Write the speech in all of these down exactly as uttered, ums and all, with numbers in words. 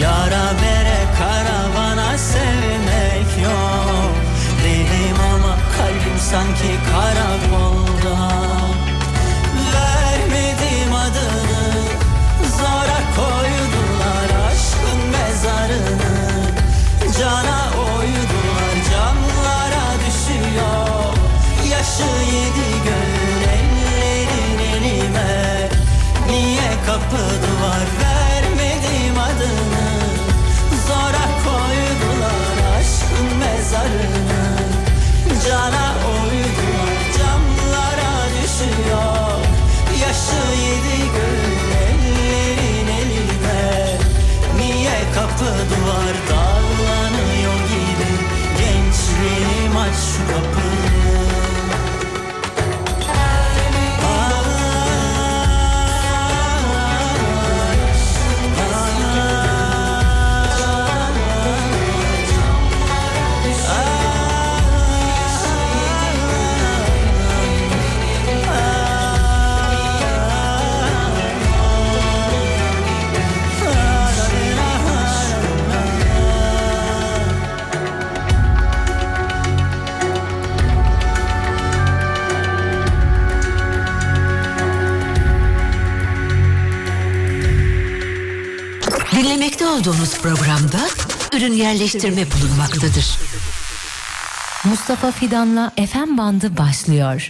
Yara bere karavana sevmek yok. Değilim ama kalbim sanki karakolda. Vermedim adını, zora koydular aşkın mezarını. Cana oydular, camlara düşüyor. Yaşı yedi gönül ellerin elime. Niye kapı duvar vermedim adını. Zora koydular aşkın mezarını. Cana oydular, camlara düşüyor. Yaşı yedi gönül ellerin elime. Niye kapı duvar dallanıyor gibi. Gençliğim aç şu kapıyı. Dinlemekte olduğunuz programda ürün yerleştirme bulunmaktadır. Mustafa Fidan'la F M Bandı başlıyor.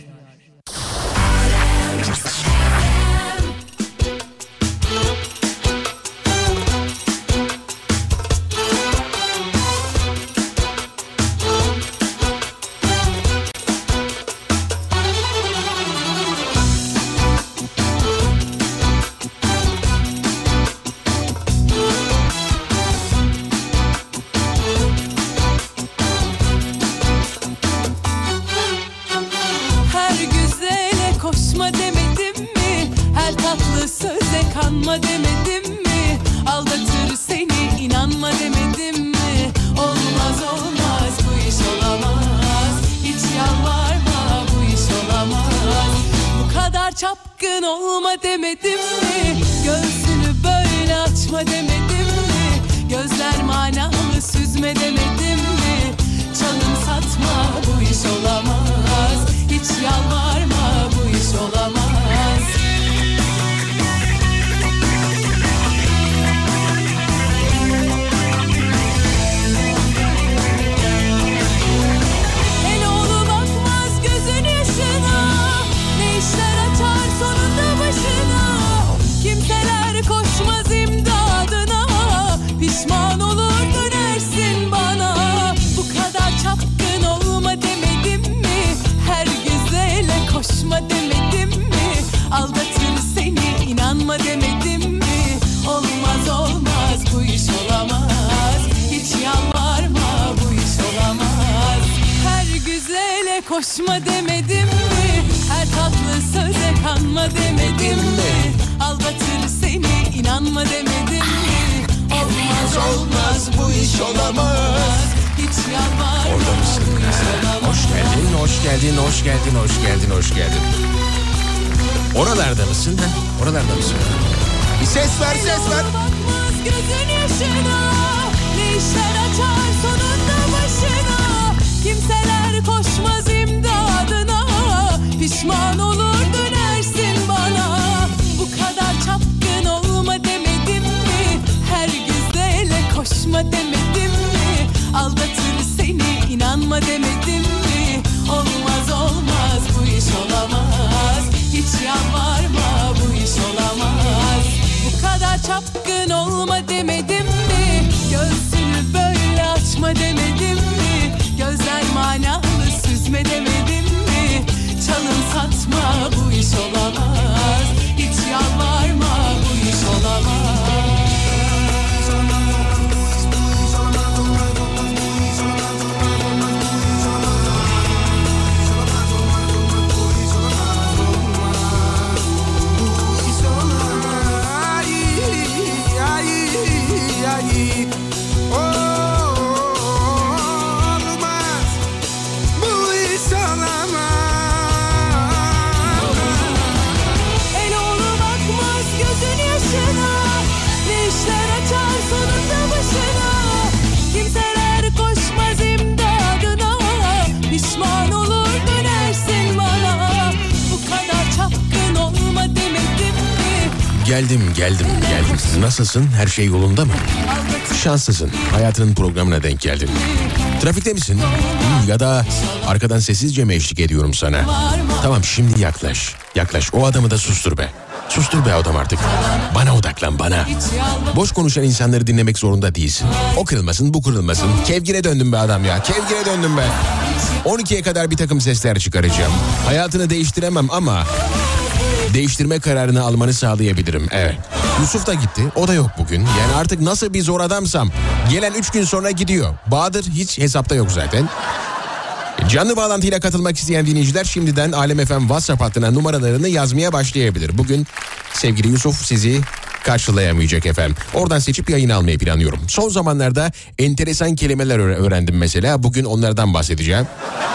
Koşma demedim mi? Her tatlı söze kanma demedim mi? Aldatır seni inanma demedim mi? Olmaz olmaz bu iş olamaz. Hiç yalvarma bu iş olamaz. Hoş geldin, hoş geldin, hoş geldin, hoş geldin, hoş geldin. Oralarda mısın? Ha? Oralarda mısın? Bir ses ver, ses ver. Bakmaz gözün yaşına. Ne işler açar sonunda başına. Kimseler koşmaz imdadına. Pişman olur dönersin bana. Bu kadar çapkın olma demedim mi? Her güzele koşma demedim mi? Aldatır seni inanma demedim mi? Olmaz olmaz bu iş olamaz. Hiç yalvarma bu iş olamaz. Bu kadar çapkın olma demedim mi? Göğsünü böyle açma demedim mi? Gözler manalı süzme demedim mi? Çalın satma bu iş olamaz. Hiç yalvarma bu iş olamaz. Sonunda Geldim, geldim, geldim. Nasılsın? Her şey yolunda mı? Şanslısın. Hayatının programına denk geldin. Trafikte misin? Hmm, ya da arkadan sessizce mi eşlik ediyorum sana? Tamam, şimdi yaklaş. Yaklaş. O adamı da sustur be. Sustur be adam artık. Bana odaklan, bana. Boş konuşan insanları dinlemek zorunda değilsin. O kırılmasın, bu kırılmasın. Kevgire döndüm be adam ya. Kevgire döndüm be. on ikiye kadar bir takım sesler çıkaracağım. Hayatını değiştiremem ama değiştirme kararını almanı sağlayabilirim. Evet. Yusuf da gitti. O da yok bugün. Yani artık nasıl bir zor adamsam gelen üç gün sonra gidiyor. Bahadır hiç hesapta yok zaten. Canlı bağlantıyla katılmak isteyen dinleyiciler şimdiden Alem F M WhatsApp hattına numaralarını yazmaya başlayabilir. Bugün sevgili Yusuf sizi karşılayamayacak efendim. Oradan seçip yayın almayı planlıyorum. Son zamanlarda enteresan kelimeler öğrendim mesela. Bugün onlardan bahsedeceğim.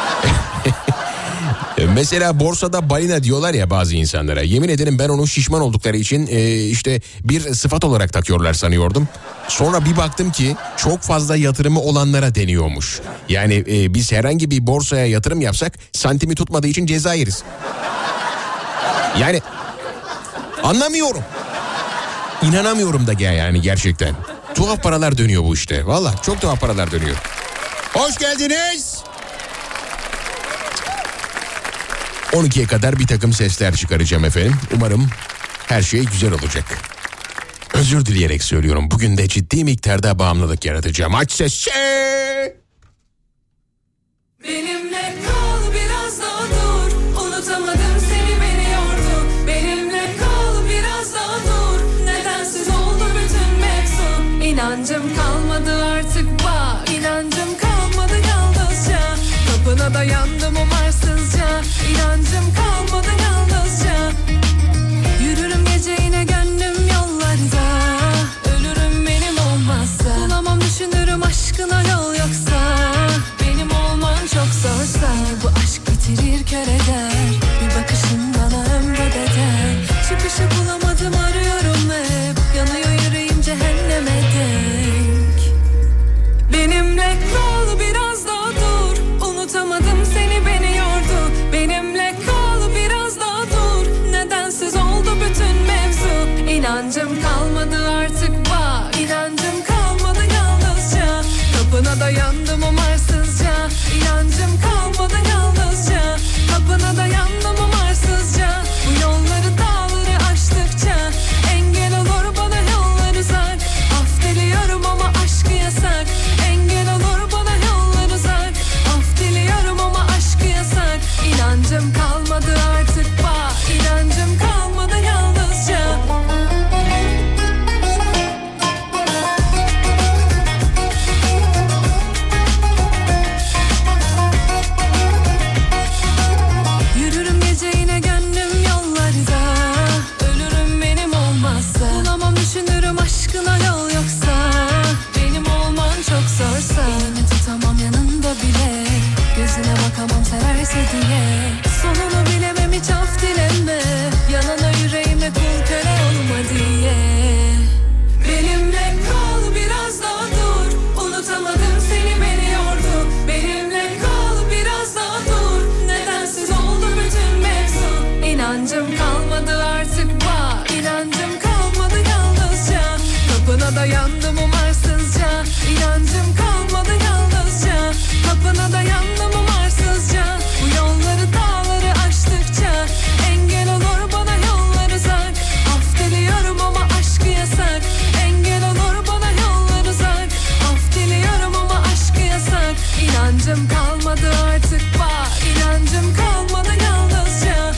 Mesela borsada balina diyorlar ya bazı insanlara. Yemin ederim ben onu şişman oldukları için e, işte bir sıfat olarak takıyorlar sanıyordum. Sonra bir baktım ki çok fazla yatırımı olanlara deniyormuş. Yani e, biz herhangi bir borsaya yatırım yapsak santimi tutmadığı için ceza yeriz. Yani anlamıyorum. İnanamıyorum da yani gerçekten. Tuhaf paralar dönüyor bu işte. Valla çok tuhaf paralar dönüyor. Hoş geldiniz. on ikiye kadar bir takım sesler çıkaracağım efendim. Umarım her şey güzel olacak. Özür dileyerek söylüyorum. Bugün de ciddi miktarda bağımlılık yaratacağım. Aç sesi. Benimle kal biraz daha dur. Unutamadım seni beni yordu. Benimle kal biraz daha dur. Nedensiz oldu bütün mevzu. İnancım kalmadı artık bak. İnancım kalmadı yalnızca. Kapına dayandım umarsızca. İnancım kalmadı yalnızca. Yürürüm gece yine gönlüm yollarda. Ölürüm benim olmazsa. Bulamam düşünürüm aşkına yol yoksa. Benim olman çok zorsa. Bu aşk bitirir kör eder. Bir bakışın bana ömrü bedel. Çıkışı bulamadım arıyorum hep. Yanıyor yüreğim cehenneme denk. Benimle kal biraz daha dur. Unutamadım seni beni yordu. Benimle kal biraz daha dur. Nedensiz oldu bütün mevzu. İnancım kalmadı artık bak. İnancım kalmadı yalnızca. Kapına dayandım umarsızca. İnancım kalmadı yalnızca. Kapına dayandım umarsızca. Bu yolları dağları aştıkça engel olur bana yollar uzak. Af diliyorum ama aşkı yasak. Engel olur bana yollar uzak. Af diliyorum ama aşkı yasak. İnancım kalmadı artık bak. İnancım kalmadı yalnızca. Yürürüm gece yine gönlüm yollarda. Ölürüm benim olmazsa. Bulamam düşünürüm aşkına yol yoksa. Benim olman çok zorsa. Elini tutamam yanında bile. Gözüne bakamam severse diye. Sonunu bilemem hiç af dileme. Yanına yüreğime kul köle olma diye. Benimle kal biraz daha dur. Unutamadım seni beni yordu. Benimle kal biraz daha dur. Nedensiz oldu bütün mevzu. İnancım kalmadı artık bak. İnancım kalmadı yalnızca. Kapına dayandım umarsızca. İnancım kalmadı yalnızca. Kapına dayandım umarsızca. Bu yolları dağları aştıkça engel olur bana yollar uzak. Af diliyorum ama aşkı yasak. Engel olur bana yollar uzak. Af diliyorum ama aşkı yasak. İnancım kalmadı artık bak. İnancım kalmadı yalnızca.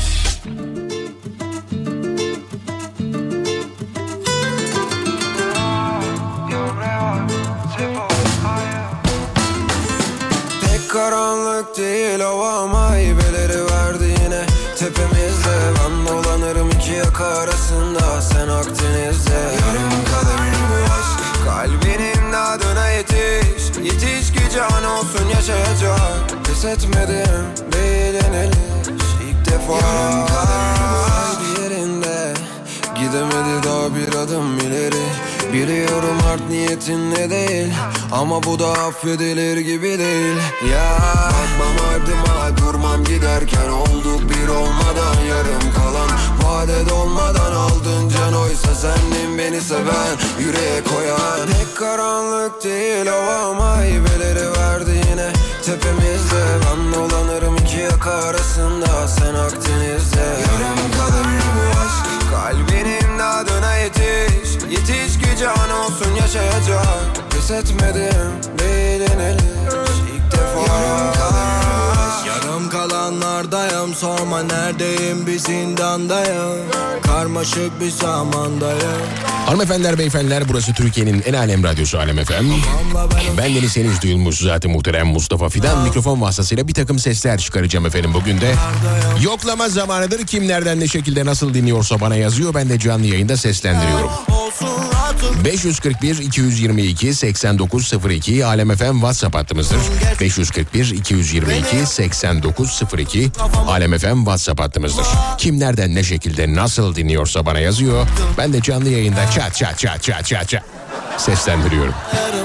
Pek karanlık değil hava ama hibeleri verdi yine tepemizde. Ben dolanırım iki yaka arasında, sen Akdeniz'de. Yarım kadar bu aşk, kalbinin adına yetiş. Yetiş ki can olsun yaşayacak. Pes etmedim değil yeniliş ilk defa. Yarım kadar bu aşk yerinde, gidemedi daha bir adım ileri. Biliyorum art niyetin ne değil, ama bu da affedilir gibi değil. Ya bakmam ardıma, durmam giderken, olduk bir olmadan, yarım kalan vade dolmadan aldın can, oysa sendin beni seven, yüreğe koyan. Pek karanlık değil hava ama hibeleri verdi yine tepemizde. Ben dolanırım iki yaka arasında, sen Akdeniz'de. Yarım kalır bu aşk, kalbin imdadına yetiş. Yetiş ki can olsun yaşayacak. Pes etmedim, beğenilir ilk defa. Yarım kalır bu aşk. Yarım kalanlardayım, sorma neredeyim, bir zindandayım. Karmaşık bir zamandayım. Hanımefendiler, beyefendiler, burası Türkiye'nin en alem radyosu Alem F M. Ben Deniz henüz duyulmuş zaten muhterem Mustafa Fidan. Mikrofon vasıtasıyla bir takım sesler çıkaracağım efendim bugün de. Yoklama zamanıdır. Kim nereden ne şekilde nasıl dinliyorsa bana yazıyor. Ben de canlı yayında seslendiriyorum. beş yüz kırk bir iki yüz yirmi iki seksen dokuz sıfır iki Alem F M WhatsApp hattımızdır. beş yüz kırk bir iki yüz yirmi iki seksen dokuz sıfır iki Alem F M WhatsApp hattımızdır. Kim nereden ne şekilde nasıl dinliyorsa bana yazıyor. Ben de canlı yayında çat çat çat çat çat çat seslendiriyorum.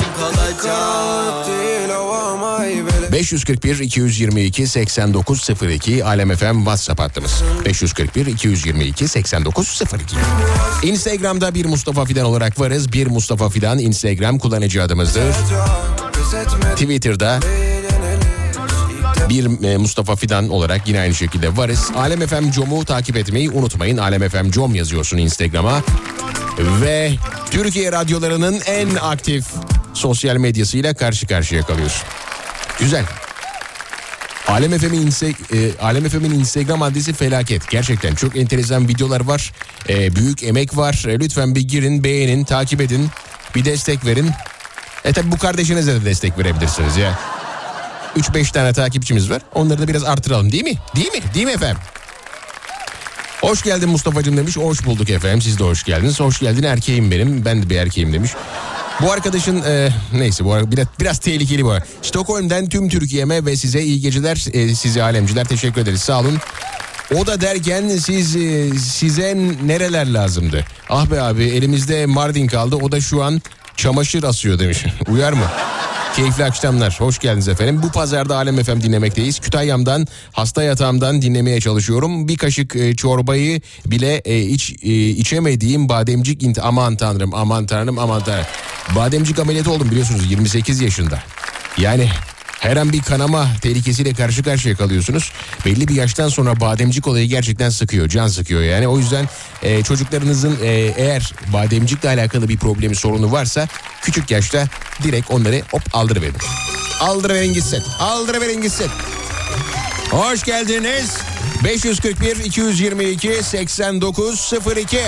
beş yüz kırk bir iki yüz yirmi iki seksen dokuz sıfır iki Alem F M WhatsApp hattımız. beş yüz kırk bir iki yüz yirmi iki seksen dokuz sıfır iki. Instagram'da bir Mustafa Fidan olarak varız. Bir Mustafa Fidan Instagram kullanıcı adımızdır. Twitter'da bir Mustafa Fidan olarak yine aynı şekilde varız. Alem F M nokta com'u takip etmeyi unutmayın. Alem F M nokta com yazıyorsun Instagram'a. Ve Türkiye radyolarının en aktif sosyal medyasıyla karşı karşıya kalıyorsun. Güzel. Alem F M'in e, Alem F M'in Instagram adresi felaket. Gerçekten çok enteresan videolar var. E, büyük emek var. E, lütfen bir girin, beğenin, takip edin. Bir destek verin. E tabi bu kardeşinize de destek verebilirsiniz ya. üç beş tane takipçimiz var. Onları da biraz artıralım, değil mi? Değil mi? Değil mi efendim? Hoş geldin Mustafa'cığım demiş. Hoş bulduk efendim. Siz de hoş geldiniz. Hoş geldin erkeğim benim. Ben de bir erkeğim demiş. Bu arkadaşın e, neyse bu biraz, biraz tehlikeli bu. Stockholm'den tüm Türkiye'me ve size iyi geceler. E, size alemciler teşekkür ederiz. Sağ olun. O da derken siz e, size nereler lazımdı? Ah be abi, elimizde Mardin kaldı. O da şu an çamaşır asıyor demiş. Uyar mı? Keyifli akşamlar. Hoş geldiniz efendim. Bu pazarda Alem F M dinlemekteyiz. Kütahya'mdan, hasta yatağımdan dinlemeye çalışıyorum. Bir kaşık e, çorbayı bile e, iç e, içemediğim bademcik int aman tanrım, aman tanrım, aman tanrım. Bademcik ameliyatı oldum biliyorsunuz yirmi sekiz yaşında. Yani her an bir kanama tehlikesiyle karşı karşıya kalıyorsunuz. Belli bir yaştan sonra bademcik olayı gerçekten sıkıyor, can sıkıyor yani. O yüzden e, çocuklarınızın e, eğer bademcikle alakalı bir problemi, sorunu varsa küçük yaşta direkt onları hop aldırıverin. Aldırıverin gitsin, aldırıverin gitsin. Hoş geldiniz. beş yüz kırk bir iki yüz yirmi iki seksen dokuz sıfır iki.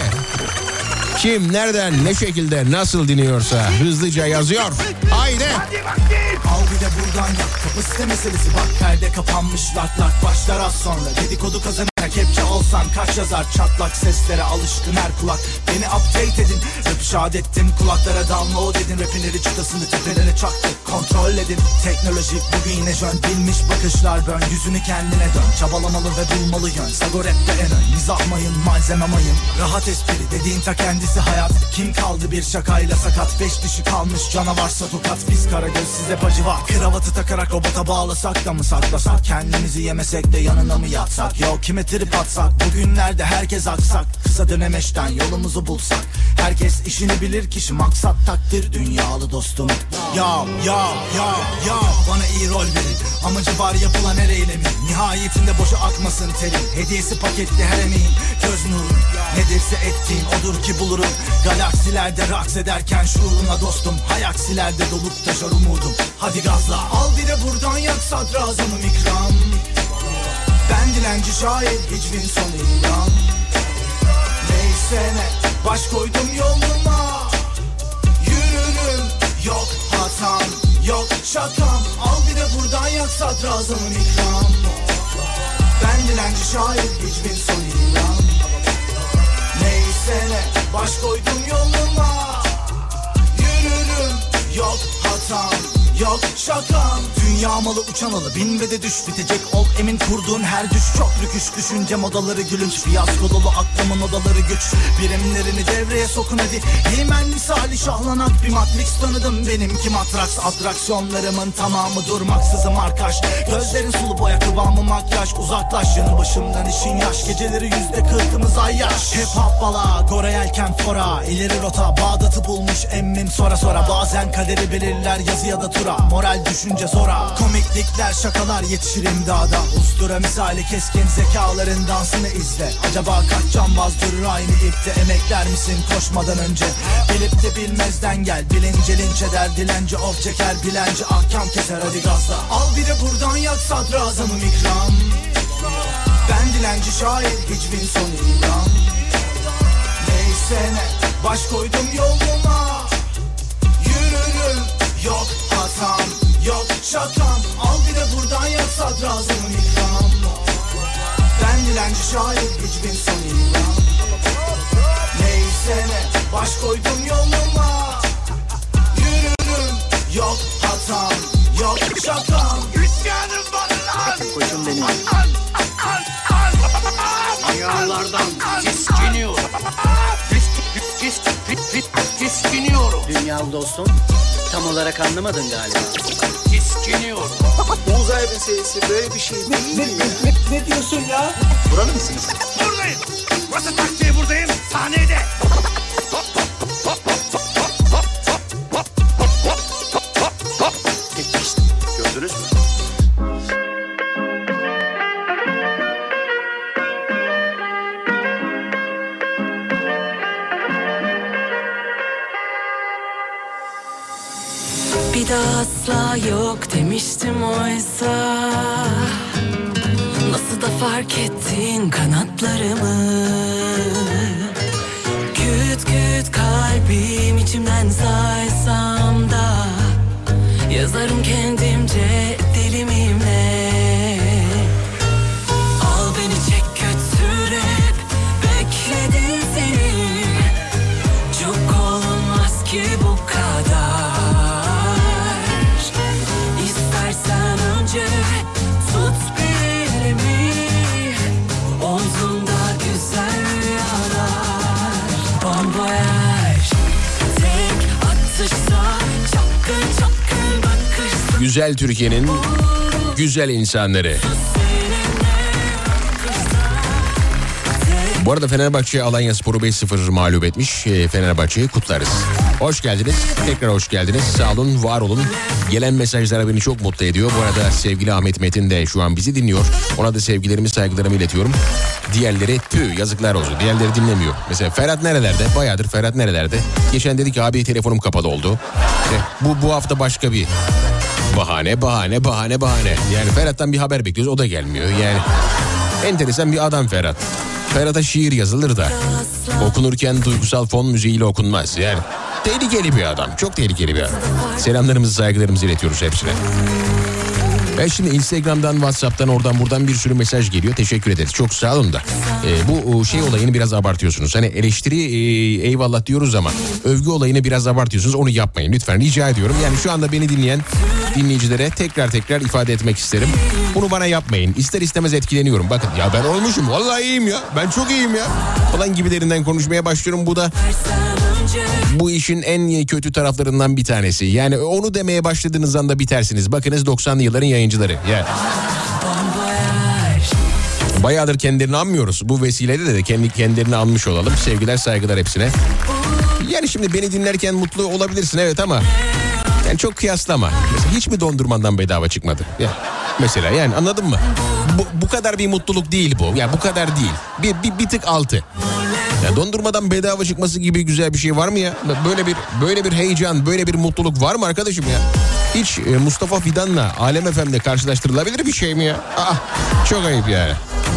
Kim nereden ne şekilde nasıl dinliyorsa hızlıca yazıyor. Haydi. Al bir de buradan yak, kapasite meselesi bak, perde kapanmış, lak lak başlar az sonra. Dedikodu kazanır, kepçe olsan kaç yazar, çatlak seslere alışkın her kulak. Beni update edin, rap şahit ettim, kulaklara download edin. Rapinleri çıtasını tepelere çaktık, kontrol edin. Teknoloji bugün yine jön, bilmiş bakışlar bön. Yüzünü kendine dön, çabalamalı ve bulmalı yön. Sago rapte en ön, mizah mayın, malzeme mayın. Rahat espri dediğin ta kendisi hayat. Kim kaldı bir şakayla sakat, beş dişi kalmış canavarsa tokat. Biz Karagöz size bacı var, kravatı takarak robota bağlasak da mı saklasak? Kendimizi yemesek de yanına mı yatsak? Yo kime trip atsak? Bugünlerde herkes aksak. Kısa dönemeçten yolumuzu bulsak. Herkes işini bilir, kişi maksat takdir dünyalı dostum. Ya ya ya ya bana iyi rol verin, amacı var yapılan her eylemin. Nihayetinde boşa akmasın terim, hediyesi paketli her emeğin. Göz nurun nedirse ettiğin odur ki bulurum. Galaksilerde raks ederken şuuruna dostum. Hayaksilerde dolup taşar umudum. Hadi gazla, al bir de buradan yak sadrazamım ikram. Ben dilenci şair, hicvin sonu ilan. Neyse ne, baş koydum yoluma. Yürürüm, yok hatam, yok şakam. Al bir de buradan yak sadrazamım ikram. Ben dilenci şair, hicvin sonu ilan. Neyse ne, baş koydum yoluma. Yürürüm, yok hatam, yok şakam. Dünya yağmalı uçan alı, bin ve de düş. Bitecek ol emin, kurduğun her düş çok lüküş. Düşünce modaları gülünç, fiyasko dolu aklımın odaları güç. Birimlerini devreye sokun hadi. Himen misali şahlanak bir Matrix tanıdım, benimki matraks. Atraksiyonlarımın tamamı durmaksızım arkadaş. Gözlerin sulu boya, kıvamı makyaj. Uzaklaş yanı başımdan, işin yaş. Geceleri yüzde kırkımız ay yaş. Hip hop bala, Gore yelken fora. İleri rota, Bağdat'ı bulmuş emmim sonra sonra. Bazen kaderi belirler yazı ya da tura. Moral düşünce zora. Komiklikler şakalar yetişir imdada. Ustura misali keskin zekaların dansını izle. Acaba kaç cambaz durur aynı ipte, emekler misin koşmadan önce? Bilip de bilmezden gel, bilince linç eder. Dilenci of çeker, dilenci ahkam keser, hadi gazla. Al bir de buradan yak sadrazamım ikram. Ben dilenci şair, hiçbir son ilan. Neyse ne, baş koydum yoluma. Yürürüm, yok hatam, yok şakam. Al bir de buradan yak sadrazamım ikram. Ben dilenci şair, hiçbir son ilan. Neyse ne, baş koydum yoluma. Yürürüm, yok hatam, yok şakam. İsyanım var lan. Koçum benim. Ayağlardan tiskiniyorum. Tiskiniyorum. Dünyalı dostum, tam olarak anlamadın galiba. Tiskiniyorum. Uzay meselesi böyle bir şey değil Ne, mi? ne, ne, ne diyorsun ya? Buralı mısınız? Buradayım. Burası taktiği, buradayım. Sahnede. İşte, gördünüz mü? Bir daha asla yok demiştim oysa. Nasıl da fark ettin kanatlarımı. Küt küt kalbim içimden saysam da. Yazarım kendimce deli miyim ne? Al beni çek götür hep. Bekledim seni. Çok olmaz ki bu kadar. İstersen önce tut bir elimi. Omzumda güzel rüyalar. Bomboyaj tek atışta çapkın çapkın bakış. Güzel Türkiye'nin güzel insanları. Bu arada Fenerbahçe Alanyaspor'u beş sıfır mağlup etmiş. Fenerbahçe'yi kutlarız. Hoş geldiniz. Tekrar hoş geldiniz. Sağ olun, var olun. Gelen mesajlar beni çok mutlu ediyor. Bu arada sevgili Ahmet Metin de şu an bizi dinliyor. Ona da sevgilerimi, saygılarımı iletiyorum. Diğerleri tüh yazıklar olsun. Diğerleri dinlemiyor. Mesela Ferhat nerelerde? Bayağıdır Ferhat nerelerde? Geçen dedi ki abi telefonum kapalı oldu. İşte bu, bu hafta başka bir bahane, bahane, bahane, bahane. Yani Ferhat'tan bir haber bekliyoruz. O da gelmiyor. Yani enteresan bir adam Ferhat. Ferhat'a şiir yazılır da okunurken duygusal fon müziğiyle okunmaz. Yani tehlikeli bir adam. Çok tehlikeli bir adam. Selamlarımızı, saygılarımızı iletiyoruz hepsine. Ben şimdi Instagram'dan, WhatsApp'tan, oradan buradan bir sürü mesaj geliyor. Teşekkür ederiz. Çok sağ olun da. Ee, bu şey olayını biraz abartıyorsunuz. Hani eleştiri e, eyvallah diyoruz ama övgü olayını biraz abartıyorsunuz. Onu yapmayın lütfen, rica ediyorum. Yani şu anda beni dinleyen dinleyicilere tekrar tekrar ifade etmek isterim. Bunu bana yapmayın. İster istemez etkileniyorum. Bakın ya ben olmuşum. Vallahi iyiyim ya. Ben çok iyiyim ya. Falan gibilerinden konuşmaya başlıyorum. Bu da bu işin en kötü taraflarından bir tanesi. Yani onu demeye başladığınız anda bitersiniz. Bakınız doksanlı yılların yayıncıları. Yani. Bayağıdır kendilerini anmıyoruz. Bu vesileyle de kendi kendilerini anmış olalım. Sevgiler, saygılar hepsine. Yani şimdi beni dinlerken mutlu olabilirsin evet ama yani çok kıyaslama. Mesela hiç mi dondurmandan bedava çıkmadı? Ya mesela yani anladın mı? Bu, bu kadar bir mutluluk değil bu. Yani bu kadar değil. Bir, bir, bir tık altı. Ya dondurmadan bedava çıkması gibi güzel bir şey var mı ya? Böyle bir böyle bir heyecan, böyle bir mutluluk var mı arkadaşım ya? Hiç e, Mustafa Fidan'la Alem F M'de karşılaştırılabilir bir şey mi ya? Aa, çok ayıp yani.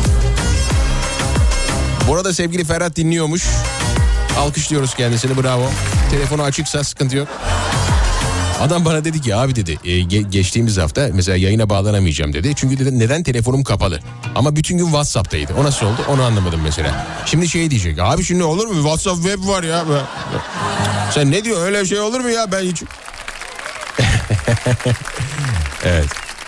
Bu arada sevgili Ferhat dinliyormuş. Alkışlıyoruz kendisini, bravo. Telefonu açıksa sıkıntı yok. Adam bana dedi ki abi dedi e, ge- geçtiğimiz hafta mesela yayına bağlanamayacağım dedi. Çünkü dedi neden telefonum kapalı. Ama bütün gün WhatsApp'taydı. O nasıl oldu onu anlamadım mesela. Şimdi şey diyecek abi şimdi olur mu WhatsApp web var ya. Sen ne diyor öyle şey olur mu ya ben hiç. Evet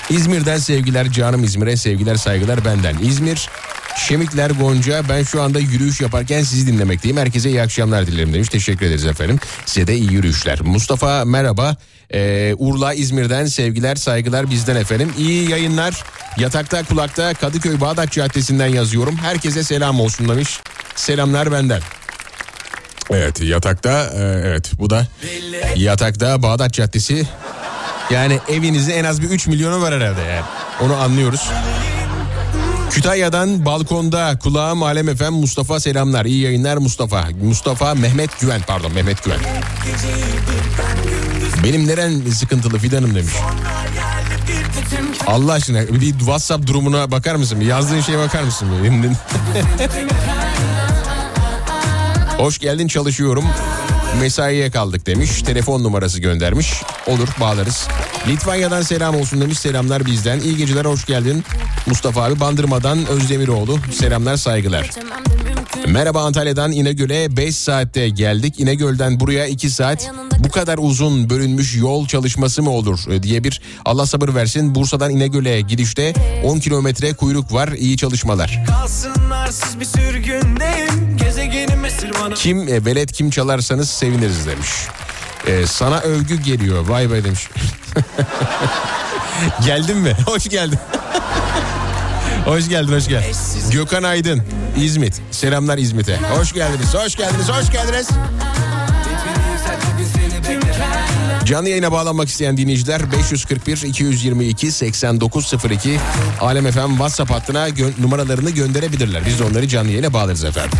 İzmir'den sevgiler, canım İzmir'e sevgiler saygılar benden. İzmir, Şemikler Gonca, ben şu anda yürüyüş yaparken sizi dinlemekteyim. Herkese iyi akşamlar dilerim demiş. Teşekkür ederiz efendim. Size de iyi yürüyüşler. Mustafa merhaba. Ee, Urla İzmir'den sevgiler saygılar bizden efendim. İyi yayınlar. Yatakta kulakta Kadıköy Bağdat Caddesi'nden yazıyorum. Herkese selam olsun demiş. Selamlar benden. Evet yatakta e, evet bu da yatakta Bağdat Caddesi. Yani evinizde en az bir üç milyonu var herhalde yani. Onu anlıyoruz. Kütahya'dan balkonda kulağım Alem F M Mustafa selamlar. İyi yayınlar Mustafa. Mustafa Mehmet Güven pardon Mehmet Güven. Benim neren sıkıntılı Fidan'ım demiş. Allah aşkına bir WhatsApp durumuna bakar mısın? Yazdığın şeye bakar mısın? Hoş geldin çalışıyorum. Mesaiye kaldık demiş. Telefon numarası göndermiş. Olur bağlarız. Litvanya'dan selam olsun demiş. Selamlar bizden. İyi geceler hoş geldin. Mustafa abi Bandırma'dan Özdemiroğlu. Selamlar saygılar. Merhaba Antalya'dan İnegöl'e beş saatte geldik. İnegöl'den buraya iki saat. Bu kadar uzun bölünmüş yol çalışması mı olur diye bir Allah sabır versin. Bursa'dan İnegöl'e gidişte on kilometre kuyruk var. İyi çalışmalar. Bir sürgündeyim. Gezegenim esir bana. Kim e, velet kim çalarsanız seviniriz demiş. E, sana övgü geliyor. Vay be demiş. Geldin mi? Hoş geldin. Hoş geldin, hoş geldin. Gökhan Aydın, İzmit. Selamlar İzmit'e. Hoş geldiniz, hoş geldiniz, hoş geldiniz. Canlı yayına bağlanmak isteyen dinleyiciler beş yüz kırk bir iki yüz yirmi iki seksen dokuz sıfır iki Alem F M WhatsApp hattına gö- numaralarını gönderebilirler. Biz de onları canlı yayına bağlarız efendim.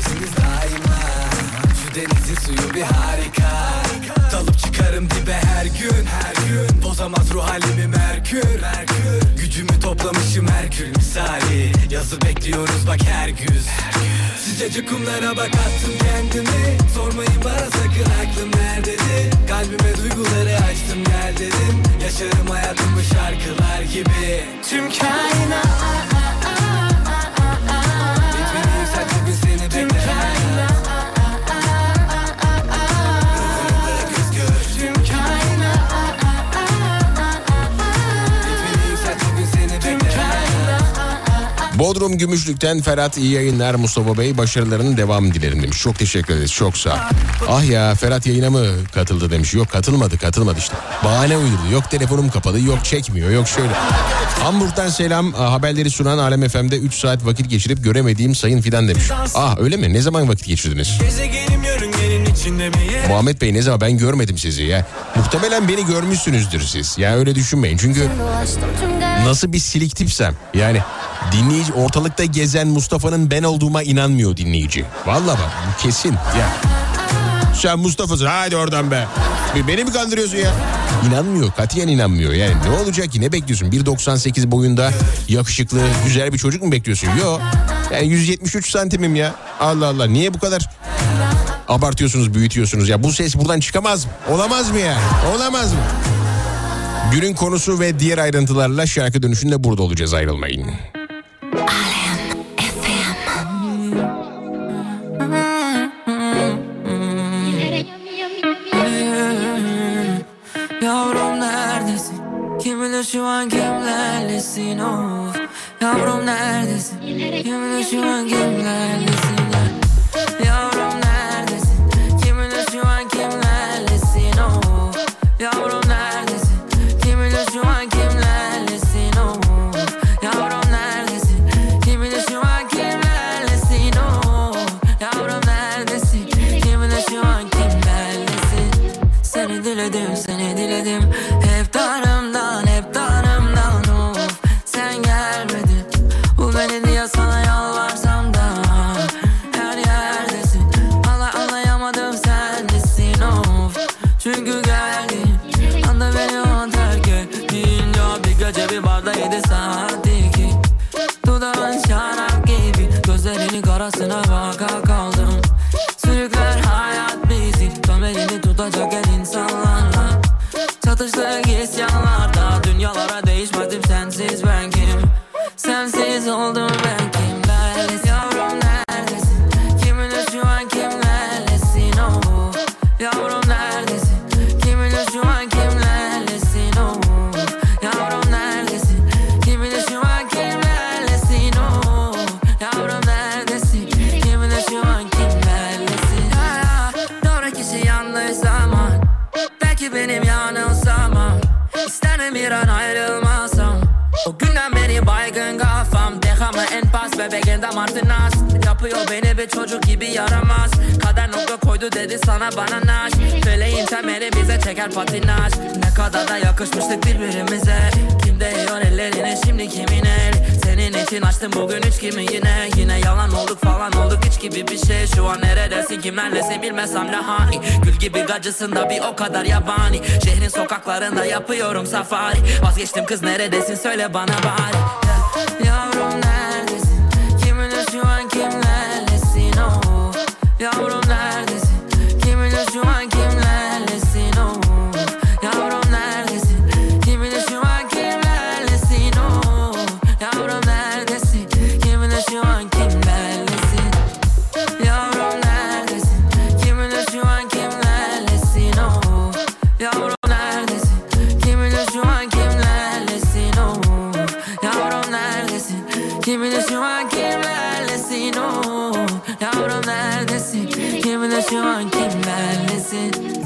Şu denizin suyu bir harika. Dalıp çıkarım dibe her gün, her gün. Bozamaz ruh halimi Merkür, Merkür. Gücümü toplamışım Herkül misali. Yazı bekliyoruz bak her güz. Sıcacık kumlara bak attım kendimi. Sormayın bana sakın aklım nerededir. Kalbime duyguları açtım gel dedim. Yaşarım hayatımı şarkılar gibi. Tüm kainat Bitmeni yükseltti bir seni bekler. Tüm kainat Bitmeni yükseltti bir seni bekler. Bodrum Gümüşlük'ten Ferhat iyi yayınlar Mustafa Bey, başarılarının devamını dilerim demiş. Çok teşekkür ederiz, çok sağ ol. Ah ya Ferhat yayına mı katıldı demiş. Yok katılmadı katılmadı işte. Bahane uydurdu. Yok telefonum kapalı, yok çekmiyor, yok şöyle. Hamburg'dan selam, haberleri sunan Alem F M'de üç saat vakit geçirip göremediğim Sayın Fidan demiş. Ah öyle mi? Ne zaman vakit geçirdiniz? Muhammed Bey ne zaman? Ben görmedim sizi ya. Muhtemelen beni görmüşsünüzdür siz. Ya öyle düşünmeyin çünkü nasıl bir silik tipsem. Yani dinleyici ortalıkta gezen Mustafa'nın ben olduğuma inanmıyor dinleyici. Vallahi bak bu kesin. Ya. Sen Mustafa'sın hadi oradan be. Beni mi kandırıyorsun ya? İnanmıyor, katiyen inanmıyor. Yani ne olacak ki, ne bekliyorsun? bir doksan sekiz boyunda yakışıklı güzel bir çocuk mu bekliyorsun? Yok. Yani yüz yetmiş üç santimim ya. Allah Allah, niye bu kadar abartıyorsunuz, büyütüyorsunuz ya? Bu ses buradan çıkamaz mı? Olamaz mı yani? Olamaz mı? Günün konusu ve diğer ayrıntılarla şarkı dönüşünde burada olacağız, ayrılmayın. Yavrum neredesin? Kim bilir şu an kimlerlesin of. Yavrum neredesin? Kim bilir şu an kimlerlesin ya. Yavrum neredesin? Kim bilir şu an kimlerlesin of. Yavrum neredesin? Kim bilir şu an kimlerlesin of. Yavrum neredesin? Kim bilir şu an kimlerlesin of. Yavrum neredesin? Kim bilir şu an kimlerlesin. Seni diledim, seni diledim. Hep darımdan, hep darımdan of. Sen gelmedin. Bu beni diye sana yalvarsam da her yerdesin. Hala anlayamadım sendesin of. Çünkü geldin anda beni o terk ettin. Ya bir gece bir barda yedi saatti ki. Dudağın şarap gibi. Gözlerinin karasına baka kaldım. Sürükler hayat bizi. Tam elini tutacak el insanlarla. Çatıştık isyanlarda. Dünyalara değişmedim sensiz ben kim? Sensiz oldum ben kimlerlesin. Yavrum neredesin? Kim bilir şu an kimlerlesin oh. Yavrum neredesin? Kim bilir şu an kimlerlesin oh. Yavrum neredesin? isterim yanılsam, isterim bir an ayrılmasam. O günden beri baygın kafam, dehamı en pas bebeğinde martinas. Yapıyor beni bir çocuk gibi yaramaz. Kader nokta koydu dedi sana bana naş. Feleğin temeli bize çeker patinaj. Ne kadar da yakışmıştık birbirimize. Kim değiyor ellerine şimdi kimin el? Senin için açtım bugün üç kimi yine. Yine yalan olduk falan olduk hiç gibi bir şey. Şu an neredesin kimlerlesin bilmesem ne hani. Gül gibi gacısın da bir o kadar yabani. Şehrin sokaklarında yapıyorum safari. Vazgeçtim kız neredesin söyle bana bari. Yavrum neredesin? Kiminle şu an kimlerlesin oh. Yavrum neredesin? Kiminle şu an kimlerlesin oh. Yavrum neredesin? Kiminle şu an kimlerlesin oh. Yavrum neredesin? Kiminle şu an kimlerlesin? Yavrum neredesin? Kiminle şu an kimlerlesin oh. Yavrum neredesin? Kiminle şu an kimlerlesin oh. Yavrum neredesin? Kiminle şu an kimlerlesin oh. Yavrum neredesin? Kiminle şu an kimlerlesin?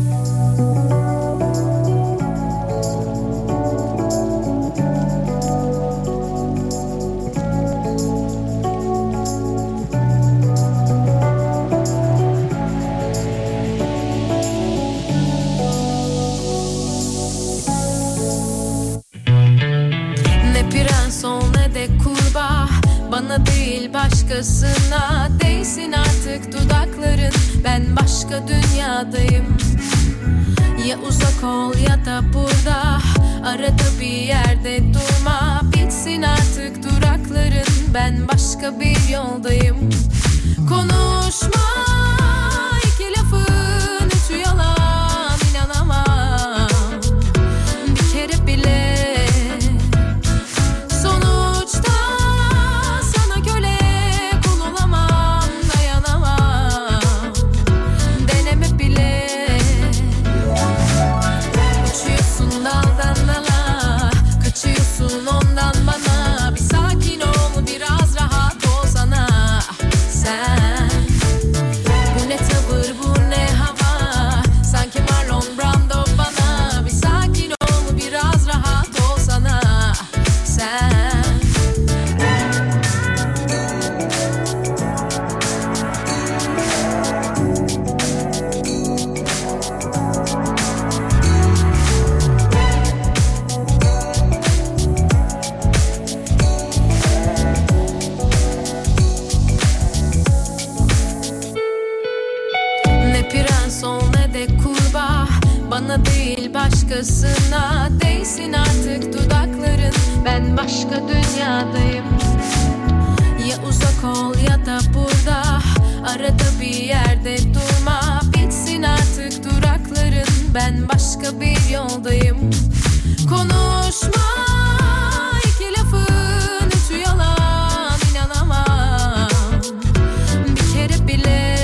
Bana değil başkasına değsin artık dudakların. Ben başka dünyadayım. Ya uzak ol ya da burada. Arada bir yerde durma. Bitsin artık durakların. Ben başka bir yoldayım. Konuşma iki lafın üçü yalan. İnanamam bir kere bile. Bana değil başkasına değsin artık dudakların. Ben başka dünyadayım. Ya uzak ol ya da burada. Arada bir yerde durma. Bitsin artık durakların. Ben başka bir yoldayım. Konuşma iki lafın üçü yalan. İnanamam bir kere bile.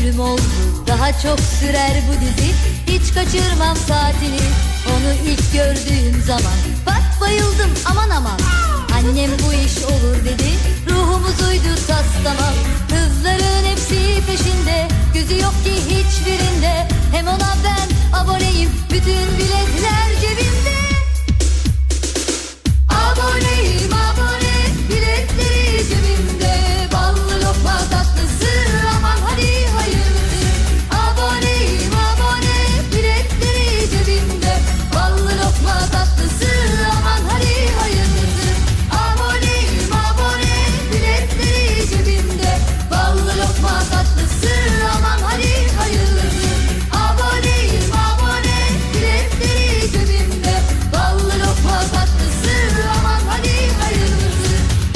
bölüm oldu, daha çok sürer bu dizi. Hiç kaçırmam saatini, onu ilk gördüğüm zaman. Bak bayıldım aman aman, annem bu iş olur dedi. Ruhumuz uydu tas tamam, kızların hepsi peşinde. Gözü yok ki hiçbirinde, hem ona ben aboneyim, bütün biletler cebimde. Aboneyim abone, biletleri cebimde. Ballı lokma tatlısı, aman hadi hayırlısı. Aboneyim abone, biletleri cebimde. Ballı lokma tatlısı, aman hadi hayırlısı. Aboneyim abone, biletleri cebimde. Ballı lokma tatlısı, aman hadi hayırlısı. Aboneyim abone, biletleri cebimde. Ballı lokma tatlısı, aman hadi hayırlısı.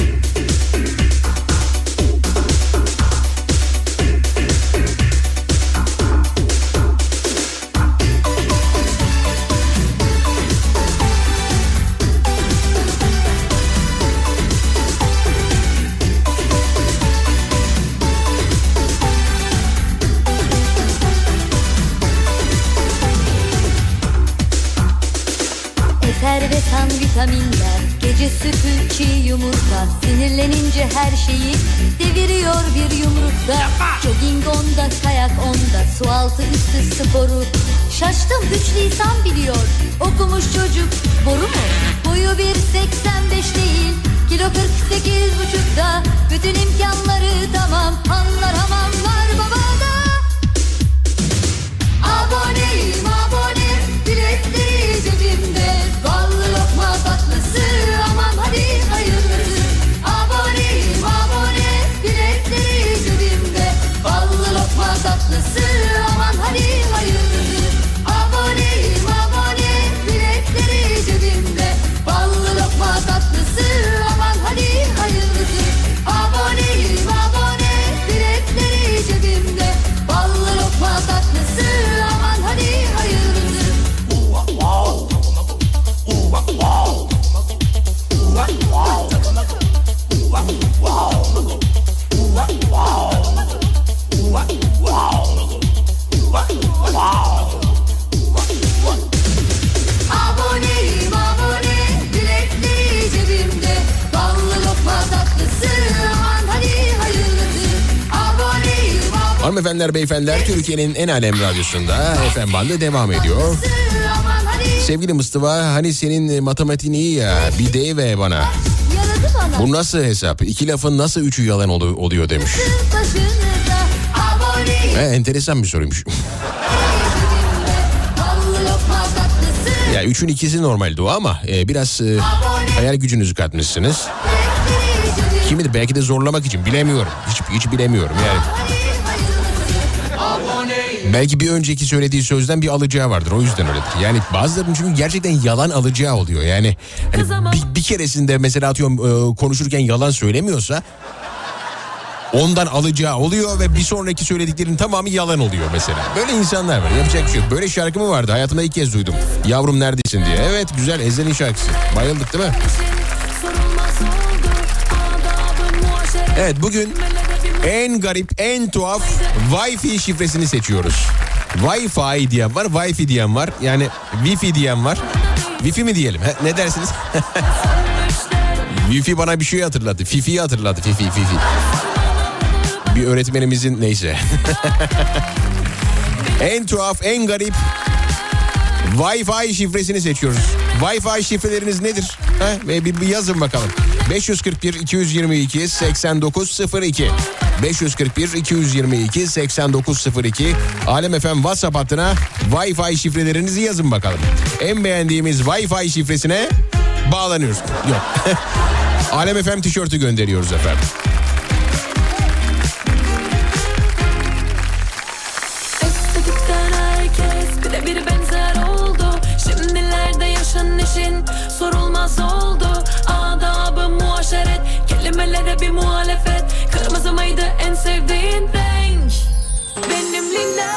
Efervesan vitaminler, gece sütü çiğ yumurta. Sinirlenince her şeyi deviriyor bir yumrukta. Jogging onda, kayak onda, su altı üstü sporu. Şaştım üç lisan biliyor, okumuş çocuk boru mu? Boyu bir seksen beş değil, kilo kırk sekiz buçukta. Bütün imkanları tamam, anlar hamamlar babada. Aboneyim abone, biletleri cebimde. Ballı lokma tatlısı, aman hadi hayırlısı. Aboneyim abone, biletleri cebimde. Ballı lokma tatlısı, aman hadi hayırlısı. Aboneyim abone, biletleri cebimde. Ballı lokma tatlısı, aman hadi hayırlısı. Aboneyim abone, biletleri cebimde. Ballı lokma tatlısı, aman hadi hayırlısı. Aboneyim abone, biletleri cebimde. Ballı lokma tatlısı, aman hadi hayırlısı. Aboneyim abone. Hanımefendiler, beyefendiler, Türkiye'nin en alem radyosunda F M bandı devam ediyor. Sevgili Mustafa, hani senin matematiğin iyi ya, bir deyiver bana. Bu nasıl hesap? İki lafın nasıl üçü yalan ol- oluyor demiş. He, enteresan bir soruymuş. Ya üçün ikisi normaldi o ama e, biraz e, hayal gücünüzü katmışsınız. Kimidir? Belki de zorlamak için, bilemiyorum. Hiç hiç bilemiyorum yani. Belki bir önceki söylediği sözden bir alacağı vardır, o yüzden öyledir. Yani bazılarının çünkü gerçekten yalan alacağı oluyor. Yani hani bir, bir keresinde mesela atıyorum e, konuşurken yalan söylemiyorsa ondan alacağı oluyor ve bir sonraki söylediklerinin tamamı yalan oluyor mesela. Böyle insanlar var, yapacak bir şey yok. Böyle şarkı mı vardı? Hayatımda ilk kez duydum. Yavrum neredesin diye. Evet, güzel, Ezel'in şarkısı. Bayıldık değil mi? Evet, bugün en garip, en tuhaf Wi-Fi şifresini seçiyoruz. Wi-Fi diyen var, Wi-Fi diyen var. Yani Wi-Fi diyen var. Wi-Fi mi diyelim? He? Ne dersiniz? Wi-Fi bana bir şey hatırlattı. Fifi'yi hatırlattı. Fifi, Fifi. Bir öğretmenimizin neyse. En tuhaf, en garip Wi-Fi şifresini seçiyoruz. Wi-Fi şifreleriniz nedir? He? Ve bir, bir yazın bakalım. beş yüz kırk bir iki yüz yirmi iki seksen dokuz sıfır iki beş yüz kırk bir iki yüz yirmi iki seksen dokuz sıfır iki Alem F M WhatsApp hattına Wi-Fi şifrelerinizi yazın bakalım. En beğendiğimiz Wi-Fi şifresine bağlanıyoruz. Yok. Alem F M tişörtü gönderiyoruz efendim. Bir benzer oldu. Şimdilerde yaşan işin sorulmaz oldu. Adab-ı muaşeret, kelimelere bir muhalefet. Kırmızı mıydı en sevdiğin renk? Benim lila,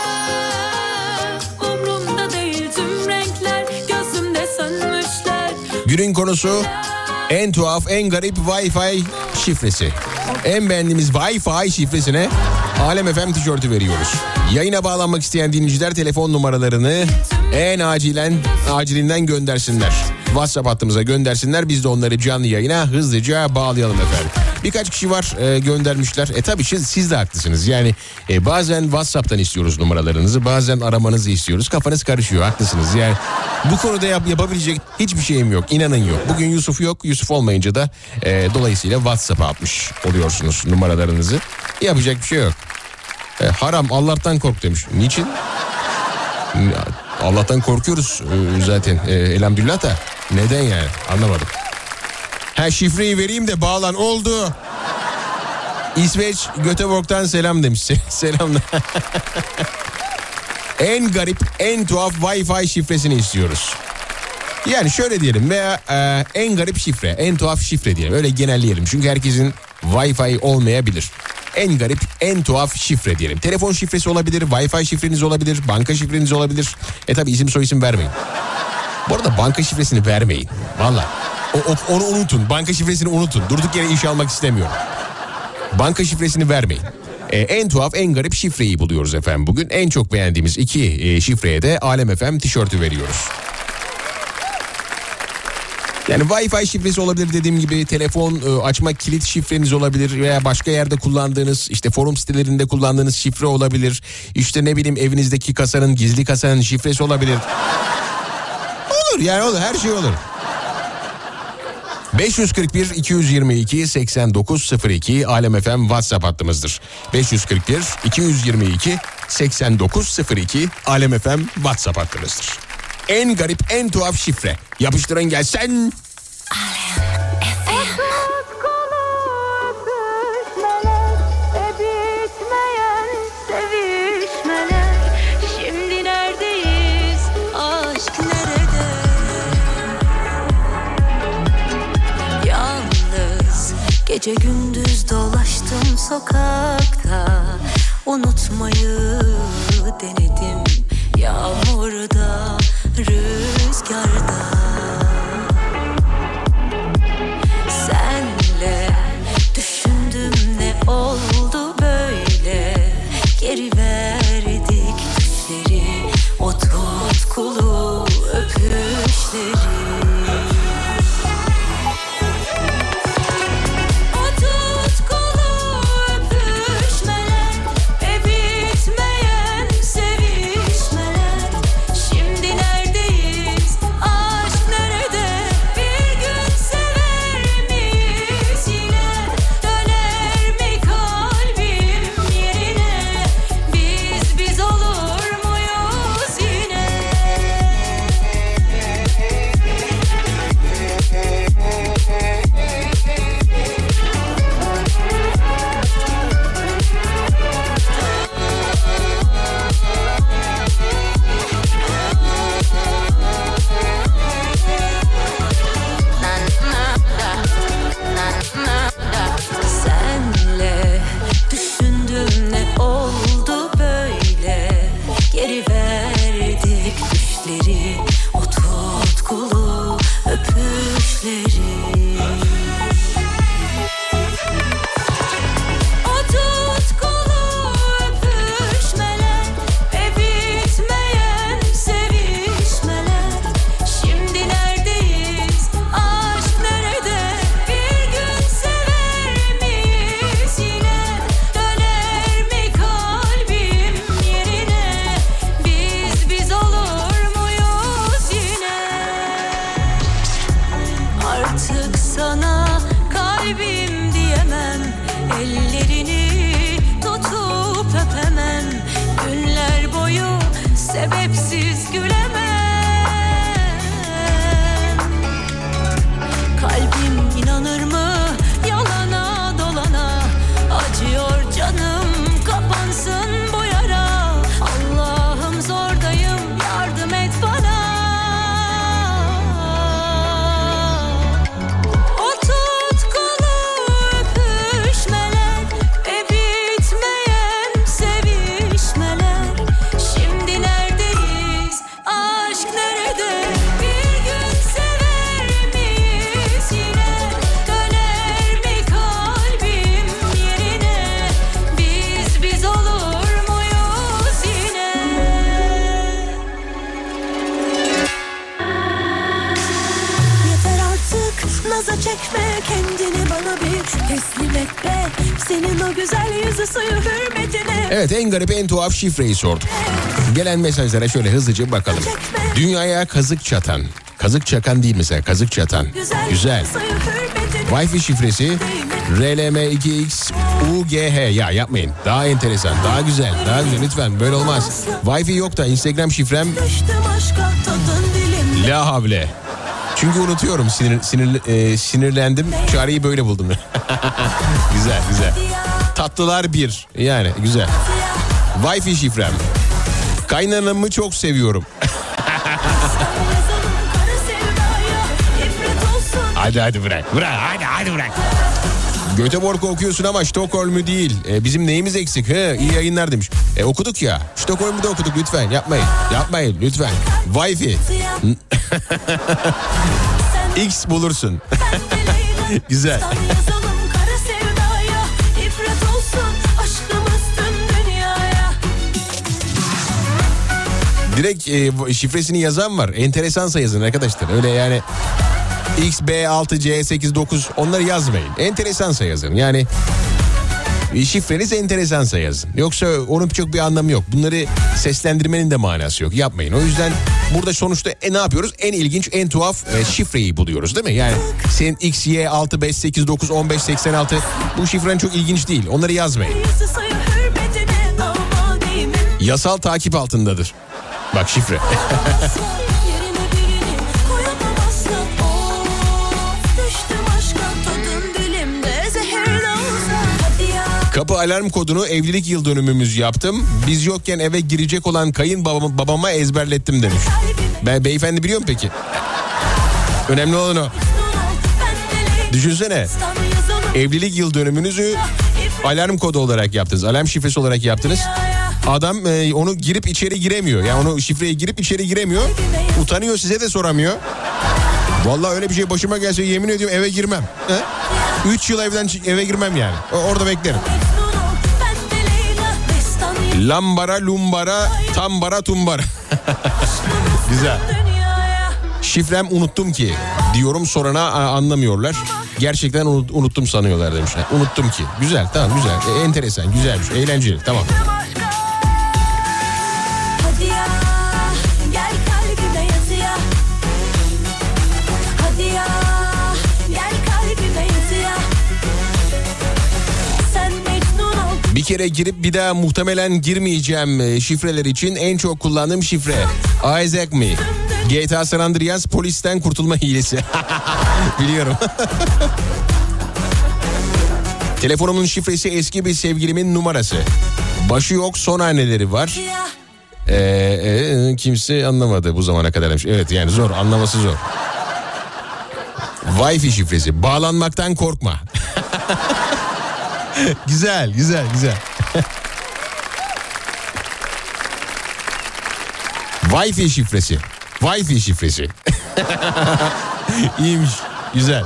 umrumda değil tüm renkler. Gözümde sönmüşler. Günün konusu en tuhaf, en garip Wi-Fi şifresi. En beğendiğimiz Wi-Fi şifresine Alem F M tişörtü veriyoruz. Yayına bağlanmak isteyen dinleyiciler telefon numaralarını en acilen acilinden göndersinler. WhatsApp hattımıza göndersinler. Biz de onları canlı yayına hızlıca bağlayalım efendim. Birkaç kişi var e, göndermişler. E tabii siz, siz de haklısınız. Yani e, bazen WhatsApp'tan istiyoruz numaralarınızı. Bazen aramanızı istiyoruz. Kafanız karışıyor, haklısınız. Yani bu konuda yap, yapabilecek hiçbir şeyim yok. İnanın yok. Bugün Yusuf yok. Yusuf olmayınca da e, dolayısıyla WhatsApp'a atmış oluyorsunuz numaralarınızı. Yapacak bir şey yok. E, haram, Allah'tan kork demiş. Niçin? Allah'tan korkuyoruz e, zaten e, elhamdülillah da. Neden yani? Anlamadım. Ha, şifreyi vereyim de bağlan, oldu. İsveç Göteborg'dan selam demiş. Selamlar. En garip, en tuhaf Wi-Fi şifresini istiyoruz. Yani şöyle diyelim veya e, en garip şifre, en tuhaf şifre diyelim. Öyle genelleyelim çünkü herkesin Wi-Fi olmayabilir. En garip, en tuhaf şifre diyelim. Telefon şifresi olabilir, Wi-Fi şifreniz olabilir, banka şifreniz olabilir. E tabi isim soyisim vermeyin. Bu arada banka şifresini vermeyin. Vallahi. O, o, onu unutun. Banka şifresini unutun. Durduk yere iş almak istemiyorum. Banka şifresini vermeyin. Ee, en tuhaf, en garip şifreyi buluyoruz efendim bugün. En çok beğendiğimiz iki e, şifreye de Alem F M tişörtü veriyoruz. Yani Wi-Fi şifresi olabilir dediğim gibi, telefon e, açma kilit şifreniz olabilir veya başka yerde kullandığınız, işte forum sitelerinde kullandığınız şifre olabilir. İşte ne bileyim, evinizdeki kasanın, gizli kasanın şifresi olabilir. Olur yani, olur, her şey olur. beş yüz kırk bir iki yüz yirmi iki seksen dokuz sıfır iki Alem F M WhatsApp hattımızdır. beş yüz kırk bir iki yüz yirmi iki seksen dokuz sıfır iki Alem F M WhatsApp hattımızdır. En garip, en tuhaf şifre. Yapıştırın gelsin. Gece gündüz dolaştım sokakta, unutmayı denedim, yağmurda, rüzgarda. Senle düşündüm, ne oldu böyle, geri verdik düşleri, o tutkulu öpüşleri. çekme kendini bana bir teslim et be. Senin o güzel yüzü suyu hürmetine. Evet, en garip en tuhaf şifreyi sorduk. Gelen mesajlara şöyle hızlıca bakalım. Dünyaya kazık çatan. Kazık çakan değil mesela, kazık çatan. Güzel. Wi-Fi şifresi R L M iki X U G H. Ya yapmayın. Daha enteresan, daha güzel, daha güzel lütfen. Böyle olmaz. Wi-Fi yok da Instagram şifrem la havle. Çünkü unutuyorum, sinir, sinir, e, sinirlendim. Çareyi böyle buldum. Güzel, güzel. Tatlılar bir. Yani güzel. Wi-Fi şifrem. Kaynanamı çok seviyorum. Hadi hadi bırak. Bırak hadi hadi bırak. Göteborg'u okuyorsun ama Stockholm'u değil. E, bizim neyimiz eksik? He, iyi yayınlar demiş. E, okuduk ya. Stockholm'u da okuduk lütfen. Yapmayın. Yapmayın lütfen. Wi-Fi. X bulursun. Güzel. Direkt e, şifresini yazan var. Enteresansa yazın arkadaşlar. Öyle yani X B altı C sekiz dokuz onları yazmayın. Enteresansa yazın. Yani şifreniz enteresansa yazın. Yoksa onun çok bir anlamı yok. Bunları seslendirmenin de manası yok. Yapmayın. O yüzden burada sonuçta e, ne yapıyoruz? En ilginç, en tuhaf e, şifreyi buluyoruz değil mi? Yani senin X Y altı beş sekiz dokuz on beş seksen altı bu şifren çok ilginç değil. Onları yazmayın. Yasal takip altındadır. Bak şifre. Kapı alarm kodunu evlilik yıl dönümümüz yaptım. Biz yokken eve girecek olan kayınbabama babama ezberlettim demiş. Ben beyefendi biliyor mu peki? Önemli olan o. Düşünsene. Evlilik yıl dönümünüzü alarm kodu olarak yaptınız. Alarm şifresi olarak yaptınız. Adam e, onu girip içeri giremiyor. Yani onu şifreyi girip içeri giremiyor. Utanıyor, size de soramıyor. Vallahi öyle bir şey başıma gelse yemin ediyorum eve girmem. He? Üç yıl evden eve girmem yani. Orada beklerim. Lambara, lumbara, tambara, tumbara. Güzel. Şifrem unuttum ki diyorum, sorana anlamıyorlar. Gerçekten unuttum sanıyorlar demişler. Unuttum ki. Güzel, tamam güzel. E, enteresan, güzelmiş, eğlenceli, tamam. Bir kere girip bir daha muhtemelen girmeyeceğim şifreler için en çok kullandığım şifre Isaac Me. G T A San Andreas polisten kurtulma hilesi. Biliyorum. Telefonumun şifresi eski bir sevgilimin numarası. Başı yok, son haneleri var. Ee, e, kimse anlamadı bu zamana kadar demiş. Evet yani zor, anlaması zor. Wi-Fi şifresi. Bağlanmaktan korkma. Güzel, güzel, güzel. Wi-Fi şifresi. Wi-Fi şifresi. İyiymiş, güzel.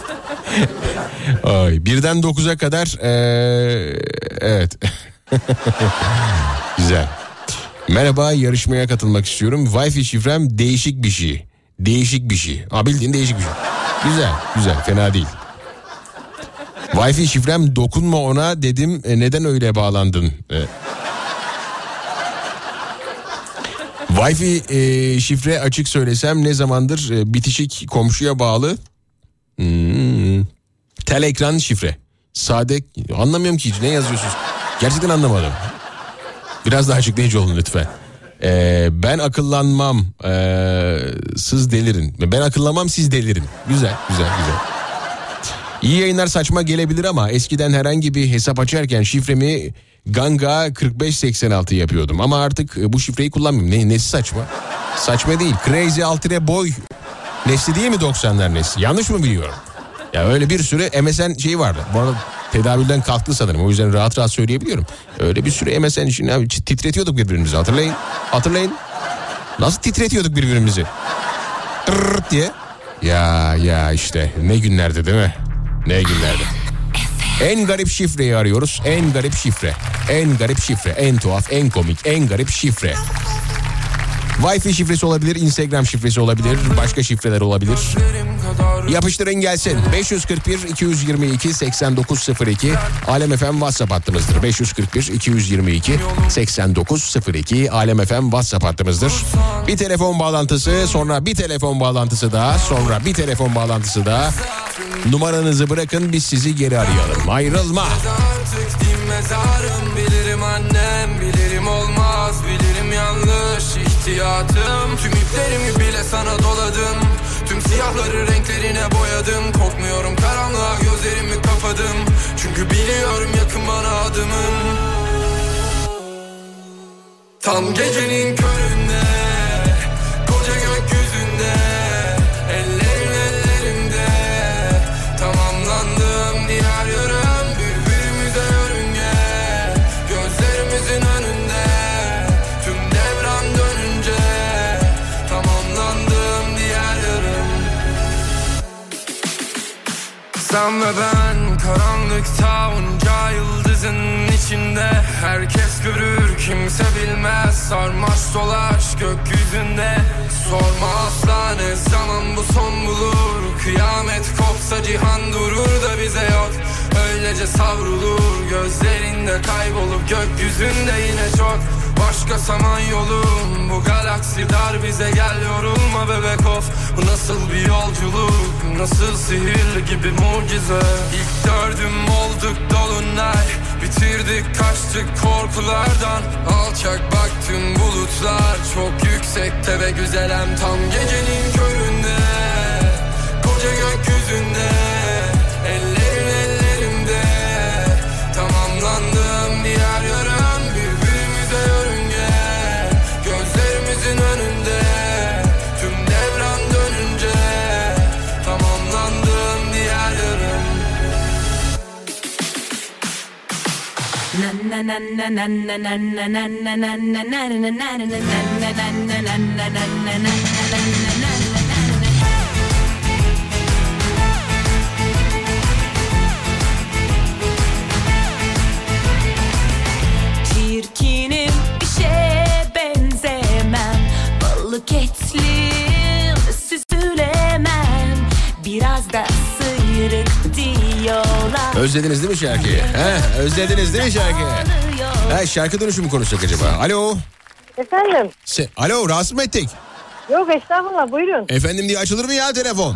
Ay, birden dokuza kadar ee, evet. Güzel. Merhaba, yarışmaya katılmak istiyorum. Wi-Fi şifrem değişik bir şey. Değişik bir şey. Ha, bildiğin değişik bir şey. Güzel, güzel, fena değil. Wi-Fi şifrem dokunma ona dedim, e, neden öyle bağlandın? E. Wi-Fi e, şifre açık söylesem ne zamandır e, bitişik komşuya bağlı. Hmm. Tel ekran şifre. Sade, anlamıyorum ki hiç, ne yazıyorsunuz? Gerçekten anlamadım. Biraz daha açıklayıcı olun lütfen. E, ben akıllanmam, e, siz delirin. Ben akıllanmam, siz delirin. Güzel, güzel, güzel. İyi yayınlar, saçma gelebilir ama eskiden herhangi bir hesap açarken şifremi Ganga kırk beş seksen altı yapıyordum. Ama artık bu şifreyi kullanmıyorum. Ne, nesi saçma? Saçma değil. Crazy Altire Boy nesli değil mi doksanlar nesli? Yanlış mı biliyorum? Ya öyle bir sürü M S N şeyi vardı. Bu arada tedavülden kalktı sanırım. O yüzden rahat rahat söyleyebiliyorum. Öyle bir sürü M S N için abi, titretiyorduk birbirimizi. Hatırlayın. Hatırlayın. Nasıl titretiyorduk birbirimizi? Tırrrt diye. Ya ya işte ne günlerdi değil mi? Ne günlerdi. En garip şifreyi arıyoruz. En garip şifre. En garip şifre. En tuhaf, en komik, en garip şifre. Wi-Fi şifresi olabilir, Instagram şifresi olabilir, başka şifreler olabilir. Yapıştırın gelsin. beş yüz kırk bir iki yüz yirmi iki seksen dokuz sıfır iki Alem F M WhatsApp hattımızdır. beş yüz kırk bir iki yüz yirmi iki seksen dokuz sıfır iki Alem F M WhatsApp hattımızdır. Bir telefon bağlantısı, sonra bir telefon bağlantısı daha, sonra bir telefon bağlantısı daha. Numaranızı bırakın, biz sizi geri arayalım. Ayrılma. Bilirim annem, bilirim olmaz, bilirim yanlış ihtiyatım. Tüm iplerimi bile sana doladım, tüm siyahları renklerine boyadım. Korkmuyorum karanlığa, gözlerimi kapadım, çünkü biliyorum yakın bana adımın. Tam gecenin köründe, koca gökyüzünde, ellerin ellerimde, tamamlandım diğer yarım. Birbirimize yörünge, gözlerimizin önünde, tüm devran dönünce, tamamlandım diğer yarım. Sen ve ben karanlıkta onca yıldızın içinde, herkes görür kimse bilmez, sarmaş dolaş gökyüzünde. Sorma asla ne zaman bu son bulur, kıyamet kopsa cihan durur da bize yok. Öylece savrulur gözlerinde, kaybolup gökyüzünde yine çok. Başka saman yolum, bu galaksi dar bize, gel yorulma bebek of. Bu nasıl bir yolculuk, nasıl sihirli gibi mucize. İlk gördüm olduk dolunay, bitirdik kaçtık korkulardan. Alçak baktım bulutlar çok yüksekte ve güzelem. Tam gecenin köründe, koca gökyüzünde, ellerin ellerimde, tamamlandım diğer yarım. Birbirimize yörünge, gözlerimizin önünde, tüm devran dönünce, tamamlandım diğer yarım. Çirkinim, bir şeye benzemem, balık etlim, süzülemem, biraz da sıyrık diyorlar. Özlediniz değil mi şarkıyı? He, özlediniz değil mi şarkıyı? He, şarkı dönüşümü konuşacak acaba? Alo. Efendim? Se- Alo, rahatsız mı ettik? Yok estağfurullah, buyurun. Efendim diye açılır mı ya telefon?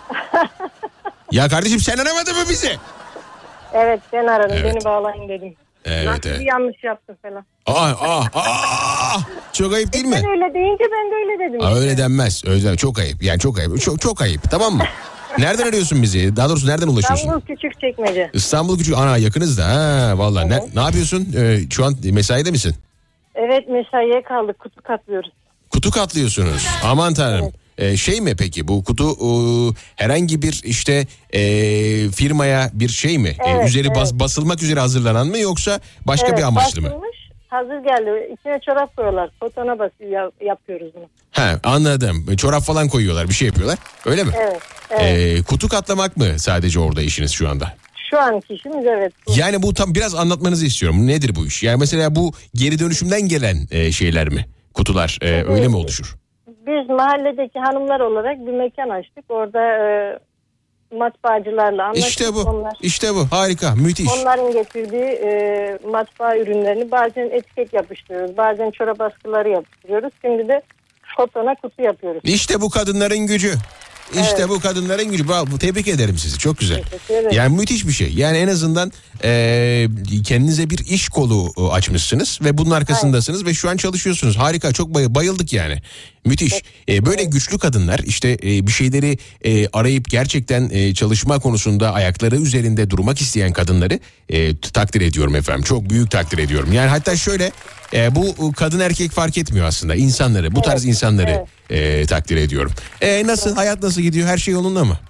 Ya kardeşim sen aramadın mı bizi? Evet, sen aradın, Evet. beni bağlayın dedim. Evet, Nasıl evet. bir yanlış yaptım falan. Aa, aa, aa, çok ayıp değil mi? Sen öyle deyince ben de öyle dedim. Aa, öyle denmez. Öyle, çok ayıp. Yani çok ayıp. Çok, çok ayıp. Tamam mı? Nereden arıyorsun bizi? Daha doğrusu nereden ulaşıyorsun? İstanbul Küçükçekmece. İstanbul Küçük. Ana yakınız da. Ha, vallahi. Ne, ne yapıyorsun? Ee, şu an mesaide misin? Evet, mesaiye kaldık, kutu katlıyoruz. Kutu katlıyorsunuz. Aman tanrım. Evet. Ee, şey mi peki bu kutu e, herhangi bir işte e, firmaya bir şey mi? Evet, e, üzeri evet. bas, basılmak üzere hazırlanan mı yoksa başka Evet, bir amaçlı mı? basılmış, hazır geldi. İçine çorap koyuyorlar. Kotona basıyor, ya- yapıyoruz bunu. He, anladım. Çorap falan koyuyorlar, bir şey yapıyorlar. Öyle mi? Evet. evet. Ee, kutu katlamak mı sadece orada işiniz şu anda? Şu anki işimiz evet. Yani bu tam biraz anlatmanızı istiyorum. Nedir bu iş? Yani mesela bu geri dönüşümden gelen e, şeyler mi? Kutular e, öyle mi oluşur? Biz mahalledeki hanımlar olarak bir mekan açtık. Orada e, matbaacılarla anlaştık. İşte bu. Onlar, İşte bu. Harika. Müthiş. onların getirdiği e, matbaa ürünlerini bazen etiket yapıştırıyoruz. Bazen çorap askıları yapıştırıyoruz. Şimdi de fotona kutu yapıyoruz. İşte bu kadınların gücü. İşte Evet. bu kadınların gücü. Bravo, tebrik ederim sizi. Çok güzel. Teşekkür ederim. Yani müthiş bir şey. Yani en azından e, kendinize bir iş kolu e, açmışsınız ve bunun arkasındasınız ve şu an çalışıyorsunuz. Harika. Çok bay- bayıldık yani. Müthiş. E, böyle güçlü kadınlar işte e, bir şeyleri e, arayıp gerçekten e, çalışma konusunda ayakları üzerinde durmak isteyen kadınları e, t- takdir ediyorum efendim. Çok büyük takdir ediyorum. Yani hatta şöyle e, bu kadın erkek fark etmiyor aslında. İnsanları, bu tarz insanları e, takdir ediyorum. E, nasıl? Hayat nasıl gidiyor? Her şey yolunda mı?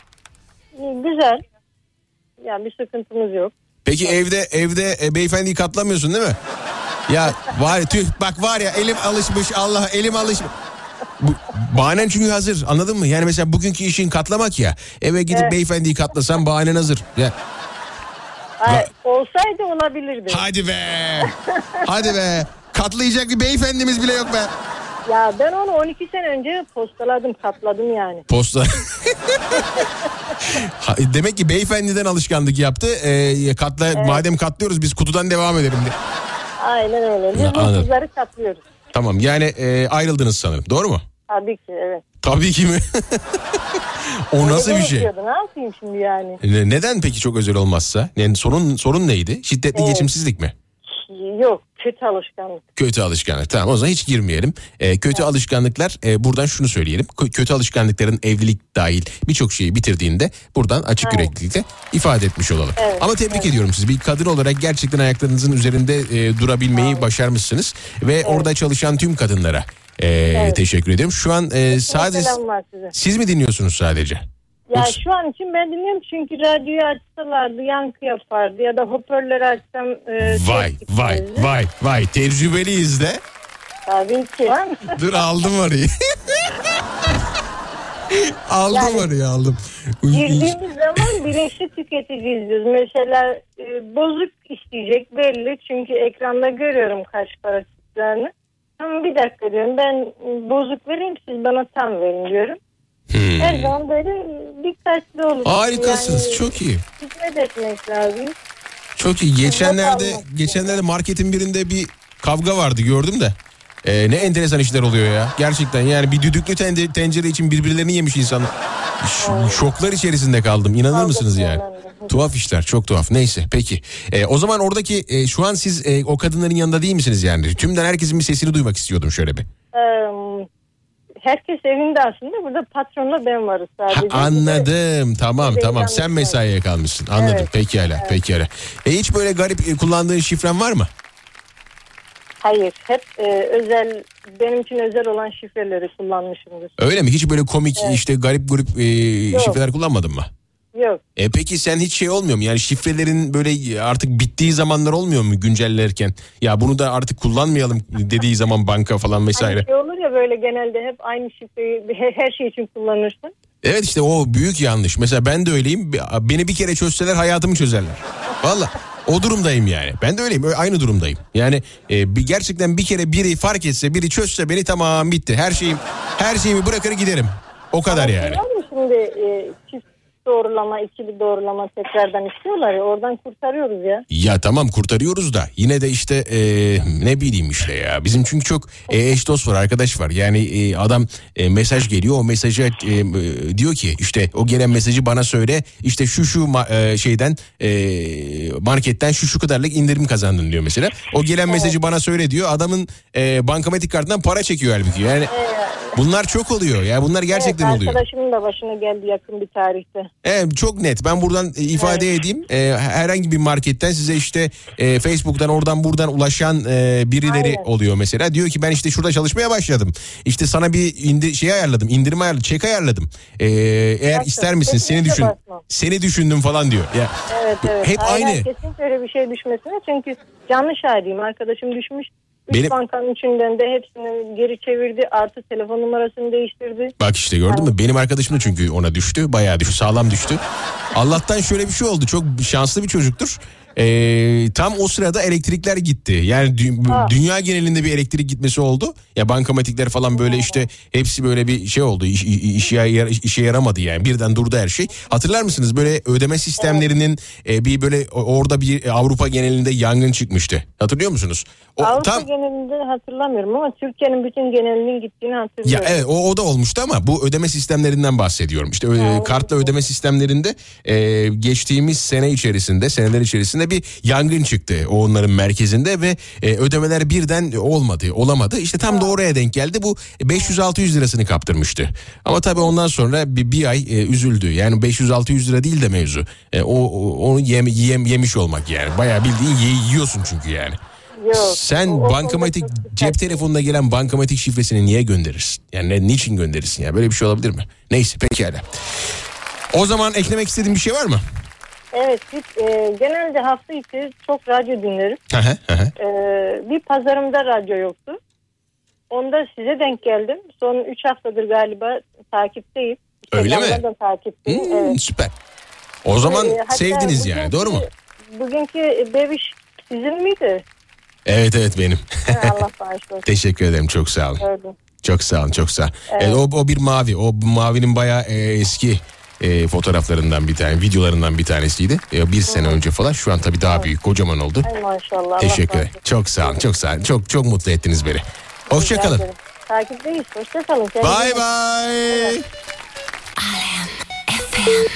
Güzel. Yani bir sıkıntımız yok. Peki evde evde e, beyefendiyi katlamıyorsun değil mi? Ya var ya, tüh bak var ya elim alışmış, Allah elim alışmış. Bu, bahanen çünkü hazır, anladın mı? Yani mesela bugünkü işin katlamak ya. Eve gidip Evet. beyefendiyi katlasan bahanen hazır. Ya, Ay, olsaydı olabilirdi. hadi be. Hadi be. Katlayacak bir beyefendimiz bile yok be. Ya ben onu on iki sene önce postaladım, katladım yani. Posta. Demek ki beyefendiden alışkanlık yaptı. Ee, katla, evet. Madem katlıyoruz biz kutudan devam edelim diye. Aynen öyle. Biz bu kızları katlıyoruz. Tamam yani e, ayrıldınız sanırım. Doğru mu? Tabii ki evet. Tabii ki mi? O nasıl bir şey? Ne yapayım şimdi yani? Neden peki çok özel olmazsa? Yani sorun sorun neydi? Şiddetli evet. geçimsizlik mi? Yok, kötü alışkanlık. Kötü alışkanlık. Tamam, o zaman hiç girmeyelim. Ee, kötü evet. alışkanlıklar e, buradan şunu söyleyelim. K- kötü alışkanlıkların evlilik dahil birçok şeyi bitirdiğinde buradan açık evet. yüreklilikle ifade etmiş olalım. Evet. Ama tebrik evet. ediyorum sizi. Bir kadın olarak gerçekten ayaklarınızın üzerinde e, durabilmeyi evet. başarmışsınız. Ve evet. orada çalışan tüm kadınlara e, evet. teşekkür ediyorum. Şu an e, sadece siz mi dinliyorsunuz sadece? Ya Yoksa... şu an için ben dinliyorum çünkü radyoyu açsalardı yankı yapardı ya da hoparlörleri açsam... E, vay vay vay vay tecrübeliyiz de. Tabii ki. Dur aldım orayı. aldım yani, orayı aldım. Girdiğimiz zaman bilinçli tüketiciyiz diyoruz. Mesela e, bozuk isteyecek belli çünkü ekranda görüyorum kaç para çıktığını. Ama bir dakika diyorum ben bozuk vereyim siz bana tam verin diyorum. Hmm. Her zaman böyle dikkatli olun. Harikasınız yani, çok iyi. Hizmet etmek lazım. Çok iyi. Geçenlerde geçenlerde marketin birinde bir kavga vardı gördüm de. Ee, ne enteresan işler oluyor ya. Gerçekten yani bir düdüklü tencere, tencere için birbirlerini yemiş insanlar. Ş- şoklar içerisinde kaldım. İnanır mısınız yani? Tuhaf işler, çok tuhaf. Neyse peki. Ee, o zaman oradaki e, şu an siz e, o kadınların yanında değil misiniz yani? Tümden herkesin bir sesini duymak istiyordum şöyle bir. Um... Herkes evinde aslında. Burada patronla ben varız sadece. Ha, anladım. Tamam Bize tamam. Sen mesaiye kalmışsın. Anladım. Evet. Pekala. Evet. Pekala. E hiç böyle garip kullandığın şifren var mı? Hayır. Hep e, özel, benim için özel olan şifreleri kullanmışımdır. Öyle mi? Hiç böyle komik evet. işte garip garip e, şifreler kullanmadın mı? Yok. E peki sen hiç şey olmuyor mu? Yani şifrelerin böyle artık bittiği zamanlar olmuyor mu güncellerken? Ya bunu da artık kullanmayalım dediği zaman banka falan vesaire. Hani şey olur ya böyle genelde hep aynı şifreyi her şey için kullanırsın. Evet işte o büyük yanlış. Mesela ben de öyleyim. Beni bir kere çözseler hayatımı çözerler. Valla o durumdayım yani. Ben de öyleyim. Aynı durumdayım. Yani e, bir gerçekten bir kere biri fark etse, biri çözse beni tamam bitti. Her şeyim her şeyimi bırakır giderim. O kadar ama yani. Şimdi e, çift doğrulama, ikili doğrulama tekrardan istiyorlar ya, oradan kurtarıyoruz ya. Ya tamam kurtarıyoruz da yine de işte e, ne bileyim işte ya. Bizim çünkü çok e, eş dost var, arkadaş var. Yani e, adam e, mesaj geliyor, o mesaja e, e, diyor ki işte o gelen mesajı bana söyle. İşte şu şu ma- e, şeyden e, marketten şu şu kadarlık indirim kazandın diyor mesela. O gelen evet. mesajı bana söyle diyor. Adamın e, bankamatik kartından para çekiyor halbuki. Yani evet. Bunlar çok oluyor ya. Bunlar gerçekten evet, oluyor. Arkadaşımın da başına geldi yakın bir tarihte. Evet çok net. Ben buradan ifade evet. edeyim. Ee, herhangi bir marketten size işte e, Facebook'tan oradan buradan ulaşan e, birileri aynen. oluyor mesela. Diyor ki ben işte şurada çalışmaya başladım. İşte sana bir indi, şey ayarladım. İndirim ayarladım. Çek ayarladım. Ee, eğer Nasıl? ister misin seni düşün. Basma. Seni düşündüm falan diyor. Ya, evet evet. Hep aynen. aynı. Kesinlikle öyle bir şey düşmesine. Çünkü canlı şahidiyim. Arkadaşım düşmüş. Benim... bankanın içinden de hepsini geri çevirdi. Artı telefon numarasını değiştirdi. Bak işte gördün yani... mü? Benim arkadaşım da çünkü ona düştü. Bayağı düştü. Sağlam düştü. Allah'tan şöyle bir şey oldu. Çok şanslı bir çocuktur. Ee, tam o sırada elektrikler gitti. Yani dü- dünya genelinde bir elektrik gitmesi oldu. Ya bankamatikler falan böyle işte hepsi böyle bir şey oldu. İş, işe, yar- işe yaramadı yani. Birden durdu her şey. Hatırlar mısınız? Böyle ödeme sistemlerinin evet. e, bir böyle orada bir Avrupa genelinde yangın çıkmıştı. Hatırlıyor musunuz? O, Avrupa tam... genelinde hatırlamıyorum ama Türkiye'nin bütün genelinin gittiğini hatırlıyorum. Ya evet o, o da olmuştu ama bu ödeme sistemlerinden bahsediyorum. İşte öyle, kartla ödeme sistemlerinde e, geçtiğimiz sene içerisinde, seneler içerisinde bir yangın çıktı onların merkezinde ve e, ödemeler birden olmadı, olamadı. İşte tam da oraya denk geldi. Bu beş yüz altı yüz lirasını kaptırmıştı. Ama tabii ondan sonra bir, bir ay e, üzüldü. Yani beş yüz altı yüz lira değil de mevzu. E, o, o onu yem, yem, yemiş olmak yani. Bayağı bildiğin ye, yiyorsun çünkü yani. Yok, sen o, bankamatik o cep telefonuna gelen bankamatik şifresini niye gönderirsin? Yani ne, niçin gönderirsin ya? Böyle bir şey olabilir mi? Neyse pekala. O zaman eklemek istediğin bir şey var mı? Evet biz e, genelde hafta içi çok radyo dinleriz. Aha, aha. E, bir pazarımda radyo yoktu. Onda size denk geldim. Son üç haftadır galiba takipteyim. Öyle mi? Da takipteyim. Hmm, evet. Süper. O zaman e, sevdiniz yani bugünkü, doğru mu? Bugünkü bebiş sizin miydi? Evet evet benim. Allah bağışlasın. Teşekkür ederim çok sağ olun. Gördüm. Çok sağ olun, çok sağ olun. Evet. Evet, o, o bir mavi. O mavinin bayağı e, eski e, fotoğraflarından bir tane, videolarından bir tanesiydi. E, bir Hı. sene önce falan. Şu an tabii daha evet. büyük, kocaman oldu. Ay maşallah. Teşekkür ederim. Çok sağ olun, çok sağ olun. Çok çok mutlu ettiniz beni. Hoşçakalın. Takipteyiz. Hoşçakalın. Bye bye. Alem F M.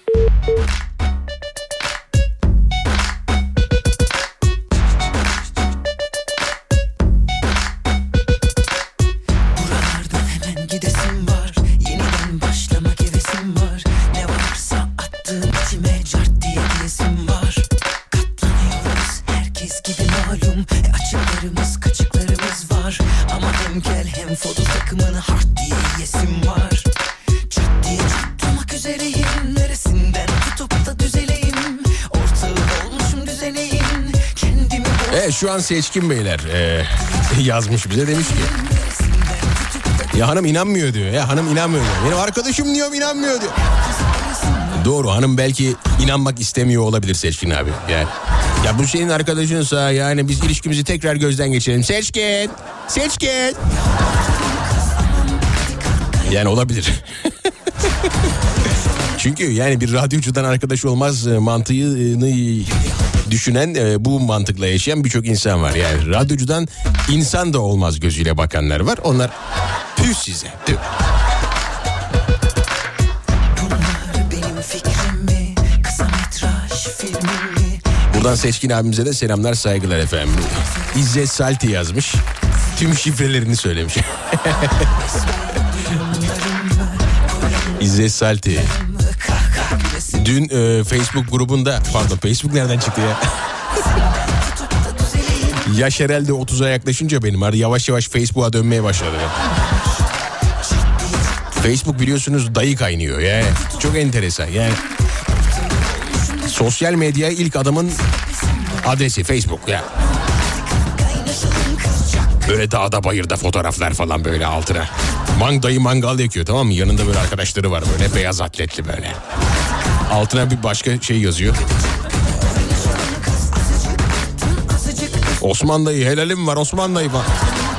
Evet, şu an Seçkin Beyler e, yazmış bize, demiş ki ya hanım inanmıyor diyor, ya hanım inanmıyor diyor. Benim arkadaşım diyorum inanmıyor diyor. Doğru, hanım belki inanmak istemiyor olabilir Seçkin abi. Yani ya bu senin arkadaşınsa yani biz ilişkimizi tekrar gözden geçirelim. Seçkin, Seçkin. Yani olabilir. Çünkü yani bir radyocudan arkadaş olmaz mantığını düşünen, bu mantıkla yaşayan birçok insan var. Yani radyocudan insan da olmaz gözüyle bakanlar var. Onlar tüh size, tüh. Buradan Seçkin abimize de selamlar, saygılar efendim. İzzet Salti yazmış. Tüm şifrelerini söylemiş. İzzet Salti. Dün e, Facebook grubunda, pardon Facebook nereden çıktı ya? Yaş herhalde otuza yaklaşınca benim artık yavaş yavaş Facebook'a dönmeye başladı. Facebook biliyorsunuz dayı kaynıyor yani. Çok enteresan yani. Sosyal medyaya ilk adamın adresi Facebook ya. Böyle dağda bayırda fotoğraflar falan böyle altına. Mang dayı mangal yakıyor, tamam mı? Yanında böyle arkadaşları var, böyle beyaz atletli böyle. Altına bir başka şey yazıyor. Osman dayı helalim var, Osman dayı var.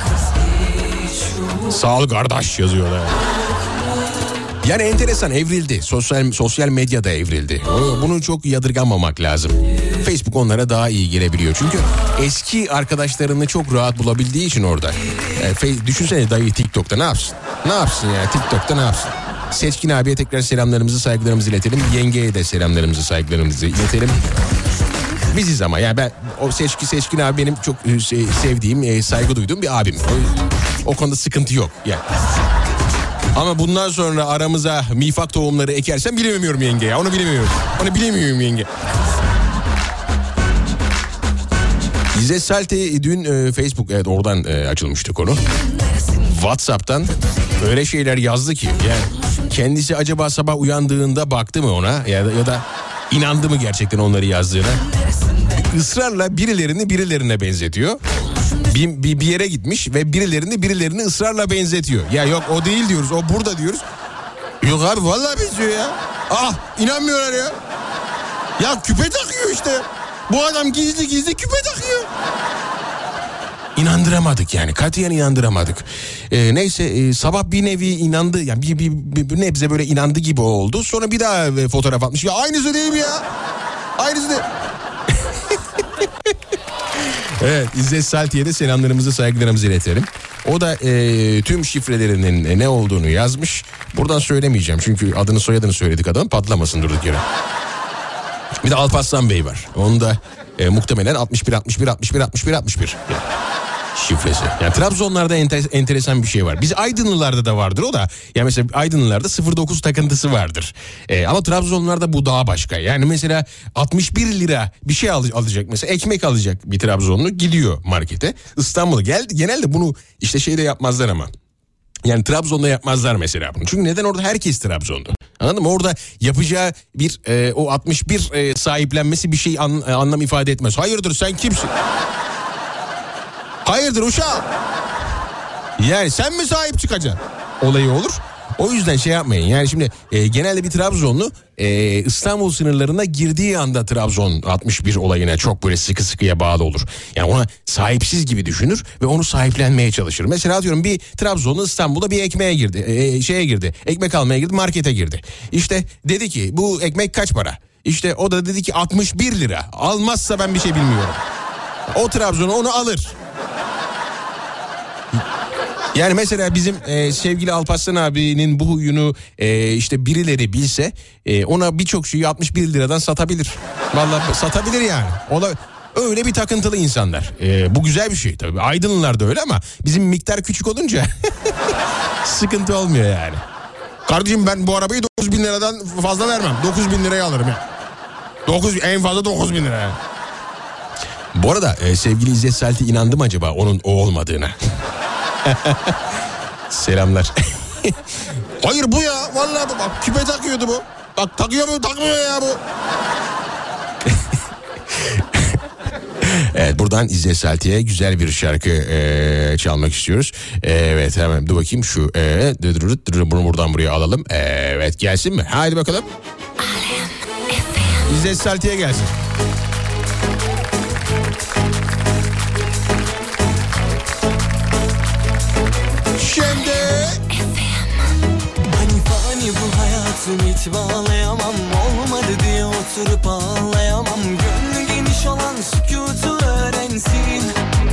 Sağ ol kardeş yazıyorlar. Yani enteresan, evrildi. Sosyal sosyal medyada evrildi. Bunu çok yadırgamamak lazım. Facebook onlara daha iyi gelebiliyor. Çünkü eski arkadaşlarını çok rahat bulabildiği için orada. Yani düşünsene dayı TikTok'ta ne yapsın? Ne yapsın ya, TikTok'ta ne yapsın? Seçkin abiye tekrar selamlarımızı, saygılarımızı iletelim. Yengeye de selamlarımızı, saygılarımızı iletelim. Biziz ama yani ben o Seçkin Seçkin abi benim çok sevdiğim, saygı duyduğum bir abim. O, o konuda sıkıntı yok yani. Ama bundan sonra aramıza mifak tohumları ekersen bilemiyorum yenge ya. Onu bilemiyorum. Onu bilemiyorum yenge. İzzet Salti dün e, Facebook, evet oradan e, açılmıştı konu. WhatsApp'tan öyle şeyler yazdı ki yani kendisi acaba sabah uyandığında baktı mı ona ya da, ya da inandı mı gerçekten onları yazdığına. Israrla birilerini birilerine benzetiyor. Bir, bir, bir yere gitmiş ve birilerini birilerini ısrarla benzetiyor. Ya yok o değil diyoruz, o burada diyoruz. Yok abi vallahi benziyor ya. Ah inanmıyorlar ya. Ya küpe takıyor işte. Bu adam gizli gizli küpe takıyor. İnandıramadık yani, katiyen inandıramadık. Ee, neyse e, sabah bir nevi inandı, yani bir, bir, bir, bir nebze böyle inandı gibi oldu. Sonra bir daha e, fotoğraf atmış. Ya aynısı değil mi ya? Aynısı değil. Evet, İzzet Salti'ye de selamlarımızı, saygılarımızı iletelim. O da e, tüm şifrelerinin e, ne olduğunu yazmış. Buradan söylemeyeceğim çünkü adını soyadını söyledik, adam patlamasın durduk yere. Bir de Alparslan Bey var. Onun da e, muhtemelen altmış bir altmış bir altmış bir altmış bir altmış bir yani şifresi. Yani Trabzonlarda enter, enteresan bir şey var. Biz Aydınlılarda da vardır o da. Yani mesela Aydınlılarda sıfır dokuz takıntısı vardır. E, ama Trabzonlarda bu daha başka. Yani mesela altmış bir lira bir şey al, alacak mesela, ekmek alacak bir Trabzonlu, gidiyor markete. İstanbul'a geldi. Genelde bunu işte şeyde yapmazlar ama. Yani Trabzon'da yapmazlar mesela bunu. Çünkü neden, orada herkes Trabzon'da. Anladın mı? Orada yapacağı bir e, o altmış bir e, sahiplenmesi bir şey an, e, anlam ifade etmez. Hayırdır sen kimsin? Hayırdır uşağım? Yani sen mi sahip çıkacaksın? Olayı olur. O yüzden şey yapmayın. Yani şimdi e, genelde bir Trabzonlu e, İstanbul sınırlarına girdiği anda Trabzon altmış bir olayına çok böyle sıkı sıkıya bağlı olur. Yani ona sahipsiz gibi düşünür ve onu sahiplenmeye çalışır. Mesela diyorum bir Trabzonlu İstanbul'da bir ekmeğe girdi, e, şeye girdi, ekmek almaya girdi, markete girdi. İşte dedi ki bu ekmek kaç para? İşte o da dedi ki altmış bir lira. Almazsa ben bir şey bilmiyorum. O Trabzon'u onu alır. Yani mesela bizim e, sevgili Alparslan abinin bu huyunu e, işte birileri bilse e, ona birçok şeyi altmış bir liradan satabilir. Vallahi satabilir yani. O da öyle bir takıntılı insanlar. E, bu güzel bir şey tabii. Aydınlılar da öyle ama bizim miktar küçük olunca sıkıntı olmuyor yani. Kardeşim ben bu arabayı dokuz bin liradan fazla vermem. dokuz bin liraya alırım ya. dokuz en fazla dokuz bin lira. Yani. Bu arada e, sevgili İzzet Salti inandım acaba onun o olmadığına. Selamlar. Hayır bu ya vallahi bu bak küpe takıyordu bu. Bak takıyor mu takmıyor ya bu. Evet buradan İzzet Salti'ye güzel bir şarkı e, çalmak istiyoruz. E, evet hemen dur bakayım şu e, bunu buradan buraya alalım. E, evet gelsin mi? Haydi bakalım. İzzet Salti'ye gelsin. Şimdi hani fani bu hayatım hiç bağlayamam, olmadı diye oturup ağlayamam. Gönlü geniş olan sükutu öğrensin.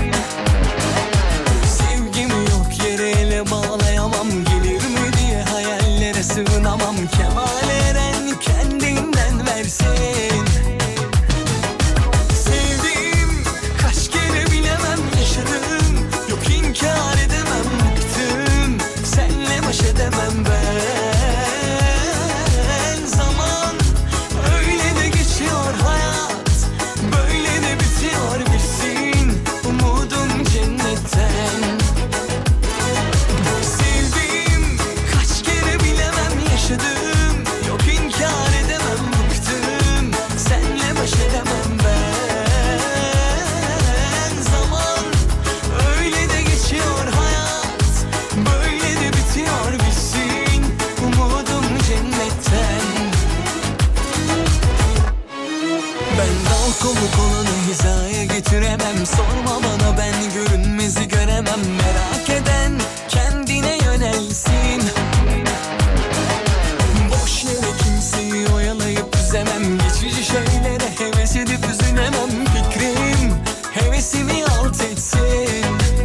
Sevgimi yok yere ele bağlayamam, gelir mi diye hayallere sığınamam. Kemal Eren kendinden versin. Sevdiğim kaç kere bilemem yaşadım, yok inkar edemem. Senle baş edemem ben. Zaman öyle de geçiyor hayat, böyle de bitiyor bilsin. Umudum cennetten. Sevdiğim kaç kere bilemem yaşadım, yok inkar edemem bıktım. Senle baş edemem ben. Zaman öyle de geçiyor hayat, böyle de bitiyor bilsin. Umudum cennetten. Ben dal kovuk olanı hizaya getiremem. Sorma bana ben görünmezi göremem. Merak eden kendine yönelsin. Boş yere kimseyi oyalayıp üzemem. Geçici şeylere heves edip üzülemem. Fikrim hevesimi alt etsin.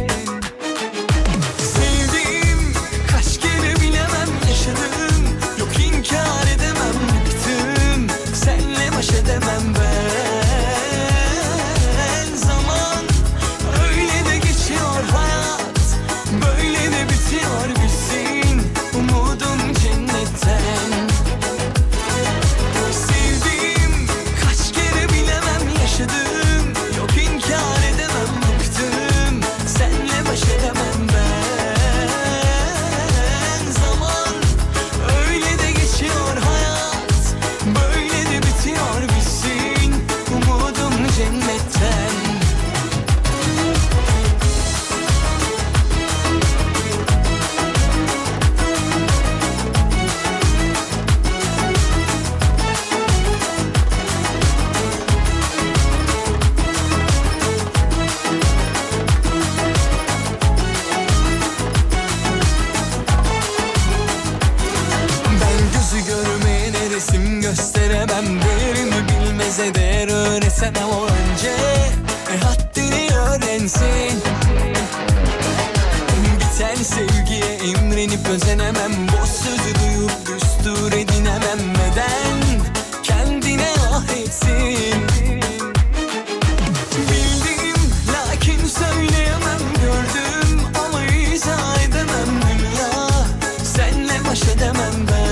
Sevdiğim kaç kere bilemem yaşadım, yok inkar edemem bıktım. Senle baş edemem ben. Zaman öyle de geçiyor hayat, böyle de bitiyor bilsin. Umudum cennetten. Sevdiğim kaç kere bilemem yaşadım, yok inkar edemem bıktım. Senle baş edemem ben. Zaman öyle de geçiyor hayat, böyle de bitiyor bilsin. Umudum cennetten. Ben gözü görmeyene resim gösteremem. Değerimi bilmeze değer öğretemem o önce. E haddini öğrensin. Biten sevgiye imrenip özenemem. Boş sözü duyup düstur edinemem. Neden kendine ah etsin. Bildim lakin söyleyemem. Gördüm ama izah edemem. Dünya senle baş edemem ben.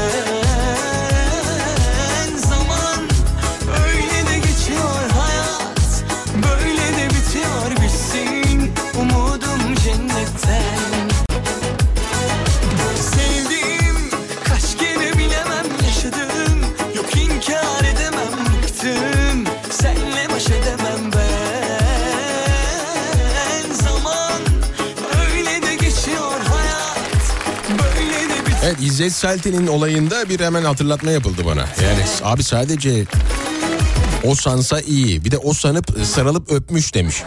Zaman öyle de geçiyor hayat, böyle de bitiyor bilsin. Umudum cennetten. Sevdiğim Evet, İzzet Salti'nin olayında bir hemen hatırlatma yapıldı bana. Yani abi sadece o sansa iyi, bir de o sanıp sarılıp öpmüş demiş.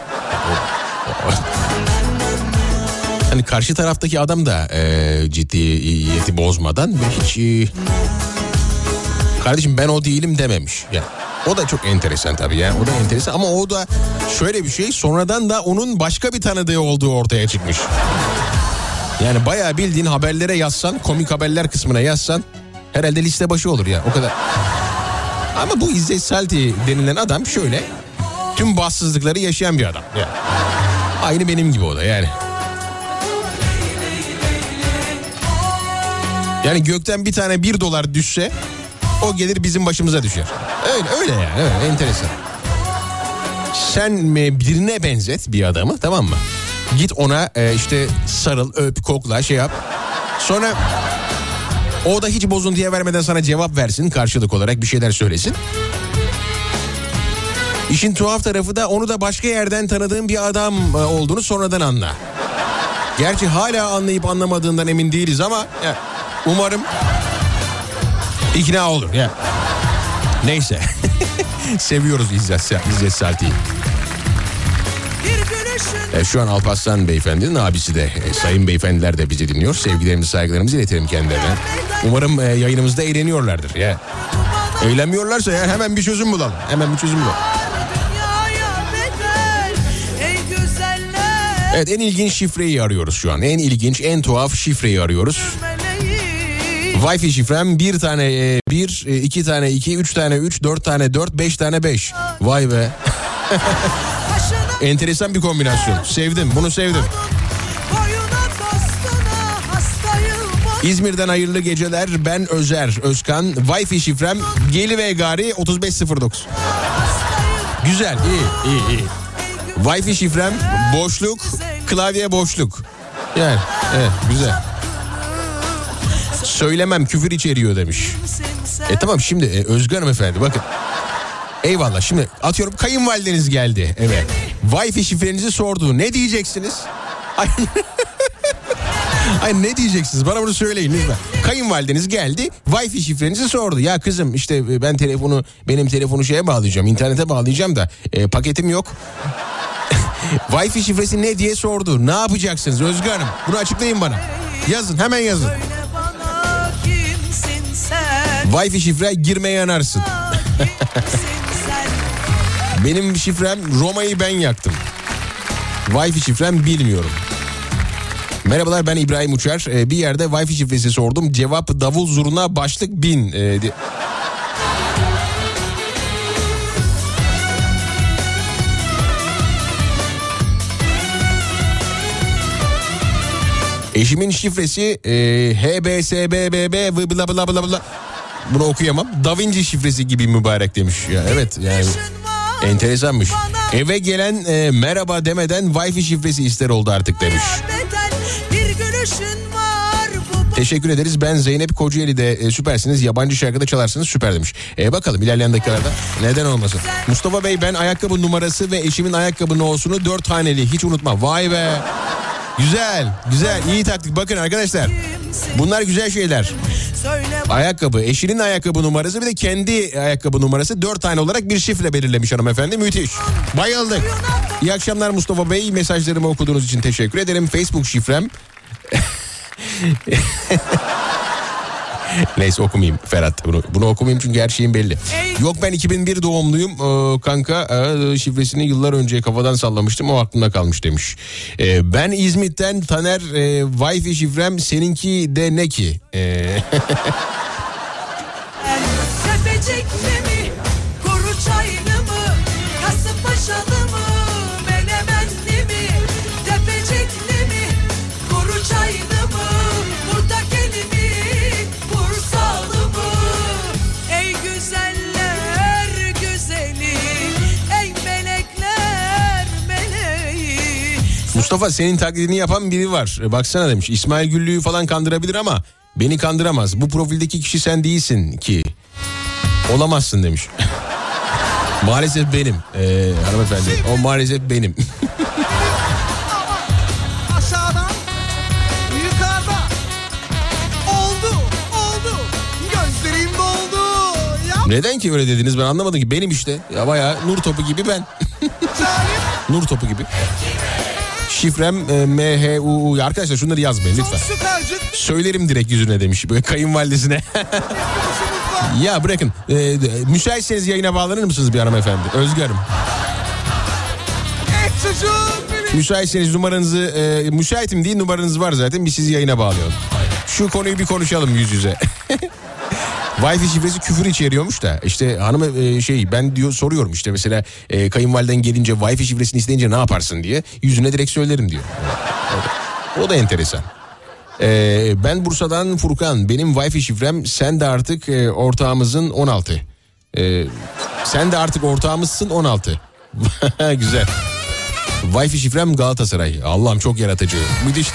Hani karşı taraftaki adam da e, ciddiyeti bozmadan ve hiç e, kardeşim ben o değilim dememiş. Yani o da çok enteresan tabii yani, o da enteresan ama o da şöyle bir şey, sonradan da onun başka bir tanıdığı olduğu ortaya çıkmış. Yani bayağı bildiğin haberlere yazsan, komik haberler kısmına yazsan herhalde liste başı olur ya, o kadar. Ama bu İzzet Salti denilen adam şöyle tüm bahtsızlıkları yaşayan bir adam. Yani. Aynı benim gibi o da yani. Yani gökten bir tane bir dolar düşse o gelir bizim başımıza düşer. Öyle öyle yani, evet, enteresan. Sen birine benzet bir adamı, tamam mı? Git ona e, işte sarıl, öp, kokla, şey yap. Sonra o da hiç bozuntuya vermeden sana cevap versin, karşılık olarak bir şeyler söylesin. İşin tuhaf tarafı da onu da başka yerden tanıdığın bir adam olduğunu sonradan anla. Gerçi hala anlayıp anlamadığından emin değiliz ama ya, umarım ikna olur ya. Neyse. Seviyoruz İzzet, İzzet Salti'yi. E, şu an Alparslan Beyefendi'nin abisi de e, sayın beyefendiler de bizi dinliyor. Sevgilerimizi, saygılarımızı iletelim kendilerine. Umarım e, yayınımızda eğleniyorlardır ya. Eğlenmiyorlarsa ya hemen bir çözüm bulalım. Hemen bir çözüm bulalım. Evet, en ilginç şifreyi arıyoruz şu an. En ilginç, en tuhaf şifreyi arıyoruz. Wi-Fi şifrem bir tane bir, iki tane iki, üç tane üç, dört tane dört, beş tane beş. Vay be. Enteresan bir kombinasyon. Sevdim, bunu sevdim. İzmir'den hayırlı geceler. Ben Özer Özkan. Wi-Fi şifrem Geli ve Gari otuz beş sıfır dokuz. Güzel, iyi, iyi, iyi. Wi-Fi şifrem boşluk, klavye boşluk. Yani, evet, güzel. Söylemem, küfür içeriyor demiş. E tamam, şimdi e, Özgür hanımefendi bakın. Eyvallah, şimdi atıyorum kayınvalideniz geldi. Evet. Wi-Fi şifrenizi sordu. Ne diyeceksiniz? Ay, Ay ne diyeceksiniz? Bana bunu söyleyin lütfen. Kayınvalideniz geldi, Wi-Fi şifrenizi sordu. Ya kızım işte ben telefonu, benim telefonu şeye bağlayacağım, internete bağlayacağım da e, paketim yok. Wi-Fi şifresi ne diye sordu. Ne yapacaksınız Özgür Hanım? Bunu açıklayın bana. Yazın, hemen yazın. Wi-Fi şifre girmeye yanarsın. Benim şifrem Roma'yı ben yaktım. Wi-Fi şifrem bilmiyorum. Merhabalar, ben İbrahim Uçar. Ee, bir yerde Wi-Fi şifresi sordum. Cevap davul zurna başlık bin. Ee, di- Eşimin şifresi e, H B S B B B bla bla bla bla. Bunu okuyamam. Da Vinci şifresi gibi mübarek demiş. Ya evet yani enteresanmış. Eve gelen e, merhaba demeden Wi-Fi şifresi ister oldu artık demiş. Teşekkür ederiz. Ben Zeynep Kocaeli'de e, süpersiniz. Yabancı şarkıda çalarsınız süper demiş. E, bakalım ilerleyen dakikalarda neden olmasın. Mustafa Bey, ben ayakkabı numarası ve eşimin ayakkabı no'sunu dört haneli hiç unutmam. Vay be. Güzel, güzel, iyi taktik. Bakın arkadaşlar, bunlar güzel şeyler. Ayakkabı, eşinin ayakkabı numarası, bir de kendi ayakkabı numarası dört tane olarak bir şifre belirlemiş hanımefendi. Müthiş. Bayıldık. İyi akşamlar Mustafa Bey. Mesajlarımı okuduğunuz için teşekkür ederim. Facebook şifrem... Neyse okumayayım Ferhat, bunu, bunu okumayayım çünkü her şeyin belli. Yok, ben iki bin bir doğumluyum ee, kanka, ee, şifresini yıllar önce kafadan sallamıştım, o aklımda kalmış demiş. Ee, ben İzmit'ten Taner, e, Wi-Fi şifrem seninki de ne ki? Ee... Mustafa, senin taklidini yapan biri var. Baksana demiş. İsmail Güllü'yü falan kandırabilir ama beni kandıramaz. Bu profildeki kişi sen değilsin ki. Olamazsın demiş. Maalesef benim. Ee, hanımefendi. O maalesef benim. Aşağıdan yukarıda oldu. Neden ki öyle dediniz ben anlamadım ki. Benim işte. Ya bayağı nur topu gibi ben. Nur topu gibi. Şifrem e, M H U U. Arkadaşlar şunları yazmayın lütfen. Söylerim direkt yüzüne demiş. Böyle kayınvalidesine. Ya bırakın. E, müsaitseniz yayına bağlanır mısınız bir hanımefendi? Özgür Hanım. Müsaitseniz numaranızı e, müsaitim değil numaranız var zaten biz sizi yayına bağlayalım. Şu konuyu bir konuşalım yüz yüze. Wi-Fi şifresi küfür içeriyormuş da işte hanım e, şey ben diyor soruyorum işte mesela e, kayınvaliden gelince Wi-Fi şifresini isteyince ne yaparsın diye yüzüne direkt söylerim diyor. O, o da enteresan. E, ben Bursa'dan Furkan benim Wi-Fi şifrem sen de artık e, ortağımızın on altı. E, sen de artık ortağımızsın on altı. Güzel. Wi-Fi şifrem Galatasaray. Allah'ım çok yaratıcı. Müthiş.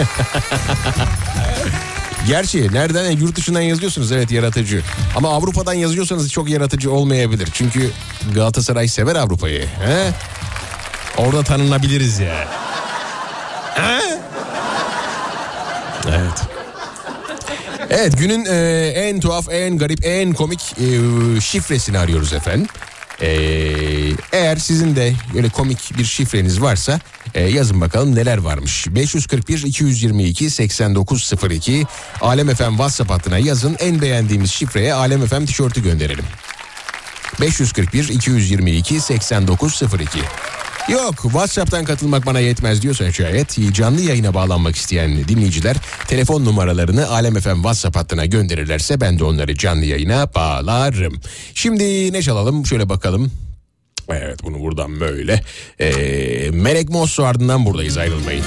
Gerçi nereden yurt dışından yazıyorsunuz evet yaratıcı. Ama Avrupa'dan yazıyorsanız çok yaratıcı olmayabilir. Çünkü Galatasaray sever Avrupa'yı. He? Orada tanınabiliriz ya. He? Evet. Evet günün e, en tuhaf, en garip, en komik e, şifresini arıyoruz efendim. Ee, eğer sizin de öyle komik bir şifreniz varsa e, yazın bakalım neler varmış. beş yüz kırk bir iki yüz yirmi iki seksen dokuz sıfır iki Alem F M WhatsApp hattına yazın. En beğendiğimiz şifreye Alem F M tişörtü gönderelim. beş yüz kırk bir iki yüz yirmi iki seksen dokuz sıfır iki Yok WhatsApp'tan katılmak bana yetmez diyorsa şayet canlı yayına bağlanmak isteyen dinleyiciler telefon numaralarını Alem F M WhatsApp hattına gönderirlerse ben de onları canlı yayına bağlarım. Şimdi ne çalalım şöyle bakalım. Evet bunu buradan böyle. Ee, Melek Mosso ardından buradayız ayrılmayın.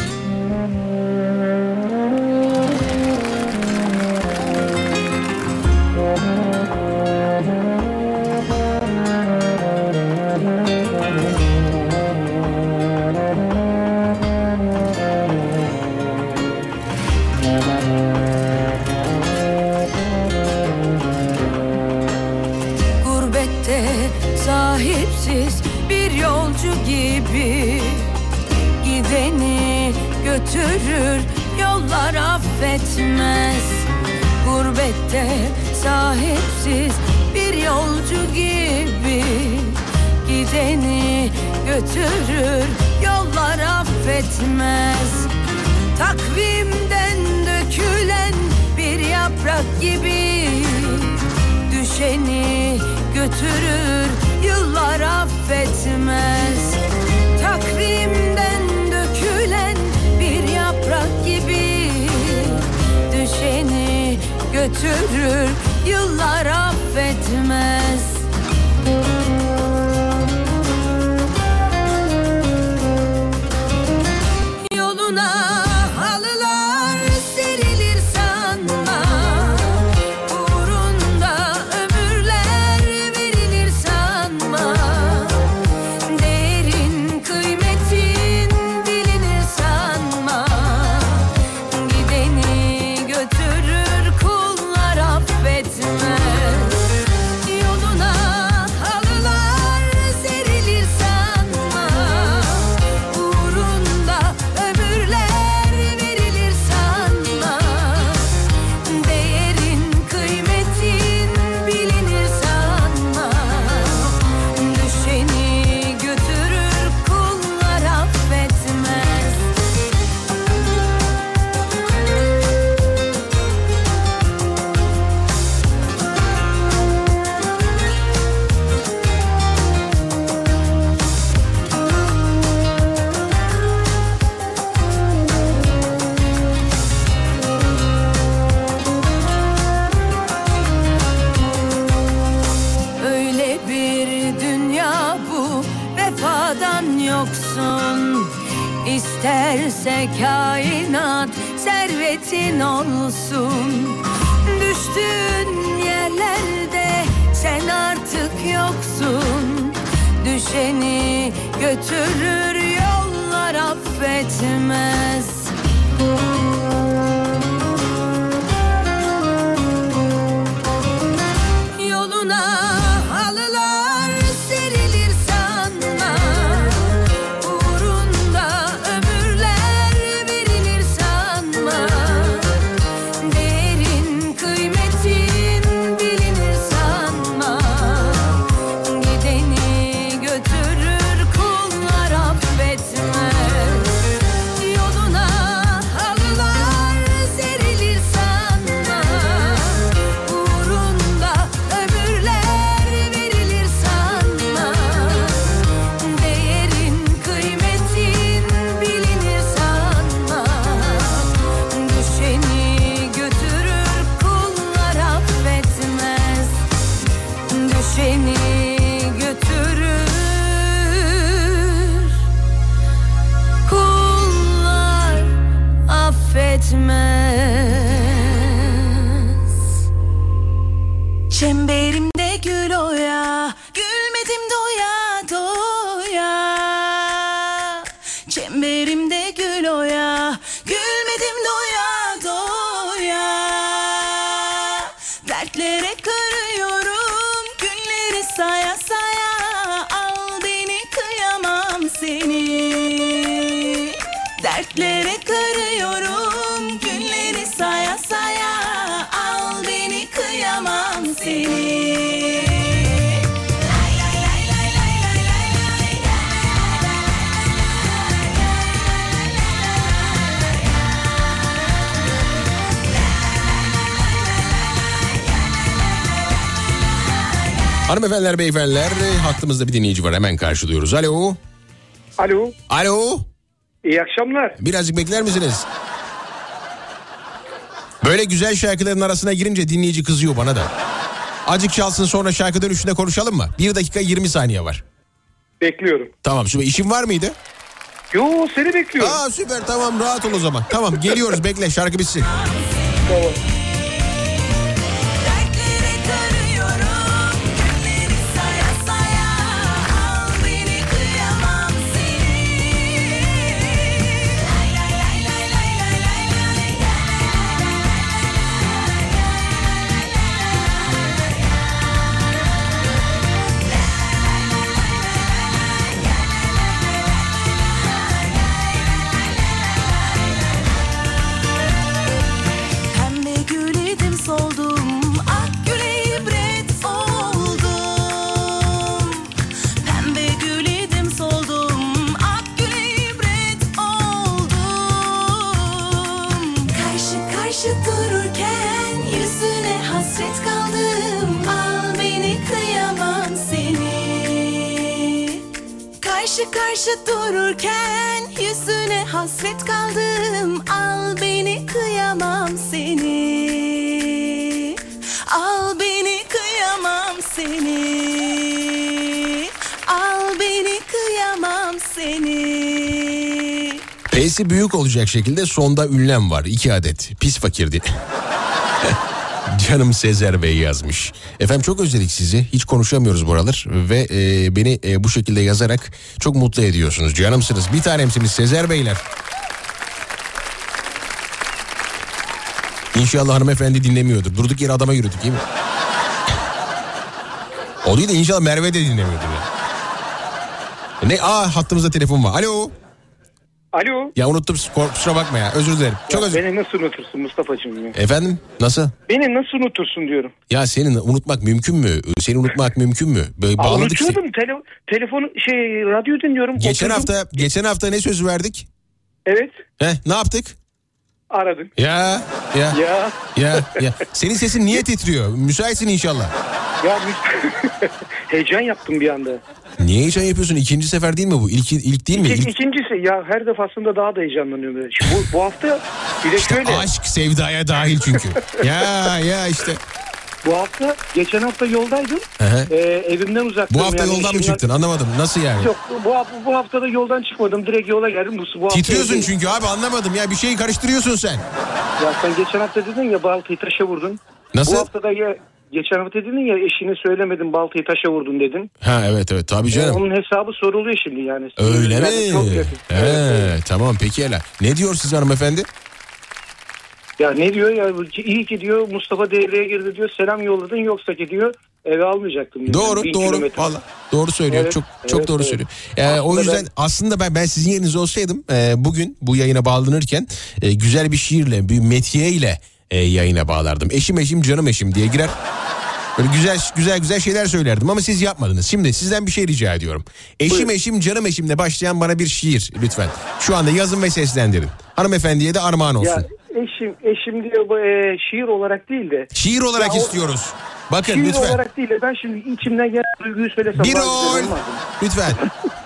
Götürür yollar affetmez. Gurbette sahipsiz bir yolcu gibi gideni götürür yollar affetmez. Takvimden dökülen bir yaprak gibi düşeni götürür yıllar affetmez. Takvimden dökülen bir yaprak gibi düşeni götürür yıllar affetmez. Yoluna halılar serilir sanma, uğrunda ömürler verilir sanma. Değerin kıymetin bilinir sanma, gideni götürür kullar affetmez. Yoluna halılar serilir sanma, uğrunda ömürler verilir sanma. Değerin kıymetin bilinir sanma, düşeni götürür kullar affetmez. Öyle bir dünya bu vefadan yoksun. İsterse kainat servetin olsun. Düştüğün yerlerde sen artık yoksun. Düşeni götürür yollar affetmez. Yoluna halılar serilir sanma, uğrunda ömürler verilir sanma. Değerin kıymetin bilinir sanma, seni götürür. Kullar affetmez. Çemberimde gül oya, gülmedim doya doya. Çemberimde gül oya, gülmedim doya doya. Dertlere kırıyorum günleri saya saya. Al beni kıyamam seni. Dertlere kırıyorum günleri saya saya. Al beni kıyamam seni. Hanımefendiler, beyefendiler, hattımızda bir dinleyici var, hemen karşılıyoruz. Alo. Alo. Alo. İyi akşamlar. Birazcık bekler misiniz? Böyle güzel şarkıların arasına girince dinleyici kızıyor bana da. Azıcık çalsın, sonra şarkı dönüşünde konuşalım mı? bir dakika yirmi saniye var. Bekliyorum. Tamam, şimdi işin var mıydı? Yo, seni bekliyorum. Aa süper, tamam, rahat ol o zaman. Tamam, geliyoruz, bekle, şarkı bitsin. Tamam. Karşı karşı dururken yüzüne hasret kaldım. Al beni kıyamam seni. Al beni kıyamam seni. Al beni kıyamam seni. P'si büyük olacak şekilde sonda ünlem var, iki adet. Pis fakirdi. Canım Sezer Bey yazmış. Efendim çok özledik sizi. Hiç konuşamıyoruz buralar ve e, beni e, bu şekilde yazarak çok mutlu ediyorsunuz. Canımsınız, bir tanemsiniz Sezer Beyler. İnşallah hanımefendi dinlemiyordur. Durduk yere adama yürüdük değil mi? O değil de inşallah Merve de dinlemiyordur. Yani. Ne? Aa, hattımızda telefon var. Alo. Alo. Ya unuttum, kusura bakma ya, özür dilerim. Çok ya özür Beni nasıl unutursun Mustafa'cığım ya? Efendim, nasıl? Beni nasıl unutursun diyorum. Ya seni unutmak mümkün mü? Seni unutmak mümkün mü? Böyle Aa, bağladık işte. unutuyordum, tele, telefonu şey radyo dinliyorum. Geçen oturdum. hafta geçen hafta ne söz verdik? Evet. Heh, ne yaptık? Aradın. Ya ya ya ya ya. Senin sesin niye titriyor? Müsaitsin inşallah. Ya heyecan yaptım bir anda. Niye heyecan yapıyorsun? İkinci sefer değil mi bu? İlk, ilk değil mi? İki, İlk... İkincisi ya, her defasında daha da heyecanlanıyorum. Şimdi bu, bu hafta bir de işte şöyle. Aşk sevdaya dahil çünkü. ya ya işte. Bu hafta, geçen hafta yoldaydım. E, evimden uzaktım. Bu hafta yani yoldan işimden... mı çıktın? Anlamadım. Nasıl yani? Yok, bu, bu hafta da yoldan çıkmadım. Direkt yola geldim. Bu, bu Titriyorsun hafta çünkü abi, anlamadım ya. Bir şeyi karıştırıyorsun sen. Ya sen geçen hafta dedin ya, baltayı taşa vurdun. Nasıl? Bu hafta da ya, geçen hafta dedin ya, eşine söylemedin, baltayı taşa vurdun dedin. Ha evet evet tabii canım. Yani onun hesabı soruluyor şimdi yani. Öyle yani mi? Çok He, evet. Tamam peki hele. Ne diyor siz hanımefendi? Ya ne diyor ya, iyi ki diyor Mustafa devreye girdi diyor, selam yolladın, yoksa ki diyor eve almayacaktım diyor. Doğru yani doğru valla doğru söylüyor, evet, çok çok evet, doğru evet. söylüyor. Ee, o yüzden ben... aslında ben ben sizin yerinizde olsaydım e, bugün bu yayına bağlanırken e, güzel bir şiirle, bir metiye ile e, yayına bağlardım. Eşim eşim canım eşim diye girer. Böyle güzel güzel güzel şeyler söylerdim ama siz yapmadınız. Şimdi sizden bir şey rica ediyorum. Eşim Buyurun. eşim canım eşimle başlayan bana bir şiir lütfen. Şu anda yazın ve seslendirin. Hanımefendiye de armağan olsun. Ya eşim eşim diyor bu e, şiir olarak değil de. Şiir olarak ya istiyoruz. O, Bakın şiir lütfen. Şiir olarak değil de ben şimdi içimden gelen duyguyu söylesem. Bir rol. Lütfen.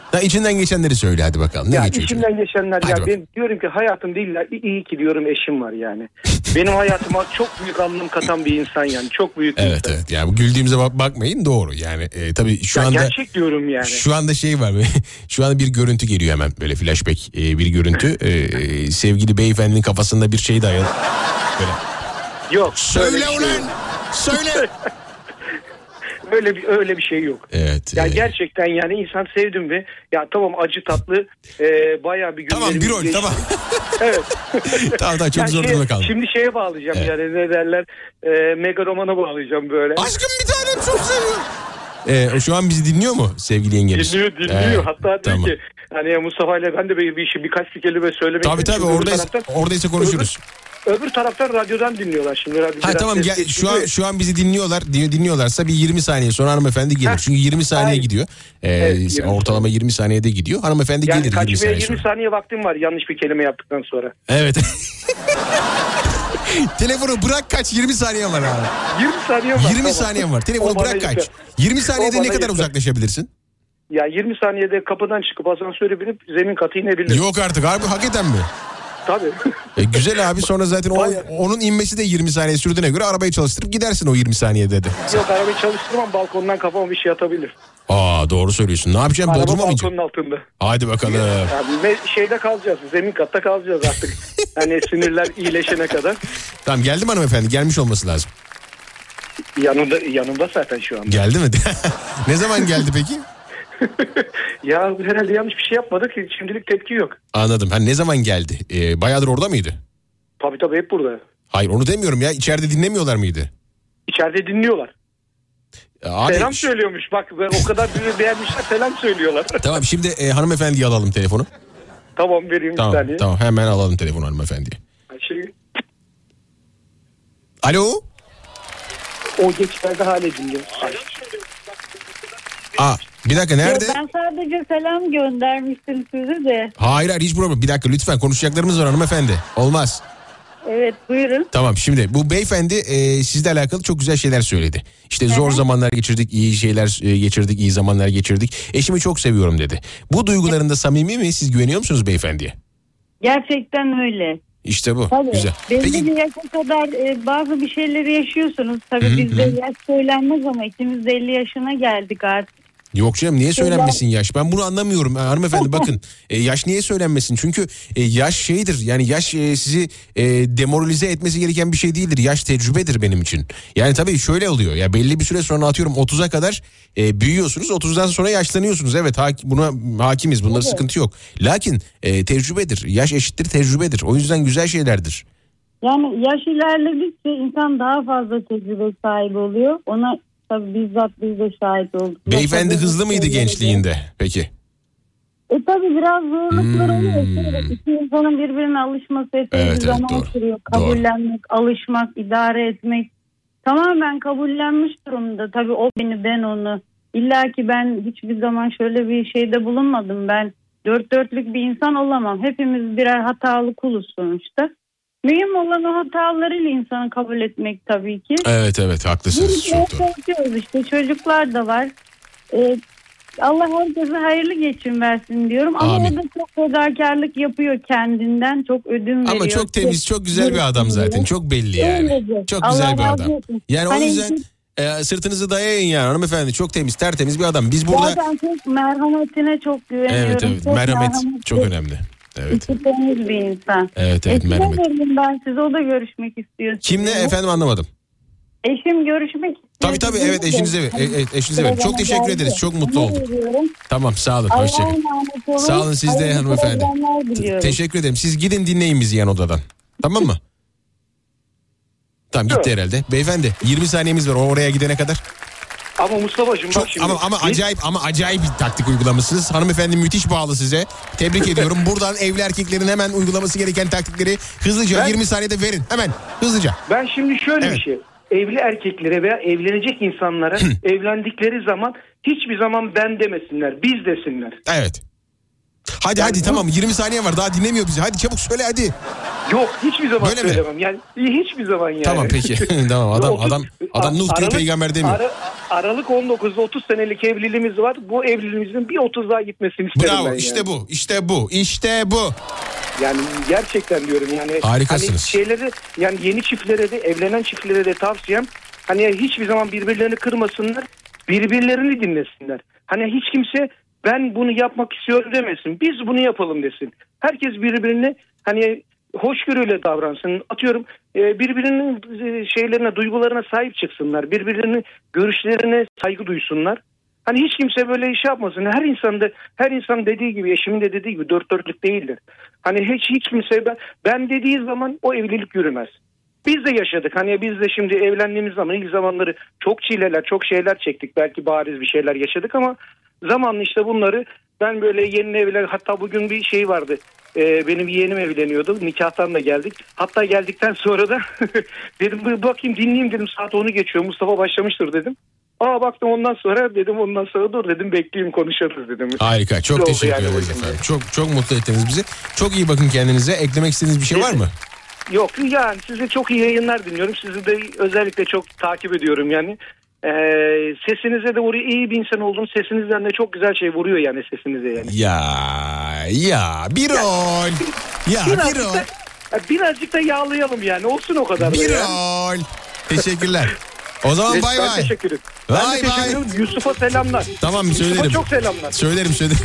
Ha, içinden geçenleri söyle hadi bakalım. Ne ya geçiyor içimden geçenler hadi ya bakalım. ben diyorum ki hayatım değil ya iyi ki diyorum eşim var yani. Benim hayatıma çok büyük anlam katan bir insan yani çok büyük bir Evet insan. evet yani bu güldüğümüze bak- bakmayın doğru yani e, tabii şu Ya anda. gerçek diyorum yani. Şu anda şey var şu anda bir görüntü geliyor hemen böyle flashback e, bir görüntü. E, sevgili beyefendinin kafasında bir şey dayalı. Böyle. Yok. Söyle öyle bir şey ulan yok. söyle. Öyle bir öyle bir şey yok. Evet. Ya e, gerçekten yani insan sevdim mi? Ya tamam acı tatlı e, bayağı bir günlerimiz Tamam bir rol geçti. tamam. Evet. tamam tamam çok Yani zor şey- durumda kaldım. Şimdi şeye bağlayacağım Evet. yani ne derler e, Megalomana bağlayacağım böyle. Aşkım bir tanem çok seviyorum. E, o şu an bizi dinliyor mu sevgili yengemiz? Dinliyor dinliyor. Evet, Hatta diyor tamam. ki hani Mustafa ile ben de bir, bir işi birkaç bir kelime söylemek Tabii tabii istiyorum. Öbür oradayız, taraftan- oradaysa konuşuruz. Öbür, öbür taraftan radyodan dinliyorlar şimdi. Radyo Ha biraz tamam ses gel, geçiyor şu an ya. şu an bizi dinliyorlar din- dinliyorlarsa bir yirmi saniye sonra hanımefendi gelir. Çünkü yirmi saniye Aynen. gidiyor. Ee, Evet, yirmi ortalama yirmi saniyede gidiyor. Hanımefendi Yani gelir yirmi kaçmaya saniye yirmi sonra. saniye vaktim var yanlış bir kelime yaptıktan sonra. Evet. Telefonu bırak kaç yirmi saniye var abi. yirmi saniye var. yirmi tamam. saniye var. Telefonu O bana bırak kaç. yeter. yirmi O saniyede bana ne kadar yeter. uzaklaşabilirsin? Ya yirmi saniyede kapıdan çıkıp asansöre binip zemin katı inebilirim. Yok artık abi hakikaten mi? Tabii. E, güzel abi sonra zaten o, onun inmesi de yirmi saniye sürdüğüne göre arabayı çalıştırıp gidersin o yirmi saniyede de. Yok arabayı çalıştırmam balkondan kafama bir şey atabilir. Aa doğru söylüyorsun. Ne yapacağım? Araba Bodrum'a mı gideceğim? balkonun altında. Hadi bakalım. Yani me- şeyde kalacağız. Zemin katta kalacağız artık. Hani sinirler iyileşene kadar. Tamam geldi mi hanımefendi? Gelmiş olması lazım. Yanında yanımda zaten şu anda. Geldi mi? Ne zaman geldi peki? Ya herhalde yanlış bir şey yapmadık. Şimdilik tepki yok. Anladım. Ha, ne zaman geldi? Ee, bayağıdır orada mıydı? Tabii tabii hep burada. Hayır onu demiyorum ya. İçeride dinlemiyorlar mıydı? İçeride dinliyorlar. Abi, selam söylüyormuş. Bak o kadar bizi beğenmişler selam söylüyorlar. Tamam şimdi e, hanımefendiye alalım telefonu. Tamam vereyim Tamam, bir saniye. tamam hemen alalım telefonu hanımefendiye. Şey, Alo? o geçlerde hale dinliyor. Aa, bir dakika nerede? Yo, ben sadece selam göndermiştim size de. Hayır hayır hiç problem. Bir dakika lütfen konuşacaklarımız var hanımefendi. Olmaz. Evet buyurun. Tamam şimdi bu beyefendi e, sizle alakalı çok güzel şeyler söyledi. İşte zor Hı-hı. zamanlar geçirdik, iyi şeyler e, geçirdik, iyi zamanlar geçirdik. Eşimi çok seviyorum dedi. Bu duygularında samimi mi? Siz güveniyor musunuz beyefendiye? Gerçekten öyle. İşte bu. Tabii. Güzel. Belli Peki bir yaşa kadar e, bazı bir şeyleri yaşıyorsunuz. Tabii Hı hı, bizde hı. yaş söylenmez ama ikimiz de elli yaşına geldik artık. yok canım niye söylenmesin yaş? Ben bunu anlamıyorum ha, hanımefendi bakın. E, yaş niye söylenmesin? Çünkü e, yaş şeydir yani yaş e, sizi e, demoralize etmesi gereken bir şey değildir. Yaş tecrübedir benim için. Yani tabii şöyle oluyor ya belli bir süre sonra atıyorum otuza kadar e, büyüyorsunuz. otuzdan sonra yaşlanıyorsunuz. Evet ha, buna hakimiz bunda Evet. sıkıntı yok. Lakin e, tecrübedir. Yaş eşittir tecrübedir. O yüzden güzel şeylerdir. Yani yaş ilerledikçe insan daha fazla tecrübe sahibi oluyor. Ona tabii bizzat biz de şahit olduk. Beyefendi Yaşadığımız hızlı mıydı şeyleri de. gençliğinde peki? E tabii biraz zorluklar Hmm. oluyor. Şöyle İki insanın birbirine alışması epey Evet, bir evet, zaman doğru. sürüyor. Kabullenmek, alışmak, idare etmek. Tamamen kabullenmiş durumda. Tabii o beni, ben onu. İlla ki ben hiçbir zaman şöyle bir şeyde bulunmadım. Ben dört dörtlük bir insan olamam. Hepimiz birer hatalı kuluz sonuçta. Mühim olan o hatalarıyla insanı kabul etmek tabii ki. Evet evet haklısınız. Biz Çok doğru. korkuyoruz işte, çocuklar da var. Ee, Allah herkese hayırlı geçim versin diyorum. Ama Amin. o da çok fedakarlık yapıyor kendinden. Çok ödün veriyor. Ama çok temiz, çok güzel bir adam zaten. Çok belli yani. Öyledir. Çok Allah güzel bir razı adam. olsun. Yani o Hani yüzden e, sırtınızı dayayın yani hanımefendi. Çok temiz, tertemiz bir adam. Biz burada... Zaten çok merhametine çok güveniyorum. Evet evet Çok merhamet merhametli, çok önemli. Evet. içi temiz bir insan. Evet evet Eşime merhamet. vereyim ben size, o da görüşmek istiyor. Kim ne sizinle. efendim anlamadım. Eşim görüşmek istiyor. Tabii tabii evet eşinize ver. E, e, eşinize ver. Çok teşekkür ederiz. Çok mutlu olduk. Tamam sağ olun. Allah'a Hoşçakalın. emanet olun. Sağ olun siz de Hayırlı hanımefendi. programlar diliyorum. Teşekkür ederim. Siz gidin dinleyin bizi yan odadan. Tamam mı? Tamam gitti herhalde. Beyefendi yirmi saniyemiz var oraya gidene kadar. Ama Mustafa'cığım Çok bak şimdi. ama ama biz- acayip ama acayip bir taktik uygulamışsınız. Hanımefendi müthiş bağlı size. Tebrik ediyorum. Buradan evli erkeklerin hemen uygulaması gereken taktikleri hızlıca Ben- yirmi saniyede verin. Hemen hızlıca. Ben şimdi şöyle Evet. bir şey. Evli erkeklere veya evlenecek insanlara evlendikleri zaman hiçbir zaman ben demesinler. Biz desinler. Evet. Hadi hadi tamam yirmi saniye var daha dinlemiyor bizi. Hadi çabuk söyle hadi. Yok hiçbir zaman Böyle söylemem. mi? Yani hiçbir zaman yani. Tamam peki. Tamam adam otuz, adam adam Nuh diyor peygamber demiyor. Ara, Aralık on dokuzda otuz senelik evliliğimiz var. Bu evliliğimizin bir otuz daha gitmesini isterim. Bravo ben işte yani. bu işte bu işte bu. Yani gerçekten diyorum yani. Harikasınız. Hani şeyleri yani yeni çiftlere de evlenen çiftlere de tavsiyem hani hiçbir zaman birbirlerini kırmasınlar. Birbirlerini dinlesinler. Hani hiç kimse ben bunu yapmak istiyorum demesin. Biz bunu yapalım desin. Herkes birbirini hani hoşgörüyle davransın. Atıyorum birbirinin şeylerine, duygularına sahip çıksınlar. Birbirlerinin görüşlerine saygı duysunlar. Hani hiç kimse böyle iş yapmasın. Her insan da her insan dediği gibi, eşimin de dediği gibi dört dörtlük değildir. Hani hiç hiç kimse ben, ben dediği zaman o evlilik yürümez. Biz de yaşadık. Hani biz de şimdi evlendiğimiz zaman ilk zamanları çok çileler, çok şeyler çektik. Belki bariz bir şeyler yaşadık ama zamanla işte bunları ben böyle yeni evlen, hatta bugün bir şey vardı. Ee, benim yeğenim evleniyordu. Nikahtan da geldik. Hatta geldikten sonra da dedim bakayım dinleyeyim dedim. Saat onu geçiyor. Mustafa başlamıştır dedim. Aa baktım ondan sonra dedim ondan sonra dur dedim bekleyeyim konuşuruz dedim. Harika çok Oldu teşekkür yani ederiz efendim. Çok çok mutlu ettiniz bizi. Çok iyi bakın kendinize. Eklemek istediğiniz bir şey var mı? Yok yani size çok iyi yayınlar dinliyorum. Sizi de özellikle çok takip ediyorum yani. Ee, sesinize de vuruyor. İyi bir insan oldum. Sesinizden de çok güzel şey vuruyor yani sesinize yani. Ya ya bir rol. Ya birazcık bir rol. Da, birazcık da yağlayalım yani. Olsun o kadar. Bir yani. rol. Teşekkürler. O zaman bay bay. Ben teşekkür ederim. Bye Ben de teşekkür ederim. Yusuf'a selamlar. Tamam Yusuf'a söylerim. çok selamlar. Söylerim söylerim.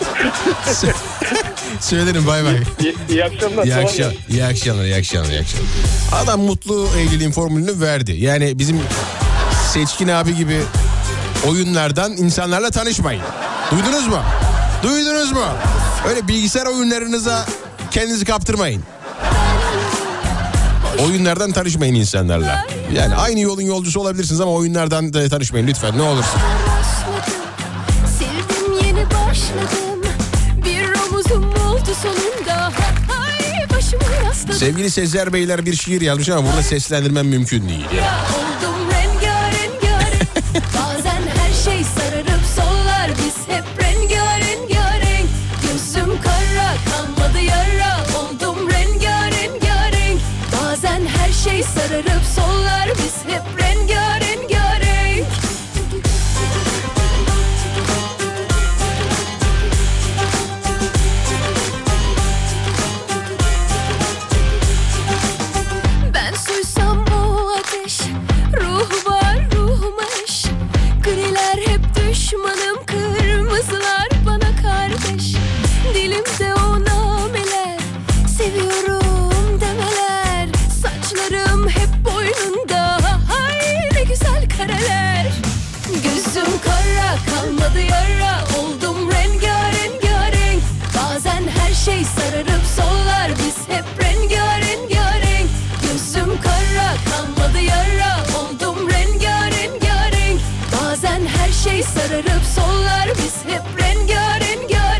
Söylerim bay bay. İyi, iyi akşamlar. İyi akşamlar. İyi akşamlar. İyi akşamlar. İyi akşamlar. Adam mutlu evliliğin formülünü verdi. Yani bizim Seçkin abi gibi oyunlardan insanlarla tanışmayın. Duydunuz mu? Duydunuz mu? Öyle bilgisayar oyunlarınıza kendinizi kaptırmayın. Oyunlardan tanışmayın insanlarla. Yani aynı yolun yolcusu olabilirsiniz ama oyunlardan da tanışmayın lütfen ne olursun. Sevdim yeni başladım. Bir omuzum oldu sonunda. Ay başımı yasladım. Sevgili Sezer Beyler bir şiir yazmış ama burada seslendirmem mümkün değil. Ya oldum rengarenk. Bazen her şey sararıp sollar. Biz hep rengarenk. Gözüm kara kalmadı yara. Oldum rengarenk. Bazen her şey sararıp sollar. Biz hep rengarenk. Ben suysam o ateş. Ruh var ruhuma eş. Griler hep düşmanım. Kırmızılar bana kardeş. Dilimde o nameler. Seviyorum demeler. Saçlarım hep boynunda. Ay ne güzel kareler. Gözüm kara kalmadı yara. Oldum rengarenk. Bazen her şey sararıp sollar. Biz hep rengarenk. Gözüm kara kalmadı yara. Oldum rengarenk. Bazen her şey sararıp sollar. Biz hep rengarenk.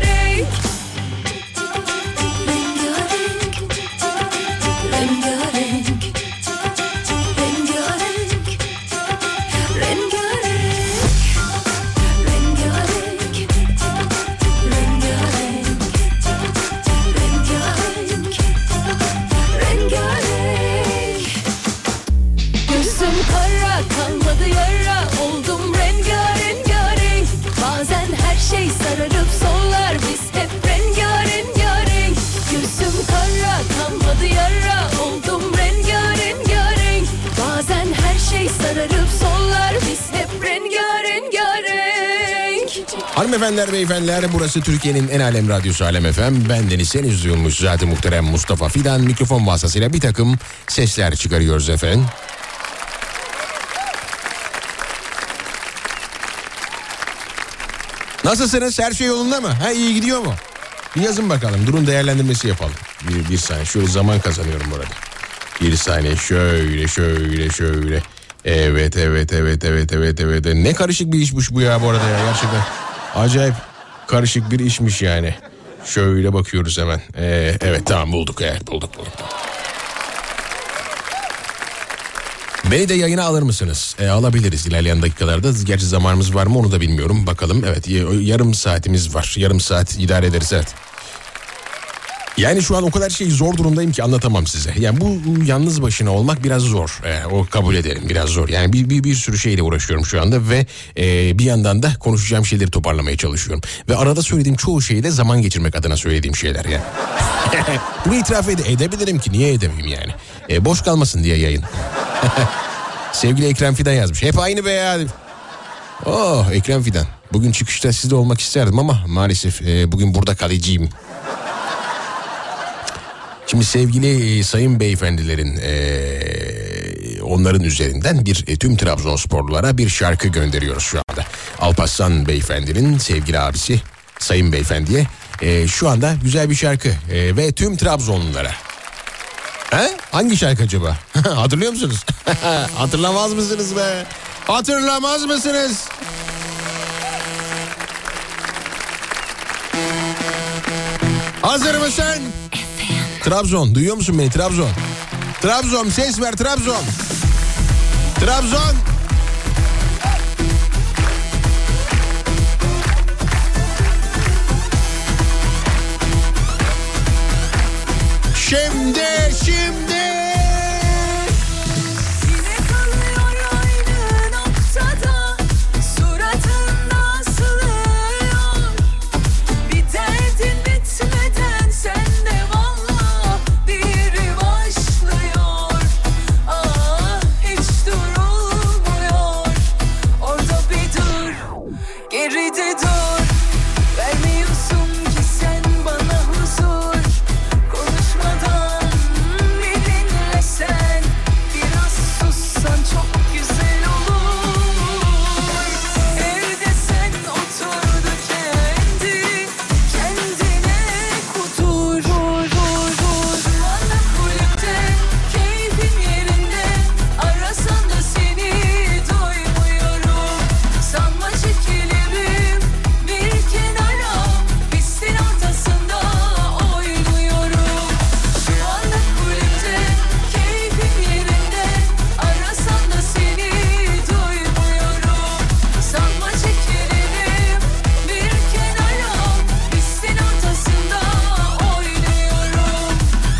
Sararıp sollar biz hep rengarenk. Gözüm kara kalmadı yara. Oldum rengarenk. Bazen her şey sararıp sollar. Biz hep rengarenk. Hanımefendiler, beyefendiler, burası Türkiye'nin en alem radyosu Alem F M. Bendeniz henüz duyulmuş zaten muhterem Mustafa Fidan mikrofon vasıtasıyla bir takım sesler çıkarıyoruz efendim. Nasılsınız? Her şey yolunda mı? Ha, iyi gidiyor mu? Bir yazın bakalım. Durun değerlendirmesi yapalım. Bir, bir saniye. Şöyle zaman kazanıyorum burada. Bir saniye. Şöyle şöyle şöyle. Evet evet evet evet evet evet. Ne karışık bir işmiş bu ya bu arada ya. Gerçekten acayip karışık bir işmiş yani. Şöyle bakıyoruz hemen. Ee, evet tamam bulduk. Evet bulduk bulduk. Beni de yayına alır mısınız? E, alabiliriz ilerleyen dakikalarda. Gerçi zamanımız var mı onu da bilmiyorum. Bakalım. Evet, yarım saatimiz var. Yarım saat idare ederiz, evet. Yani şu an o kadar şey zor durumdayım ki anlatamam size. Yani bu yalnız başına olmak biraz zor. Ee, o kabul ederim, biraz zor. Yani bir, bir, bir sürü şeyle uğraşıyorum şu anda ve e, bir yandan da konuşacağım şeyleri toparlamaya çalışıyorum. Ve arada söylediğim çoğu şeyi de zaman geçirmek adına söylediğim şeyler yani. Bunu itiraf ede- edebilirim ki, niye edemeyim yani. E, boş kalmasın diye yayın. Sevgili Ekrem Fidan yazmış. Hep aynı be ya. Oh Ekrem Fidan. Bugün çıkışta sizde olmak isterdim ama maalesef e, bugün burada kalacağım. Şimdi sevgili e, sayın beyefendilerin e, onların üzerinden bir e, tüm Trabzonsporlulara bir şarkı gönderiyoruz şu anda. Alparslan beyefendinin sevgili abisi sayın beyefendiye e, şu anda güzel bir şarkı e, ve tüm Trabzonlulara. He? Hangi şarkı acaba? Hatırlıyor musunuz? Hatırlamaz mısınız be? Hatırlamaz mısınız? Hazır mısın? Trabzon, duyuyor musun beni? Trabzon. Trabzon, ses ver Trabzon. Trabzon. Şimdi, şimdi. Yine kalıyor aynı noktada, suratında asılıyor. Bir derdin bitmeden sende valla biri başlıyor. Ah hiç durulmuyor. Orada bir dur, geride dur. Vermiyorsun ki sen bana huzur. Konuşmadan bir dinlesen, biraz sussan çok güzel olur. Evde sen otur da kendi kendine kudur. Şu anda kulüpte keyfim yerinde, arasan da seni doymuyorum. Sanma çekilirim bir kenara, pistin ortasında oynuyorum. Şu anda kulüpte keyfim yerinde, arasan da seni doymuyorum. Sanma çekilirim bir kenara, pistin ortasında oynuyorum.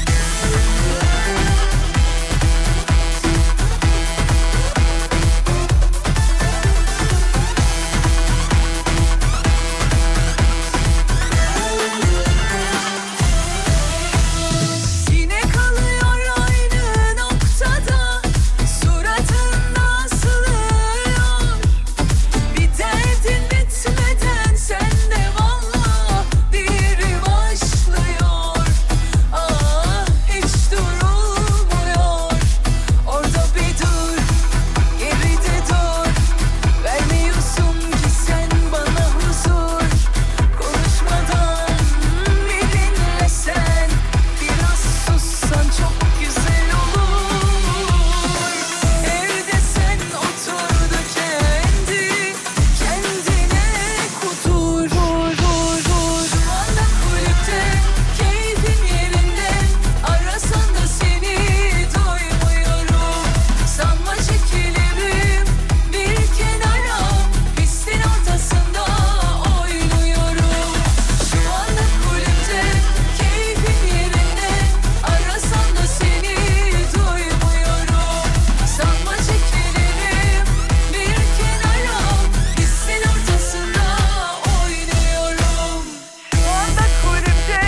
Yine kalıyor aynı noktada, suratında asılıyor. Bir derdin bitmeden sende valla biri başlıyor. Ah hiç durulmuyor. Orada bir dur, geride dur. Vermiyorsun ki sen bana huzur. Konuşmadan bir dinlesen, biraz sussan çok güzel olur. Evde sen otur da kendi kendine kudur. Şu anda kulüpte keyfim yerinde, arasan da seni doymuyorum. Sanma çekilirim bir kenara, pistin ortasında oynuyorum. Şu anda kulüpte keyfim yerinde, arasan da seni doymuyorum. Sanma çekilirim bir kenara, pistin ortasında oynuyorum. Şu anda kulüpte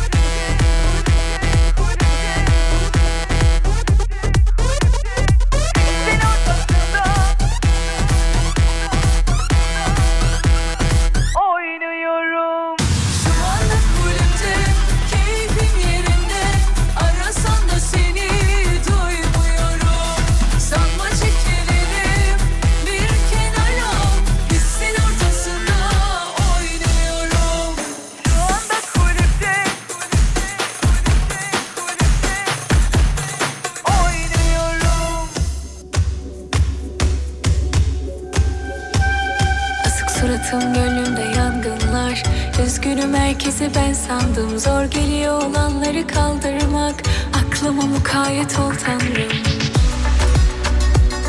oynuyorum. Şu anda kulüpte keyfim yerinde, arasan da seni doymuyorum. Sanma çekilirim bir kenara, pistin ortasında oynuyorum. Şu anda kulüpte oynuyorum. Asık suratım gönlümde yangınlar. Üzgünüm herkesi ben sandım. Zor geliyor olanları kaldırmak. Aklıma mukayyet ol Tanrım.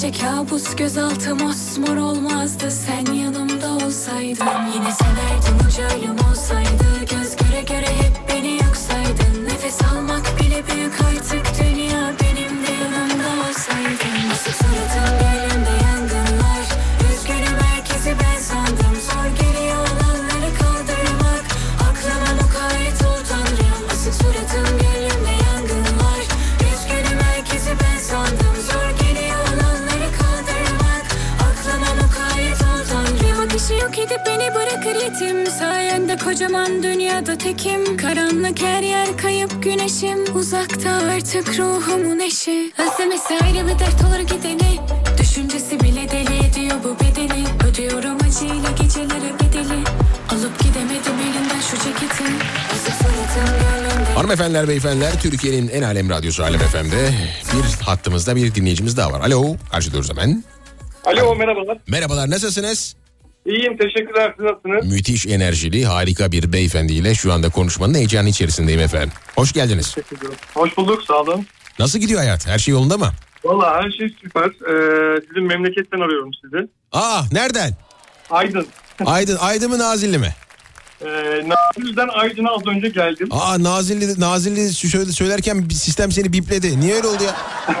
gece kabus, gözaltı mosmor olmazdı sen yanımda olsaydın. Yine severdin ucu ölüm olsaydı, göz göre göre hep beni yok saydın. Nefes almak bile büyük artık, dünya benim de yanımda olsaydın. Asık suratın gölümde yangınlar, üzgünüm herkesi ben sandım. Zor geliyor olanları kaldırmak, aklıma mukayyet ol Tanrım. Asık suratın gölümde yangınlar, üzgünüm herkesi ben sandım. Zor geliyor olanları kaldırmak, aklıma mukayyet ol Tanrım. Bir bakışı yok edip beni bırakır yetim, sayende kocaman dünyada tekim. Karanlık her yer kayıp güneşim, uzakta artık ruhumun eşi. Özlemesi ayrı bir dert olur gideni, düşüncesi bile deli ediyor bu bedeni. Ödüyorum acıyla gecelere bedeli, alıp gidemedim elinden şu ceketi. Asık suratım gönlümde. Hanımefendiler, beyefendiler, Türkiye'nin en alem radyosu Alem F M'de bir hattımızda bir dinleyicimiz daha var. Alo, karşılıyoruz hemen. Alo, merhabalar. Merhabalar, nasılsınız? İyiyim, teşekkürler. Siz nasılsınız? Müthiş enerjili, harika bir beyefendiyle şu anda konuşmanın heyecanı içerisindeyim efendim. Hoş geldiniz. Teşekkür ederim. Hoş bulduk, sağ olun. Nasıl gidiyor hayat? Her şey yolunda mı? Valla her şey süper. Ee, sizin memleketten arıyorum sizi. Aa, nereden? Aydın. Aydın, Aydın mı Nazilli mi? Ee, Nazilli'den Aydın'a az önce geldim. Aa, Nazilli, Nazilli şöyle söylerken sistem seni bipledi. Niye öyle oldu ya?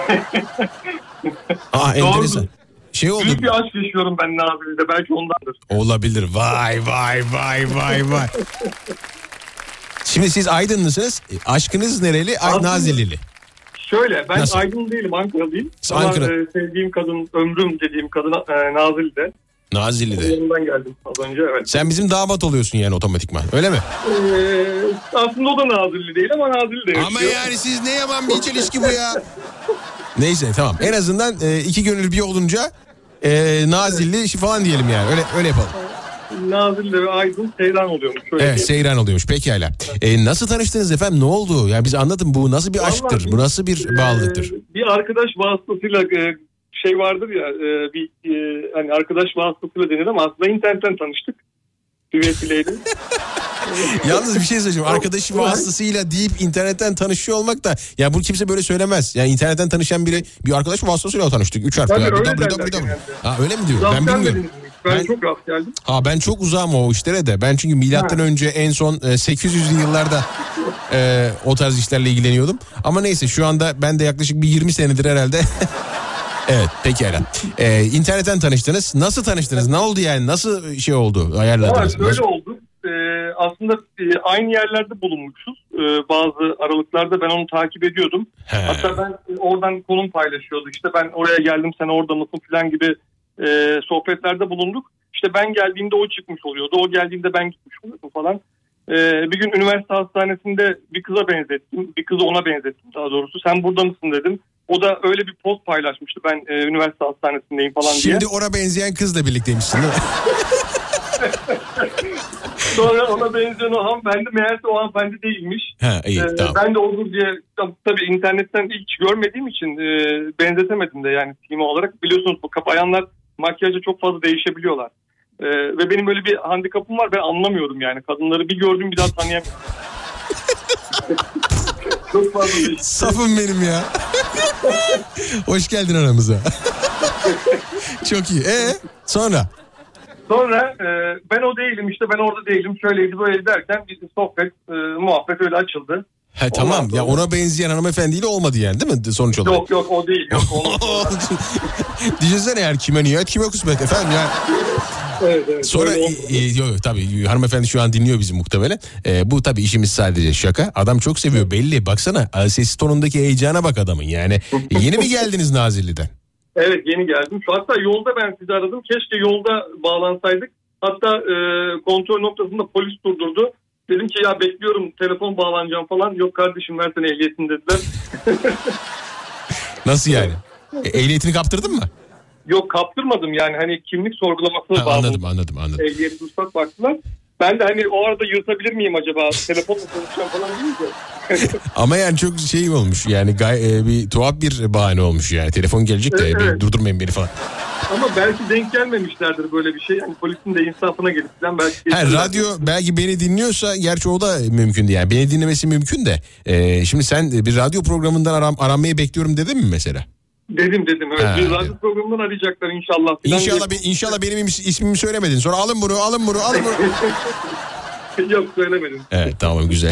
Aa, enteresan. Şey oldu. Büyük bir aşk yaşıyorum ben Nazilli'de, belki ondandır. Olabilir. Vay vay vay vay vay. Şimdi siz Aydınlısınız. Aşkınız nereli? Ay, Nazillili. Şöyle, ben Nasıl? Aydın değilim, Ankaralıyım. Ankara. Ama e, sevdiğim kadın, ömrüm dediğim kadın e, Nazilli'de. Nazilli'de. Yanından geldim az önce, evet. Sen bizim damat oluyorsun yani otomatikman, öyle mi? Ee, aslında o da Nazilli değil ama Nazilli'de yaşıyor. Ama yani siz ne yaman bir çelişki bu ya. Neyse, tamam. En azından e, iki gönül bir olunca e, Nazilli işi falan diyelim yani. Öyle öyle yapalım. Nazilli ve Aydın seyran oluyormuş. Evet, diyeyim. Seyran oluyormuş. Pekala. E, nasıl tanıştınız efendim? Ne oldu? Yani biz anlatın, bu nasıl bir aşktır? Vallahi, bu nasıl bir bağlılıktır? E, bir arkadaş vasıtasıyla e, şey vardır ya, e, bir e, hani arkadaş vasıtasıyla denir ama aslında internetten tanıştık. Üvesileyle. Yalnız bir şey söyleyeceğim. Arkadaşı vasıtasıyla deyip internetten tanışıyor olmak da, ya bu kimse böyle söylemez. Yani internetten tanışan biri, bir arkadaş vasıtasıyla tanıştık. Üç harfli. Tabii, Ya. öyle W, derler W, W. genelde. Ha, öyle mi diyor? Rast Ben bilmiyorum. Ben, Ben- çok rast geldim. Ha, ben çok uzağım o işlere de. Ben çünkü milattan Ha. önce en son e, sekiz yüzlü yıllarda e, o tarz işlerle ilgileniyordum. Ama neyse, şu anda ben de yaklaşık bir yirmi senedir herhalde. Evet, pekala. Ee, internetten tanıştınız. Nasıl tanıştınız? Ne oldu yani? Nasıl şey oldu? Ayarladınız? Ama Nasıl- şöyle oldu. Ee, aslında e, aynı yerlerde bulunmuşuz. Ee, bazı aralıklarda ben onu takip ediyordum. He. Hatta ben e, oradan konum paylaşıyordu. İşte ben oraya geldim, sen orada mısın falan gibi e, sohbetlerde bulunduk. İşte ben geldiğimde o çıkmış oluyordu. O geldiğinde ben gitmiş oluyordum falan. Ee, bir gün üniversite hastanesinde bir kıza benzettim. Bir kızı ona benzettim daha doğrusu. Sen burada mısın dedim. O da öyle bir post paylaşmıştı. Ben e, üniversite hastanesindeyim falan diye. Şimdi ona benzeyen kızla birlikteymişsin değil mi? Sonra ona benzeyen o hanımefendi meğerse o hanımefendi değilmiş. Ha, iyi, Ee, tamam. Ben de olur diye tabii internetten hiç görmediğim için e, benzetemedim de yani sima olarak. Biliyorsunuz bu kapayanlar makyajda çok fazla değişebiliyorlar. E, ve benim öyle bir handikapım var, ben anlamıyorum yani. Kadınları bir gördüm bir daha tanıyamıyorum. Çok fazla değişiyor. Safım benim ya. Hoş geldin aramıza. Çok iyi. Ee, sonra? Sonra e, ben o değilim işte, ben orada değilim, şöyleydi böyle derken bir sohbet e, muhabbet öyle açıldı. He, tamam Ondan ya, sonra- ona benzeyen hanımefendiyle olmadı yani, değil mi sonuç olarak? Yok yok o değil. Yok, onu... Düşünsene yani, kime niyet kime kısmet efendim ya. Evet, evet, Sonra öyle e, oldu. e, yok, tabii hanımefendi şu an dinliyor bizi muhtemelen. E, bu tabii işimiz sadece şaka. Adam çok seviyor belli. Baksana ses tonundaki heyecana bak adamın yani. E, yeni mi geldiniz Nazilli'den? Evet, yeni geldim. Şu hatta yolda ben sizi aradım. Keşke yolda bağlansaydık. Hatta e, kontrol noktasında polis durdurdu. Dedim ki ya bekliyorum, telefon bağlanacağım falan. Yok kardeşim, versene ehliyetini dediler. Nasıl yani? E, ehliyetini kaptırdın mı? Yok, kaptırmadım yani, hani kimlik sorgulamasına Ha, bağlı. anladım anladım anladım. Ehliyet ruhsat baktılar. Ben de hani o arada yırtabilir miyim acaba? Telefonla konuşacağım falan deyince. Ama yani çok şey olmuş yani, gay, e, bir tuhaf bir bahane olmuş yani. Telefon gelecek de Evet, bir evet. durdurmayın beni falan. Ama belki denk gelmemişlerdir böyle bir şey. Yani polisin de insafına gelip falan belki... Ha, radyo belki beni dinliyorsa, gerçi o da mümkün yani. Beni dinlemesi mümkün de. E, şimdi sen bir radyo programından aram, aranmayı bekliyorum dedin mi mesela? Dedim dedim evet. Ha, bir radyo programından arayacaklar inşallah. Falan İnşallah, be, inşallah benim ismimi söylemedin. Sonra alın bunu, alın bunu, alın bunu. Yok söylemedim. Evet tamam güzel.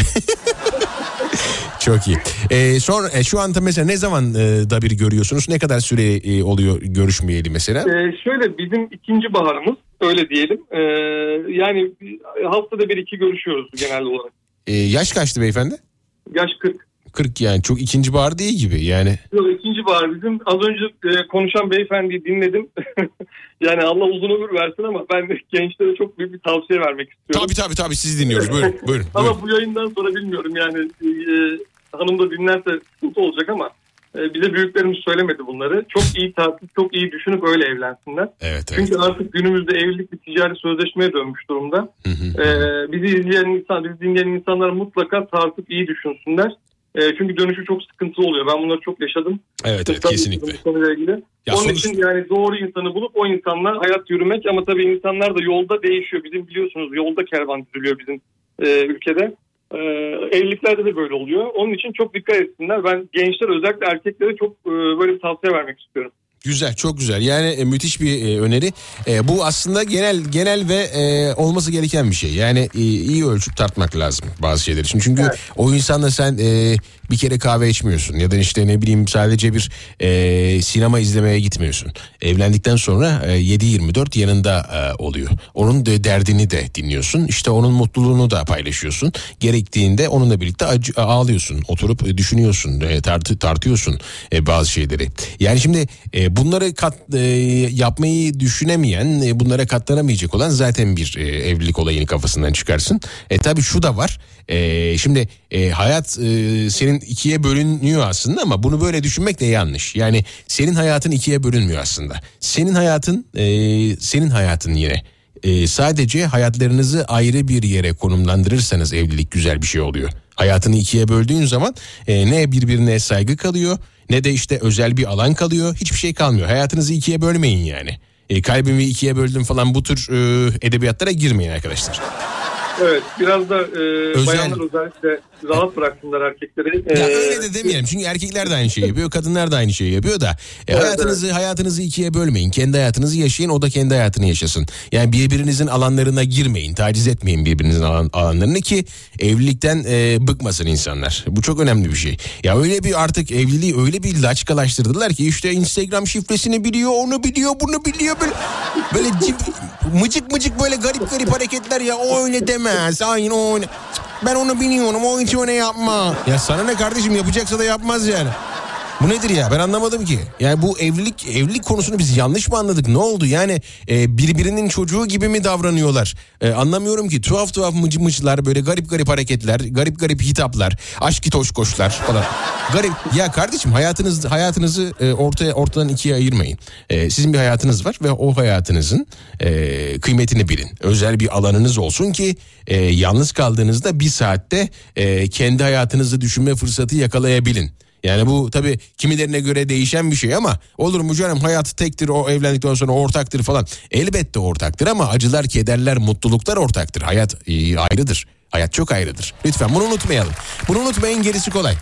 Çok iyi. Ee, sonra e, şu anda mesela ne zaman e, da bir görüyorsunuz? Ne kadar süre e, oluyor görüşmeyeli mesela? Ee, şöyle bizim ikinci baharımız öyle diyelim. Ee, yani haftada bir iki görüşüyoruz genel olarak. Ee, yaş kaçtı beyefendi? Yaş kırk. kırk yani çok ikinci bahar değil gibi yani. Yok ikinci bahar bizim az önce e, konuşan beyefendiyi dinledim. Yani Allah uzun ömür versin ama ben gençlere çok büyük bir tavsiye vermek istiyorum. Tabii tabii tabii sizi dinliyoruz buyurun. buyurun, ama buyurun. bu yayından sonra bilmiyorum yani e, hanım da dinlerse sıkıntı olacak ama e, bize büyüklerimiz söylemedi bunları. Çok iyi tartıp çok iyi düşünüp öyle evlensinler. Evet, evet. Çünkü artık günümüzde evlilik bir ticari sözleşmeye dönmüş durumda. Hı hı. E, bizi izleyen insan, bizi dinleyen insanlar mutlaka tartıp iyi düşünsünler. E, çünkü dönüşü çok sıkıntılı oluyor. Ben bunları çok yaşadım. Evet, evet kesinlikle. Bu konuyla ilgili. Ya Onun sonuç... için yani doğru insanı bulup o insanla hayat yürümek ama tabii insanlar da yolda değişiyor. Bizim biliyorsunuz yolda kervan düzülüyor bizim e, ülkede. E, evliliklerde de böyle oluyor. Onun için çok dikkat etsinler. Ben gençler özellikle erkeklere çok e, böyle bir tavsiye vermek istiyorum. Güzel, çok güzel. Yani e, müthiş bir e, öneri. E, bu aslında genel genel ve e, olması gereken bir şey. Yani e, iyi ölçüp tartmak lazım bazı şeyler için. Çünkü evet. O insanla sen e, bir kere kahve içmiyorsun ya da işte ne bileyim sadece bir e, sinema izlemeye gitmiyorsun. Evlendikten sonra e, yedi yirmi dört yanında e, oluyor. Onun de derdini de dinliyorsun. İşte onun mutluluğunu da paylaşıyorsun. Gerektiğinde onunla birlikte acı, ağlıyorsun. Oturup e, düşünüyorsun, e, tart, tartıyorsun e, bazı şeyleri. Yani şimdi e, bunları kat, e, yapmayı düşünemeyen, e, bunlara katlanamayacak olan zaten bir e, evlilik olayını kafasından çıkarsın. E tabii şu da var. E, şimdi e, hayat e, senin ikiye bölünüyor aslında ama bunu böyle düşünmek de yanlış. Yani senin hayatın ikiye bölünmüyor aslında. Senin hayatın e, senin hayatın yine. E, sadece hayatlarınızı ayrı bir yere konumlandırırsanız evlilik güzel bir şey oluyor. Hayatını ikiye böldüğün zaman e, ne birbirine saygı kalıyor ne de işte özel bir alan kalıyor. Hiçbir şey kalmıyor. Hayatınızı ikiye bölmeyin yani. E, kalbimi ikiye böldüm falan bu tür e, edebiyatlara girmeyin arkadaşlar. Evet biraz da e, Özel... bayanlar özellikle rahat bıraksınlar erkekleri. Ya ee, öyle de demeyelim çünkü erkekler de aynı şeyi yapıyor, kadınlar da aynı şeyi yapıyor da e, evet, hayatınızı evet. hayatınızı ikiye bölmeyin. Kendi hayatınızı yaşayın, o da kendi hayatını yaşasın. Yani birbirinizin alanlarına girmeyin, taciz etmeyin birbirinizin alan, alanlarını ki evlilikten e, bıkmasın insanlar. Bu çok önemli bir şey. Ya öyle bir artık evliliği öyle bir laçkalaştırdılar ki işte Instagram şifresini biliyor, onu biliyor, bunu biliyor böyle böyle cip, mıcık mıcık böyle garip garip hareketler ya o öyle demez. Aynen o öyle. Ben onu biliyorum, o hiç öyle yapma. Ya sana ne kardeşim, yapacaksa da yapmaz yani. Bu nedir ya, ben anlamadım ki. Yani bu evlilik evlilik konusunu biz yanlış mı anladık, ne oldu yani e, birbirinin çocuğu gibi mi davranıyorlar? E, anlamıyorum ki, tuhaf tuhaf mıcı mıcılar, böyle garip garip hareketler, garip garip hitaplar, aşk toşkoşlar falan. Garip ya kardeşim, hayatınız hayatınızı e, ortaya ortadan ikiye ayırmayın. E, sizin bir hayatınız var ve o hayatınızın e, kıymetini bilin. Özel bir alanınız olsun ki e, yalnız kaldığınızda bir saatte e, kendi hayatınızı düşünme fırsatı yakalayabilin. Yani bu tabii kimilerine göre değişen bir şey ama olur mu canım, hayat tektir, o evlendikten sonra ortaktır falan. Elbette ortaktır ama acılar, kederler, mutluluklar ortaktır. Hayat e, ayrıdır. Hayat çok ayrıdır. Lütfen bunu unutmayalım. Bunu unutmayın, gerisi kolay.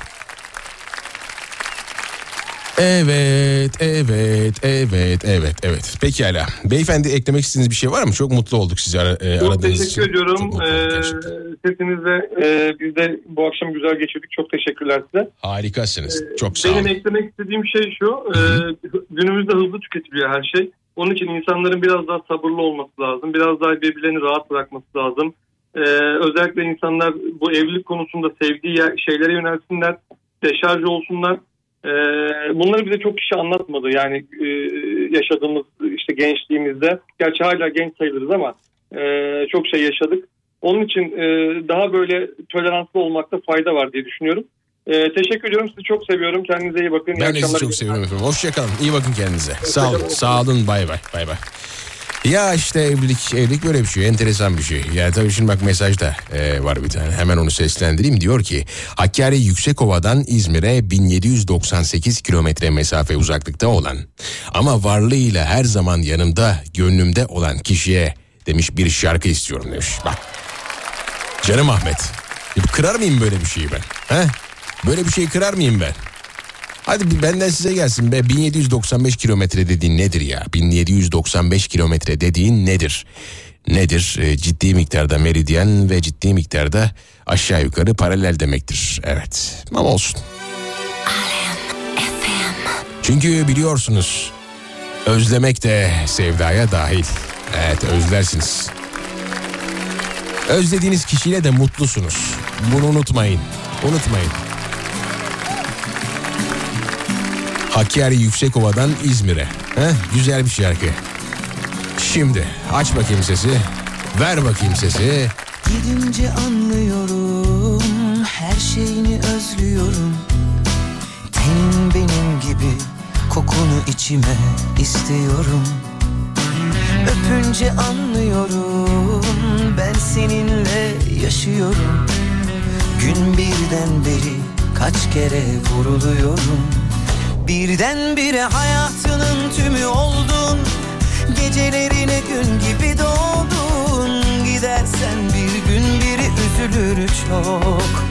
Evet, evet, evet, evet, evet. Pekala. Beyefendi, eklemek istediğiniz bir şey var mı? Çok mutlu olduk sizi ara, e, çok aradığınız için. Teşekkür ediyorum. Ee, sesinizle e, biz de bu akşam güzel geçirdik. Çok teşekkürler size. Harikasınız. Ee, çok sağ olun. Benim eklemek istediğim şey şu. E, günümüzde hızlı tüketiliyor her şey. Onun için insanların biraz daha sabırlı olması lazım. Biraz daha birbirlerini rahat bırakması lazım. Ee, özellikle insanlar bu evlilik konusunda sevdiği şeylere yönelsinler. Deşarj olsunlar. Ee, bunları bize çok kişi anlatmadı yani e, yaşadığımız işte gençliğimizde, gerçi hala genç sayılırız ama e, çok şey yaşadık. Onun için e, daha böyle toleranslı olmakta fayda var diye düşünüyorum. E, teşekkür ediyorum, sizi çok seviyorum, kendinize iyi bakın. Ben de sizi çok seviyorum efendim, hoşçakalın, iyi bakın kendinize. Sağ olun, sağ olun, bay bay, bay bay. Ya işte evlilik, evlilik böyle bir şey, enteresan bir şey. Yani tabii şimdi bak, mesajda e, var bir tane, hemen onu seslendireyim. Diyor ki Hakkari Yüksekova'dan İzmir'e bin yedi yüz doksan sekiz kilometre mesafe uzaklıkta olan ama varlığıyla her zaman yanımda, gönlümde olan kişiye demiş bir şarkı istiyorum demiş. Bak canım Ahmet, kırar mıyım böyle bir şeyi ben? He? Böyle bir şeyi kırar mıyım ben? Hadi benden size gelsin be. bin yedi yüz doksan beş kilometre dediğin nedir ya? bin yedi yüz doksan beş kilometre dediğin nedir? Nedir? E, ciddi miktarda meridyen ve ciddi miktarda aşağı yukarı paralel demektir. Evet. Ama olsun. Çünkü biliyorsunuz özlemek de sevdaya dahil. Evet, özlersiniz. Özlediğiniz kişiyle de mutlusunuz. Bunu unutmayın. Unutmayın. Hakkari Yüksekova'dan İzmir'e. Heh, güzel bir şarkı. Şimdi aç bakayım sesi. Ver bakayım sesi. Gidince anlıyorum, her şeyini özlüyorum. Tenin benim gibi, kokunu içime istiyorum. Öpünce anlıyorum, ben seninle yaşıyorum. Gün birden beri kaç kere vuruluyorum. Birdenbire hayatının tümü oldun. Gecelerine gün gibi doğdun. Gidersen bir gün biri üzülür çok.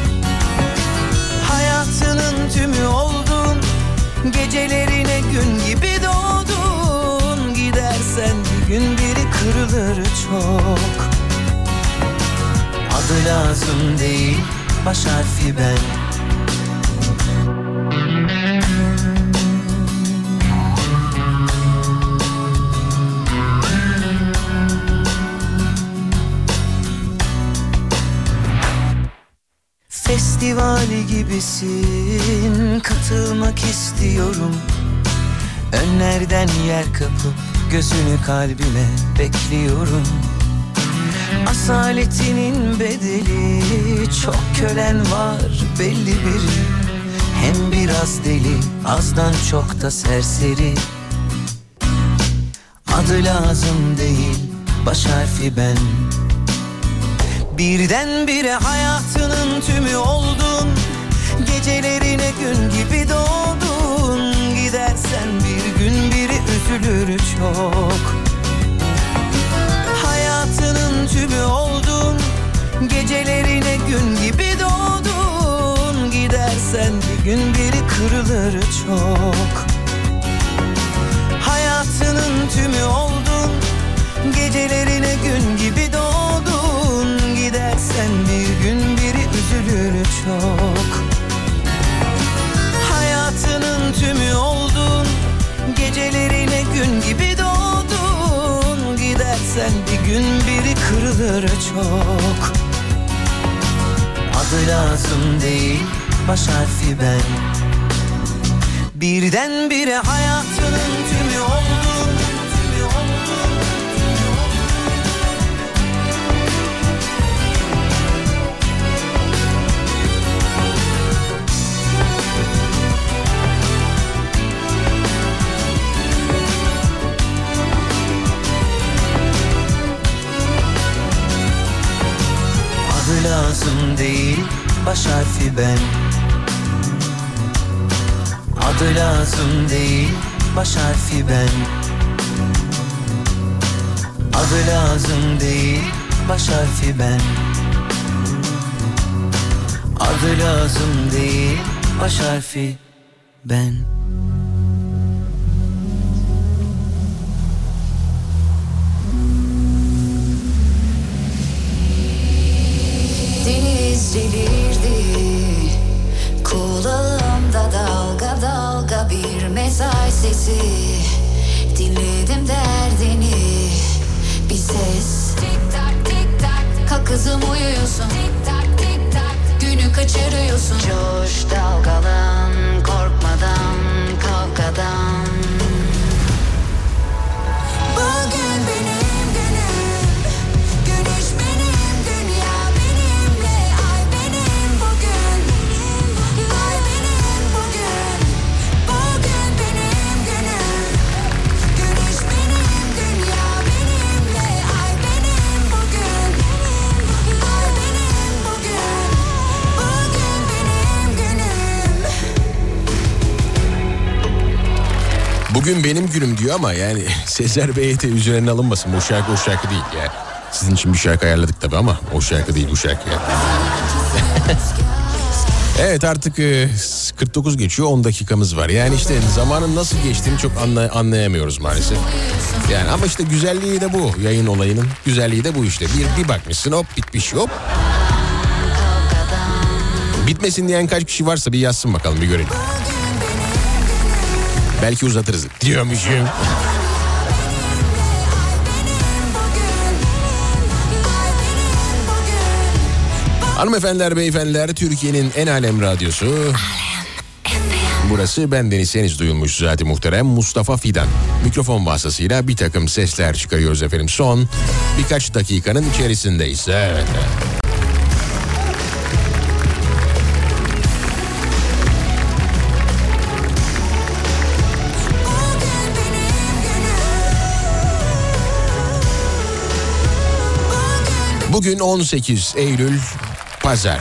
Hayatının tümü oldun. Gecelerine gün gibi doğdun. Gidersen bir gün biri kırılır çok. Adı lazım değil, baş harfi ben. Festivali gibisin, katılmak istiyorum. Önlerden yer kapıp gözünü kalbime bekliyorum. Asaletinin bedeli, çok kölen var belli biri. Hem biraz deli, azdan çok da serseri. Adı lazım değil, baş harfi ben. Birdenbire hayatının tümü oldun. Gecelerine gün gibi doğdun. Gidersen bir gün biri üzülür çok. Hayatının tümü oldun. Gecelerine gün gibi doğdun. Gidersen bir gün biri kırılır çok. Hayatının tümü oldun. Gecelerine gün gibi doğdun. Gidersen bir gün biri üzülür çok. Hayatının tümü oldun. Gecelerine gün gibi doğdun. Gidersen bir gün biri kırılır çok. Adı lazım değil, baş harfi ben. Birdenbire hayatının tümü oldun. Adı lazım değil, baş harfi ben. Adı lazım değil, baş harfi ben. Adı lazım değil, baş harfi ben. Adı lazım değil, baş harfi ben. Deniz delirdi, kulağımda dalga dalga bir mesaj sesi. Dinledim derdini, bir ses. Tik tak tik tak, kalk kızım uyuyorsun. Tik tak tik tak, günü kaçırıyorsun. Coş dalgalan, korkmadan, kavgadan. Bugün benim günüm, güneş benim, dünya benimle. Ay benim bugün, ay benim bugün. Bugün benim günüm, güneş benim, dünya benimle. Ay benim bugün, ay benim bugün. Bugün benim günüm. Bugün benim günüm diyor ama yani Sezer Bey'e de üzerine alınmasın. Bu şarkı o şarkı değil yani. Sizin için bir şarkı ayarladık tabii ama o şarkı değil bu şarkı yani. Evet artık e, kırk dokuz geçiyor, on dakikamız var. Yani işte zamanın nasıl geçtiğini çok anlay- anlayamıyoruz maalesef. Yani ama işte güzelliği de bu, yayın olayının güzelliği de bu işte. Bir, bir bakmışsın hop bitmiş hop. Bitmesin diyen kaç kişi varsa bir yazsın bakalım, bir görelim. Belki uzatırız diyormuşum. Hanımefendiler, beyefendiler, Türkiye'nin en alem radyosu. Burası bendeniz henüz duyulmuş zat-ı muhterem Mustafa Fidan. Mikrofon vasıtasıyla bir takım sesler çıkarıyoruz efendim. Son birkaç dakikanın içerisindeyiz. Evet. Bugün on sekiz Eylül Pazar.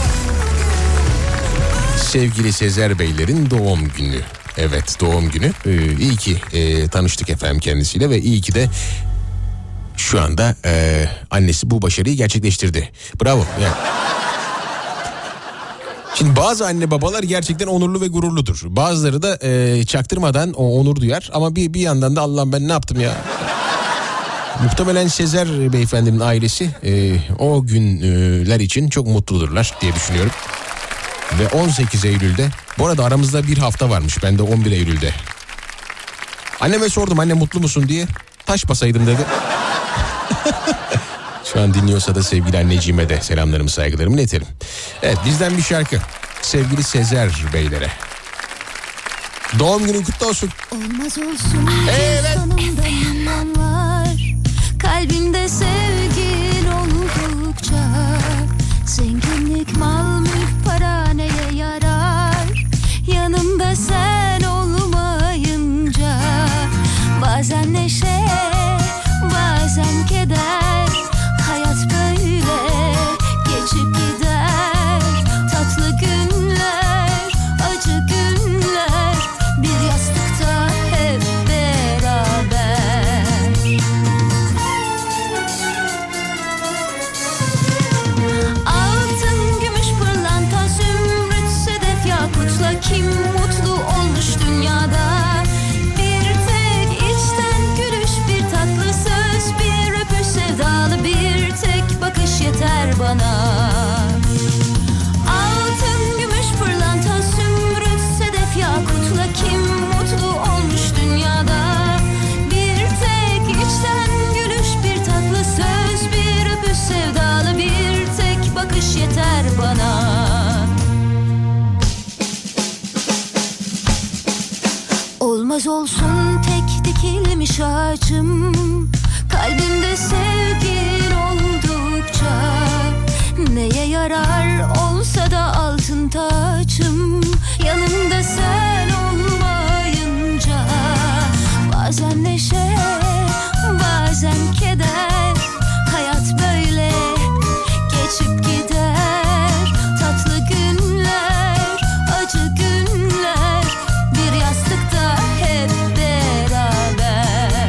Sevgili Sezer Beylerin doğum günü. Evet, doğum günü. Ee, iyi ki e, tanıştık efendim kendisiyle ve iyi ki de şu anda e, annesi bu başarıyı gerçekleştirdi. Bravo. Yani. Şimdi bazı anne babalar gerçekten onurlu ve gururludur. Bazıları da e, çaktırmadan o onur duyar ama bir bir yandan da Allah'ım ben ne yaptım ya. Muhtemelen Sezer Beyefendinin ailesi e, o günler için çok mutludurlar diye düşünüyorum. Ve on sekiz Eylül'de, bu arada aramızda bir hafta varmış, ben de on bir Eylül'de. Anneme sordum, anne mutlu musun diye, taş basaydım dedi. Şu an dinliyorsa da sevgili anneciğime de selamlarımı, saygılarımı iletelim. Evet, bizden bir şarkı sevgili Sezer Beylere. Doğum günün kutlu olsun. Olmaz olsun. Evet. Kalbimde sevgin oldukça, zenginlik, mal, mülk, para neye yarar? Yanımda sen olmayınca, bazen neşe, bazen keder. Hayat böyle geçip gider. Tatlı günler, acı günler, bir yastıkta hep beraber. Altın, gümüş, pırlanta, zümrüt, sedef, yakutla kim mutlu olmuş dünyada? Bir tek içten gülüş, bir tatlı söz, bir öpüş, sevdalı bir tek bakış yeter bana. Altın, gümüş, pırlanta, zümrüt, sedef, yakutla kim mutlu olmuş dünyada? Bir tek içten gülüş, bir tatlı söz, bir öpüş, sevdalı bir tek bakış yeter bana. Olmaz olsun tek dikilmiş ağacım, kalbimde sevgin oldukça. Neye yarar olsa da altın taçım, yanımda sen olmayınca. Bazen neşe, bazen keder. Hayat böyle geçip gider. Tatlı günler, acı günler, bir yastıkta hep beraber.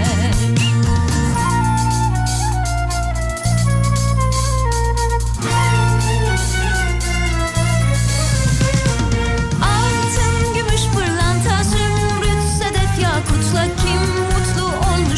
Altın, gümüş, pırlanta, zümrüt, sedef, yakutla kim mutlu olmuş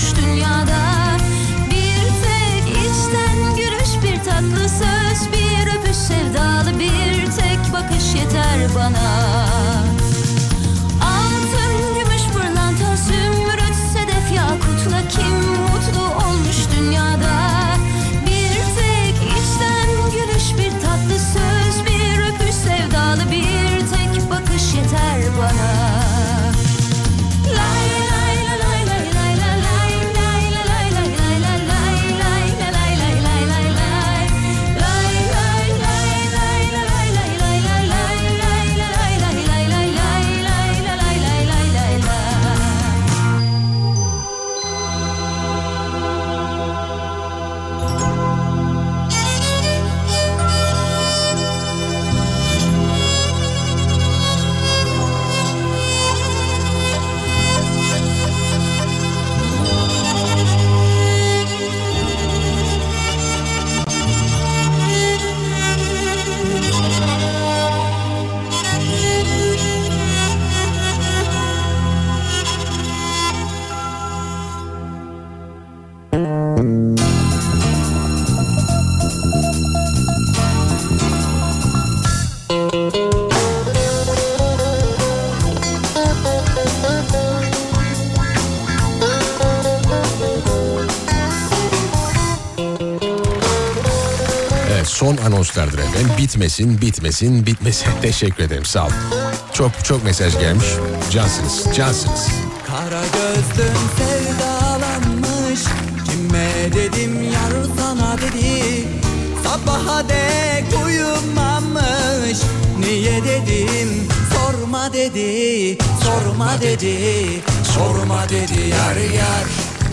son anonslardır efendim. Bitmesin, bitmesin, bitmesin. Teşekkür ederim, sağ olun. Çok çok mesaj gelmiş. Cansınız, cansınız. Kara gözlüm sevdalanmış. Kime dedim yar sana dedi. Sabaha dek uyumamış. Niye dedim sorma dedi. Sorma dedi. Sorma dedi yar yar.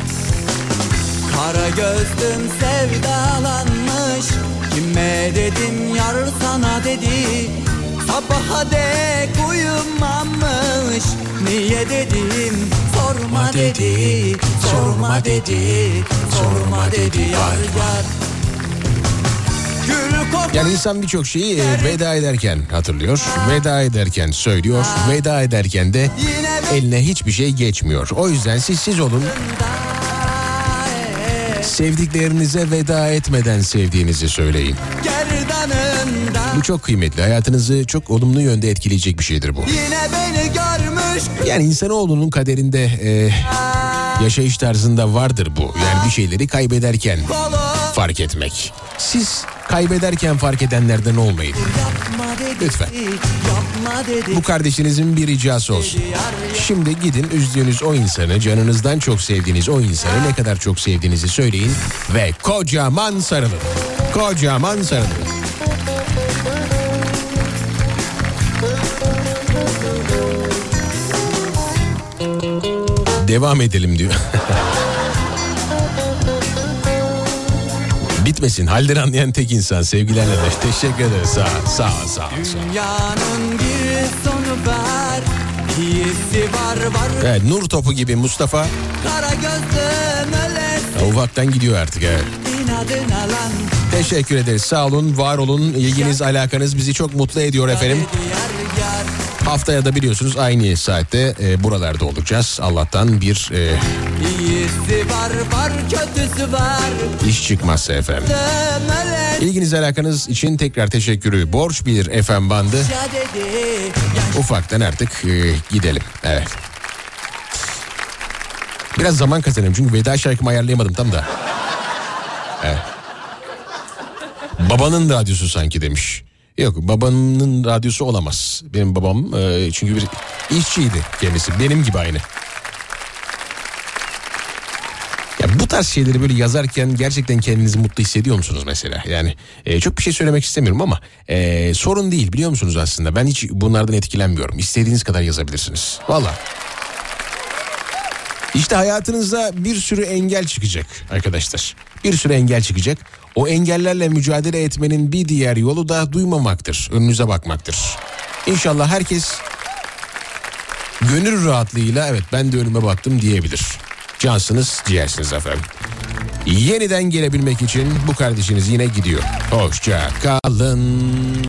Kara gözlüm sevdalanmış. Kime dedim yar sana dedi. Sabaha dek uyumamış. Niye dedim sorma dedi. Sorma dedi. Sorma dedi yar yar. Yani insan birçok şeyi e, veda ederken hatırlıyor, veda ederken söylüyor, veda ederken de eline hiçbir şey geçmiyor. O yüzden siz siz olun. Sevdiklerinize veda etmeden sevdiğinizi söyleyin. Bu çok kıymetli. Hayatınızı çok olumlu yönde etkileyecek bir şeydir bu. Yani insanoğlunun kaderinde, e, yaşayış tarzında vardır bu. Yani bir şeyleri kaybederken fark etmek. Siz kaybederken fark edenlerden olmayın. Lütfen. Bu kardeşinizin bir ricası olsun. Şimdi gidin üzdüğünüz o insanı, canınızdan çok sevdiğiniz o insanı ne kadar çok sevdiğinizi söyleyin ve kocaman sarılın. Kocaman sarılın. Devam edelim diyor. Bitmesin. Halleri anlayan tek insan. Sevgilerle de. Teşekkür ederiz. Sağ ol. Sağ ol. Sağ ol. Dünyanın bir sonu var. İyisi var var. Evet, nur topu gibi Mustafa. Kara gözlüm ölersin. Ufaktan gidiyor artık. Evet. İnadına lan. Teşekkür ederiz. Sağ olun. Var olun. İlginiz, alakanız bizi çok mutlu ediyor efendim. Haftaya da biliyorsunuz aynı saatte e, buralarda olacağız. Allah'tan bir e, İyisi var var kötüsü var. iş çıkmazsa efendim. İlginiz, alakanız için tekrar teşekkürü borç bir F M bandı. Ufaktan artık e, gidelim. Evet. Biraz zaman kazanayım çünkü veda şarkımı ayarlayamadım tam da. Evet. Babanın radyosu sanki demiş. Yok, babanın radyosu olamaz. Benim babam e, çünkü bir işçiydi kendisi. Benim gibi aynı. Ya bu tarz şeyleri böyle yazarken gerçekten kendinizi mutlu hissediyor musunuz mesela? Yani e, çok bir şey söylemek istemiyorum ama e, sorun değil, biliyor musunuz aslında? Ben hiç bunlardan etkilenmiyorum. İstediğiniz kadar yazabilirsiniz. Vallahi. İşte hayatınızda bir sürü engel çıkacak arkadaşlar. Bir sürü engel çıkacak. O engellerle mücadele etmenin bir diğer yolu da duymamaktır. Önünüze bakmaktır. İnşallah herkes gönül rahatlığıyla evet ben de önüme baktım diyebilir. Cansınız, ciğersiniz efendim. Yeniden gelebilmek için bu kardeşiniz yine gidiyor. Hoşça kalın.